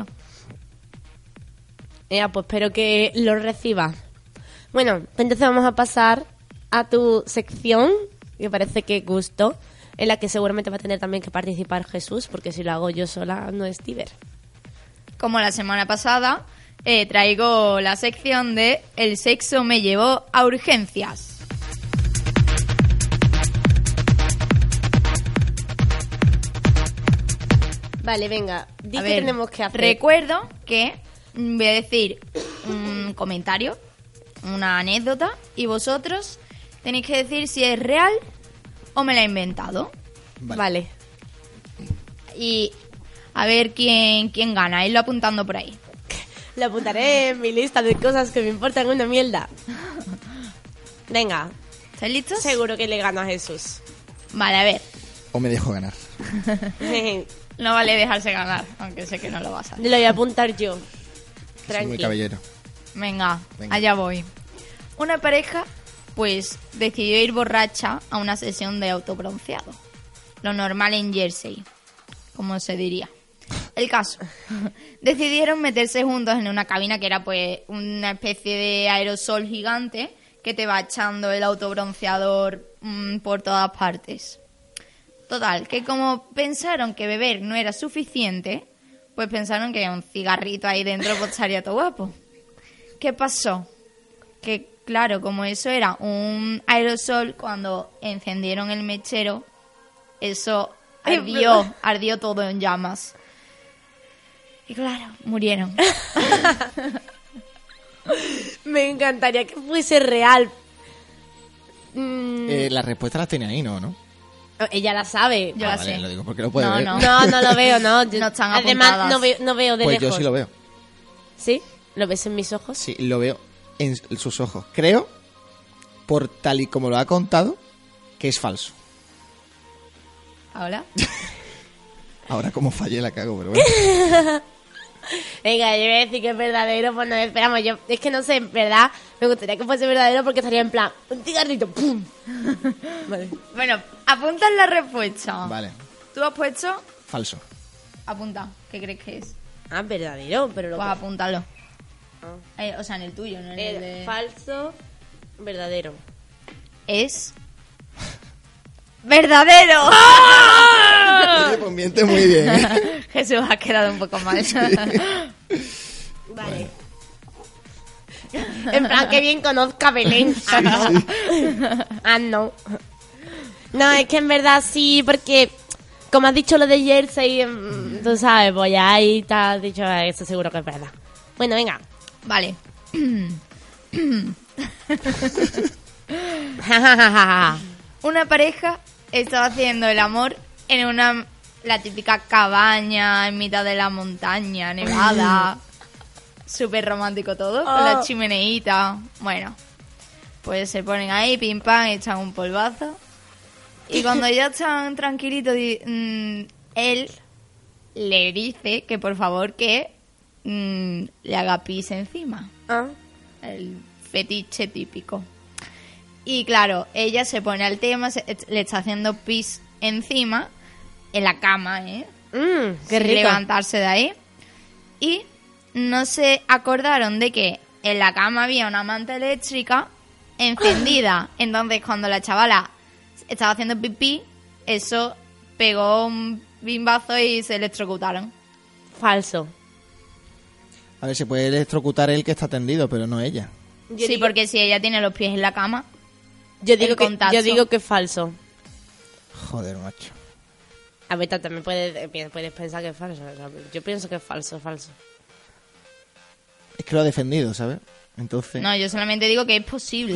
Ya, pues espero que lo recibas. Bueno, entonces vamos a pasar a tu sección, que parece que gustó, en la que seguramente va a tener también que participar Jesús, porque si lo hago yo sola no es Tiber. Como la semana pasada, eh, traigo la sección de El sexo me llevó a urgencias. Vale, venga, di A qué ver, tenemos que hacer. Recuerdo que voy a decir un comentario, una anécdota, y vosotros tenéis que decir si es real o me la he inventado. Vale. Vale. Y a ver quién, quién gana, irlo apuntando por ahí. Lo apuntaré en mi lista de cosas que me importan una mierda. Venga. ¿Estáis listos? Seguro que le gano a Jesús. Vale, a ver. O me dejo ganar. No vale dejarse ganar, aunque sé que no lo vas a hacer. Lo voy a apuntar yo. Soy muy Tranqui. caballero. Venga, Venga. allá voy. Una pareja, pues, decidió ir borracha a una sesión de autobronceado. Lo normal en Jersey, como se diría. El caso. Decidieron meterse juntos en una cabina que era, pues, una especie de aerosol gigante que te va echando el autobronceador mmm, por todas partes. Total, que como pensaron que beber no era suficiente, pues pensaron que un cigarrito ahí dentro pues estaría todo guapo. ¿Qué pasó? Que claro, como eso era un aerosol, cuando encendieron el mechero, eso ardió, ardió todo en llamas. Y claro, murieron. Me encantaría que fuese real. Mm, Eh, la respuesta la tiene ahí, ¿no? ¿no? ella la sabe. Yo Ah, la vale, sé. lo digo porque lo puede No, ver. no. No, no lo veo, no. Yo- No están Además, apuntadas. no veo, no veo de Pues lejos. yo sí lo veo. ¿Sí? ¿Lo ves en mis ojos? Sí, lo veo en sus ojos. Creo, por tal y como lo ha contado, que es falso. ¿Ahora? Ahora como fallé la cago, pero bueno. Venga, yo voy a decir que es verdadero, pues no esperamos. Yo, es que no sé, en verdad, me gustaría que fuese verdadero porque estaría en plan, un cigarrito, ¡pum! Vale. Bueno, apunta la respuesta. Vale, ¿Tú has puesto? falso. Apunta. ¿Qué crees que es? Ah, verdadero, pero lo Pues que- apúntalo. Ah. Eh, o sea, en el tuyo, no en el Eh, de... falso, verdadero. Es... ¡verdadero! Oye, pues miente muy bien, ¿eh? Jesús ha quedado un poco mal. Vale. En plan, que bien conozca a Belén. Ah, no. Ah, no. No, es que en verdad sí, porque como has dicho lo de Jersey, mm, tú sabes, pues ya ahí te has dicho, eh, eso seguro que es verdad. Bueno, venga. Vale. Una pareja estaba haciendo el amor en una... la típica cabaña en mitad de la montaña, nevada. Súper romántico todo, con la Oh. chimeneita. Bueno, pues se ponen ahí, pim pam, echan un polvazo. Y cuando ya están tranquilitos, di- mm, él le dice que por favor que mm, le haga pis encima. Ah. El fetiche típico. Y claro, ella se pone al tema, se- le está haciendo pis encima, en la cama, ¿eh? Mm, qué Sin rico. levantarse de ahí. Y no se acordaron de que en la cama había una manta eléctrica encendida. Entonces, cuando la chavala estaba haciendo pipí, eso pegó un bimbazo y se electrocutaron. Falso. A ver, se puede electrocutar él que está tendido, pero no ella. Yo sí, digo- porque si ella tiene los pies en la cama, Yo digo, el que, contacto. yo digo que es falso. Joder, macho. A ver, también puedes, puedes pensar que es falso. o sea, yo pienso que es falso, falso. Es que lo ha defendido, ¿sabes? Entonces... no, yo solamente digo que es posible.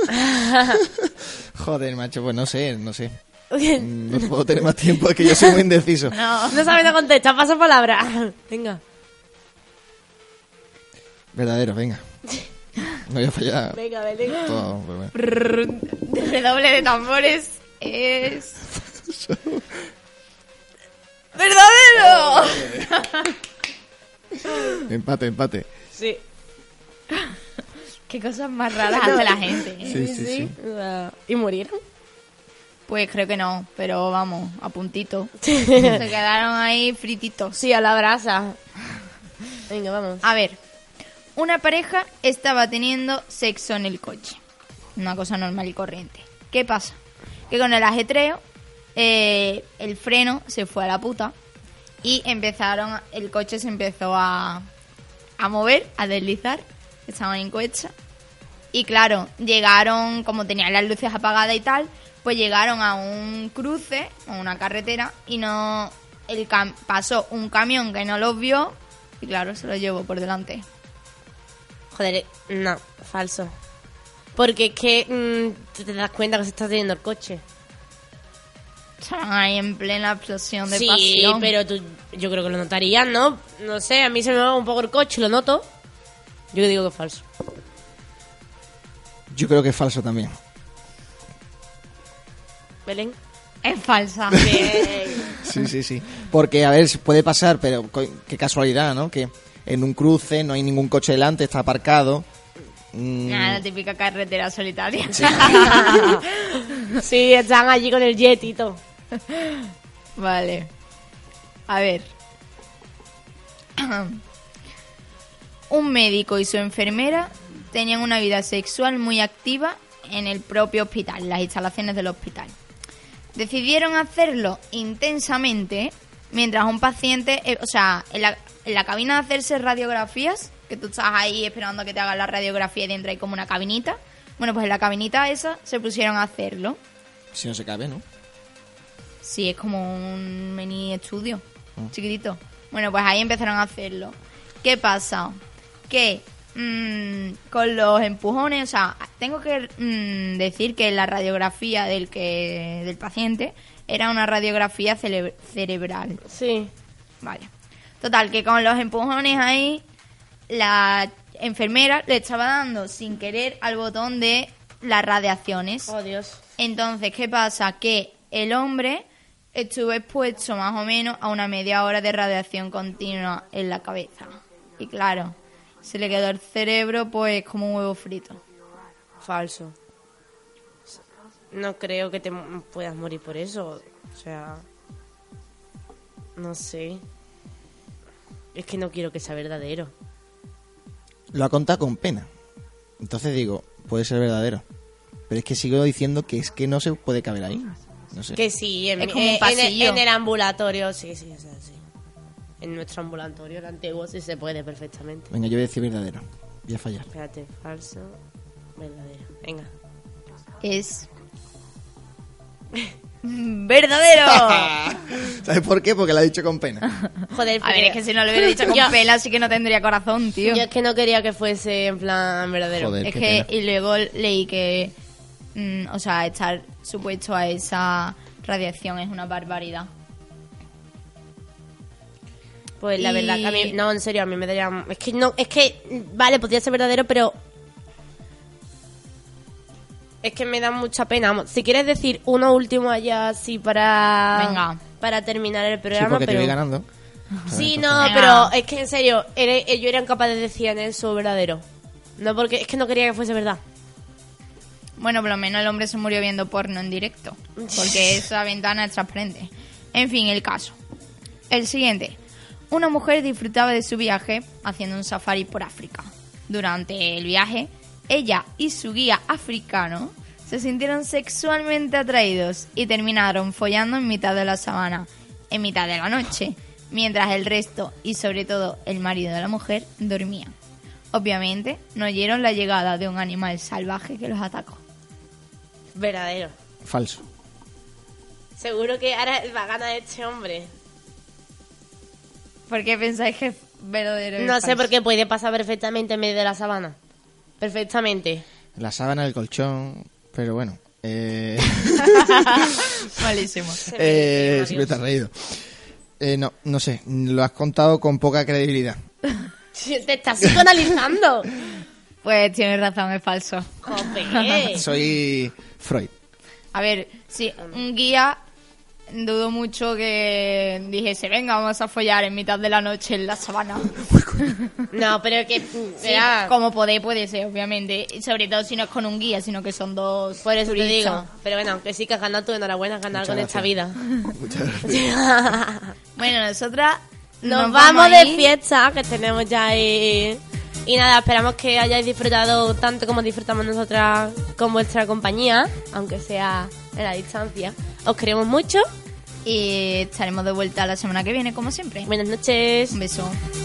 Joder, macho, pues no sé, no sé. No puedo tener más tiempo, es que yo soy muy indeciso. No, No sabes no contestar, paso palabra. Venga. Verdadero, venga. No voy a fallar. Venga, venga. Todo, pero bueno. Redoble de tambores es... ¡verdadero! Empate, empate. Sí. Qué cosas más raras hace la gente. ¿eh? Sí, sí, sí. Uh, ¿Y murieron? Pues creo que no, pero vamos, a puntito. Se quedaron ahí frititos. Sí, a la brasa. Venga, vamos. A ver, una pareja estaba teniendo sexo en el coche. Una cosa normal y corriente. ¿Qué pasa? Que con el ajetreo, eh, el freno se fue a la puta y empezaron, el coche se empezó a, a mover, a deslizar. Estaban en coche. Y claro, llegaron, como tenían las luces apagadas y tal, pues llegaron a un cruce, a una carretera, y no el cam- pasó un camión que no los vio y claro, se los llevó por delante. Joder, no, falso. Porque es que mm, te, te das cuenta que se está teniendo el coche. Estaban ahí en plena explosión de Sí, pasión. pero tú, yo creo que lo notarías, ¿no? No sé, a mí se me va un poco el coche, lo noto. Yo digo que es falso. Yo creo que es falso también. Belén. Es falsa. Sí, sí, sí. Porque, a ver, puede pasar, pero co- qué casualidad, ¿no? Que en un cruce no hay ningún coche delante, está aparcado. Mm, Nada, la típica carretera solitaria. Sí. Sí, están allí con el jet y todo. Vale. A ver. Un médico y su enfermera tenían una vida sexual muy activa en el propio hospital, en las instalaciones del hospital. Decidieron hacerlo intensamente mientras un paciente, eh, o sea, en la, en la cabina de hacerse radiografías, que tú estás ahí esperando a que te hagan la radiografía y dentro hay como una cabinita. Bueno, pues en la cabinita esa se pusieron a hacerlo. Si no se cabe, ¿no? Sí, es como un mini estudio, Mm. chiquitito. Bueno, pues ahí empezaron a hacerlo. ¿Qué pasa? Que mmm, con los empujones, o sea, tengo que mmm, decir que la radiografía del que del paciente era una radiografía cele- cerebral. Sí. Vale. Total, que con los empujones ahí, la enfermera le estaba dando sin querer al botón de las radiaciones. Oh, Dios. Entonces, ¿qué pasa? Que el hombre estuvo expuesto más o menos a una media hora de radiación continua en la cabeza. Y claro, se le quedó el cerebro pues como un huevo frito. Falso. No creo que te m- puedas morir por eso. O sea... No sé. Es que no quiero que sea verdadero. Lo ha contado con pena. Entonces digo, puede ser verdadero. Pero es que sigo diciendo que es que no se puede caber ahí. No sé. Que sí, en, Es como un eh, en el, pasillo. en el ambulatorio, sí, sí, o sea, sí. En nuestro ambulatorio, el antiguo, sí se puede perfectamente. Venga, yo voy a decir verdadero. Voy a fallar. Espérate, falso, verdadero. Venga. Es... ¡verdadero! ¿Sabes por qué? Porque lo ha dicho con pena. Joder, A ver, es que si no lo hubiera dicho con Yo- pela, sí que no tendría corazón, tío. Yo es que no quería que fuese en plan verdadero. Joder, Es qué que, pena. y luego leí que, mm, o sea, estar supuesto a esa radiación es una barbaridad. Pues la Y- verdad que a mí, no, en serio, a mí me daría... Es que no, es que, vale, podría ser verdadero, pero... Es que me da mucha pena. Vamos, si quieres decir uno último allá así para... Venga. Para terminar el Sí, programa, porque pero... te voy ganando. Sí, Entonces- no, Venga. pero es que en serio, eres- ellos eran capaces de decir en eso verdadero. No, porque es que no quería que fuese verdad. Bueno, por lo menos el hombre se murió viendo porno en directo, porque esa ventana es transparente. En fin, el caso. El siguiente. Una mujer disfrutaba de su viaje haciendo un safari por África. Durante el viaje, ella y su guía africano se sintieron sexualmente atraídos y terminaron follando en mitad de la sabana, en mitad de la noche, mientras el resto, y sobre todo el marido de la mujer, dormían. Obviamente, no oyeron la llegada de un animal salvaje que los atacó. Verdadero. Falso. Seguro que ahora va a ganar este hombre. ¿Por qué pensáis que es verdadero? y No sé, falso? porque puede pasar perfectamente en medio de la sabana. Perfectamente. La sábana, el colchón. Pero bueno. Eh... Malísimo. eh, siempre te has reído. Eh, no, no sé. Lo has contado con poca credibilidad. Te estás psicoanalizando. Pues tienes razón, es falso. Joder. Soy Freud. A ver, si un guía, dudo mucho que dijese, venga, vamos a follar en mitad de la noche en la sabana. No, pero que... Sí, era- como puede, puede ser, obviamente. Y sobre todo si no es con un guía, sino que son dos Por eso te turistas. digo. Pero bueno, que sí que has ganado tú, enhorabuena, has ganado Muchas con esta vida. Muchas gracias. Bueno, nosotras Nos, vamos, de a ir. fiesta, que tenemos ya ahí. Y nada, esperamos que hayáis disfrutado tanto como disfrutamos nosotras con vuestra compañía, aunque sea en la distancia. Os queremos mucho. Y estaremos de vuelta la semana que viene, como siempre. Buenas noches. Un beso.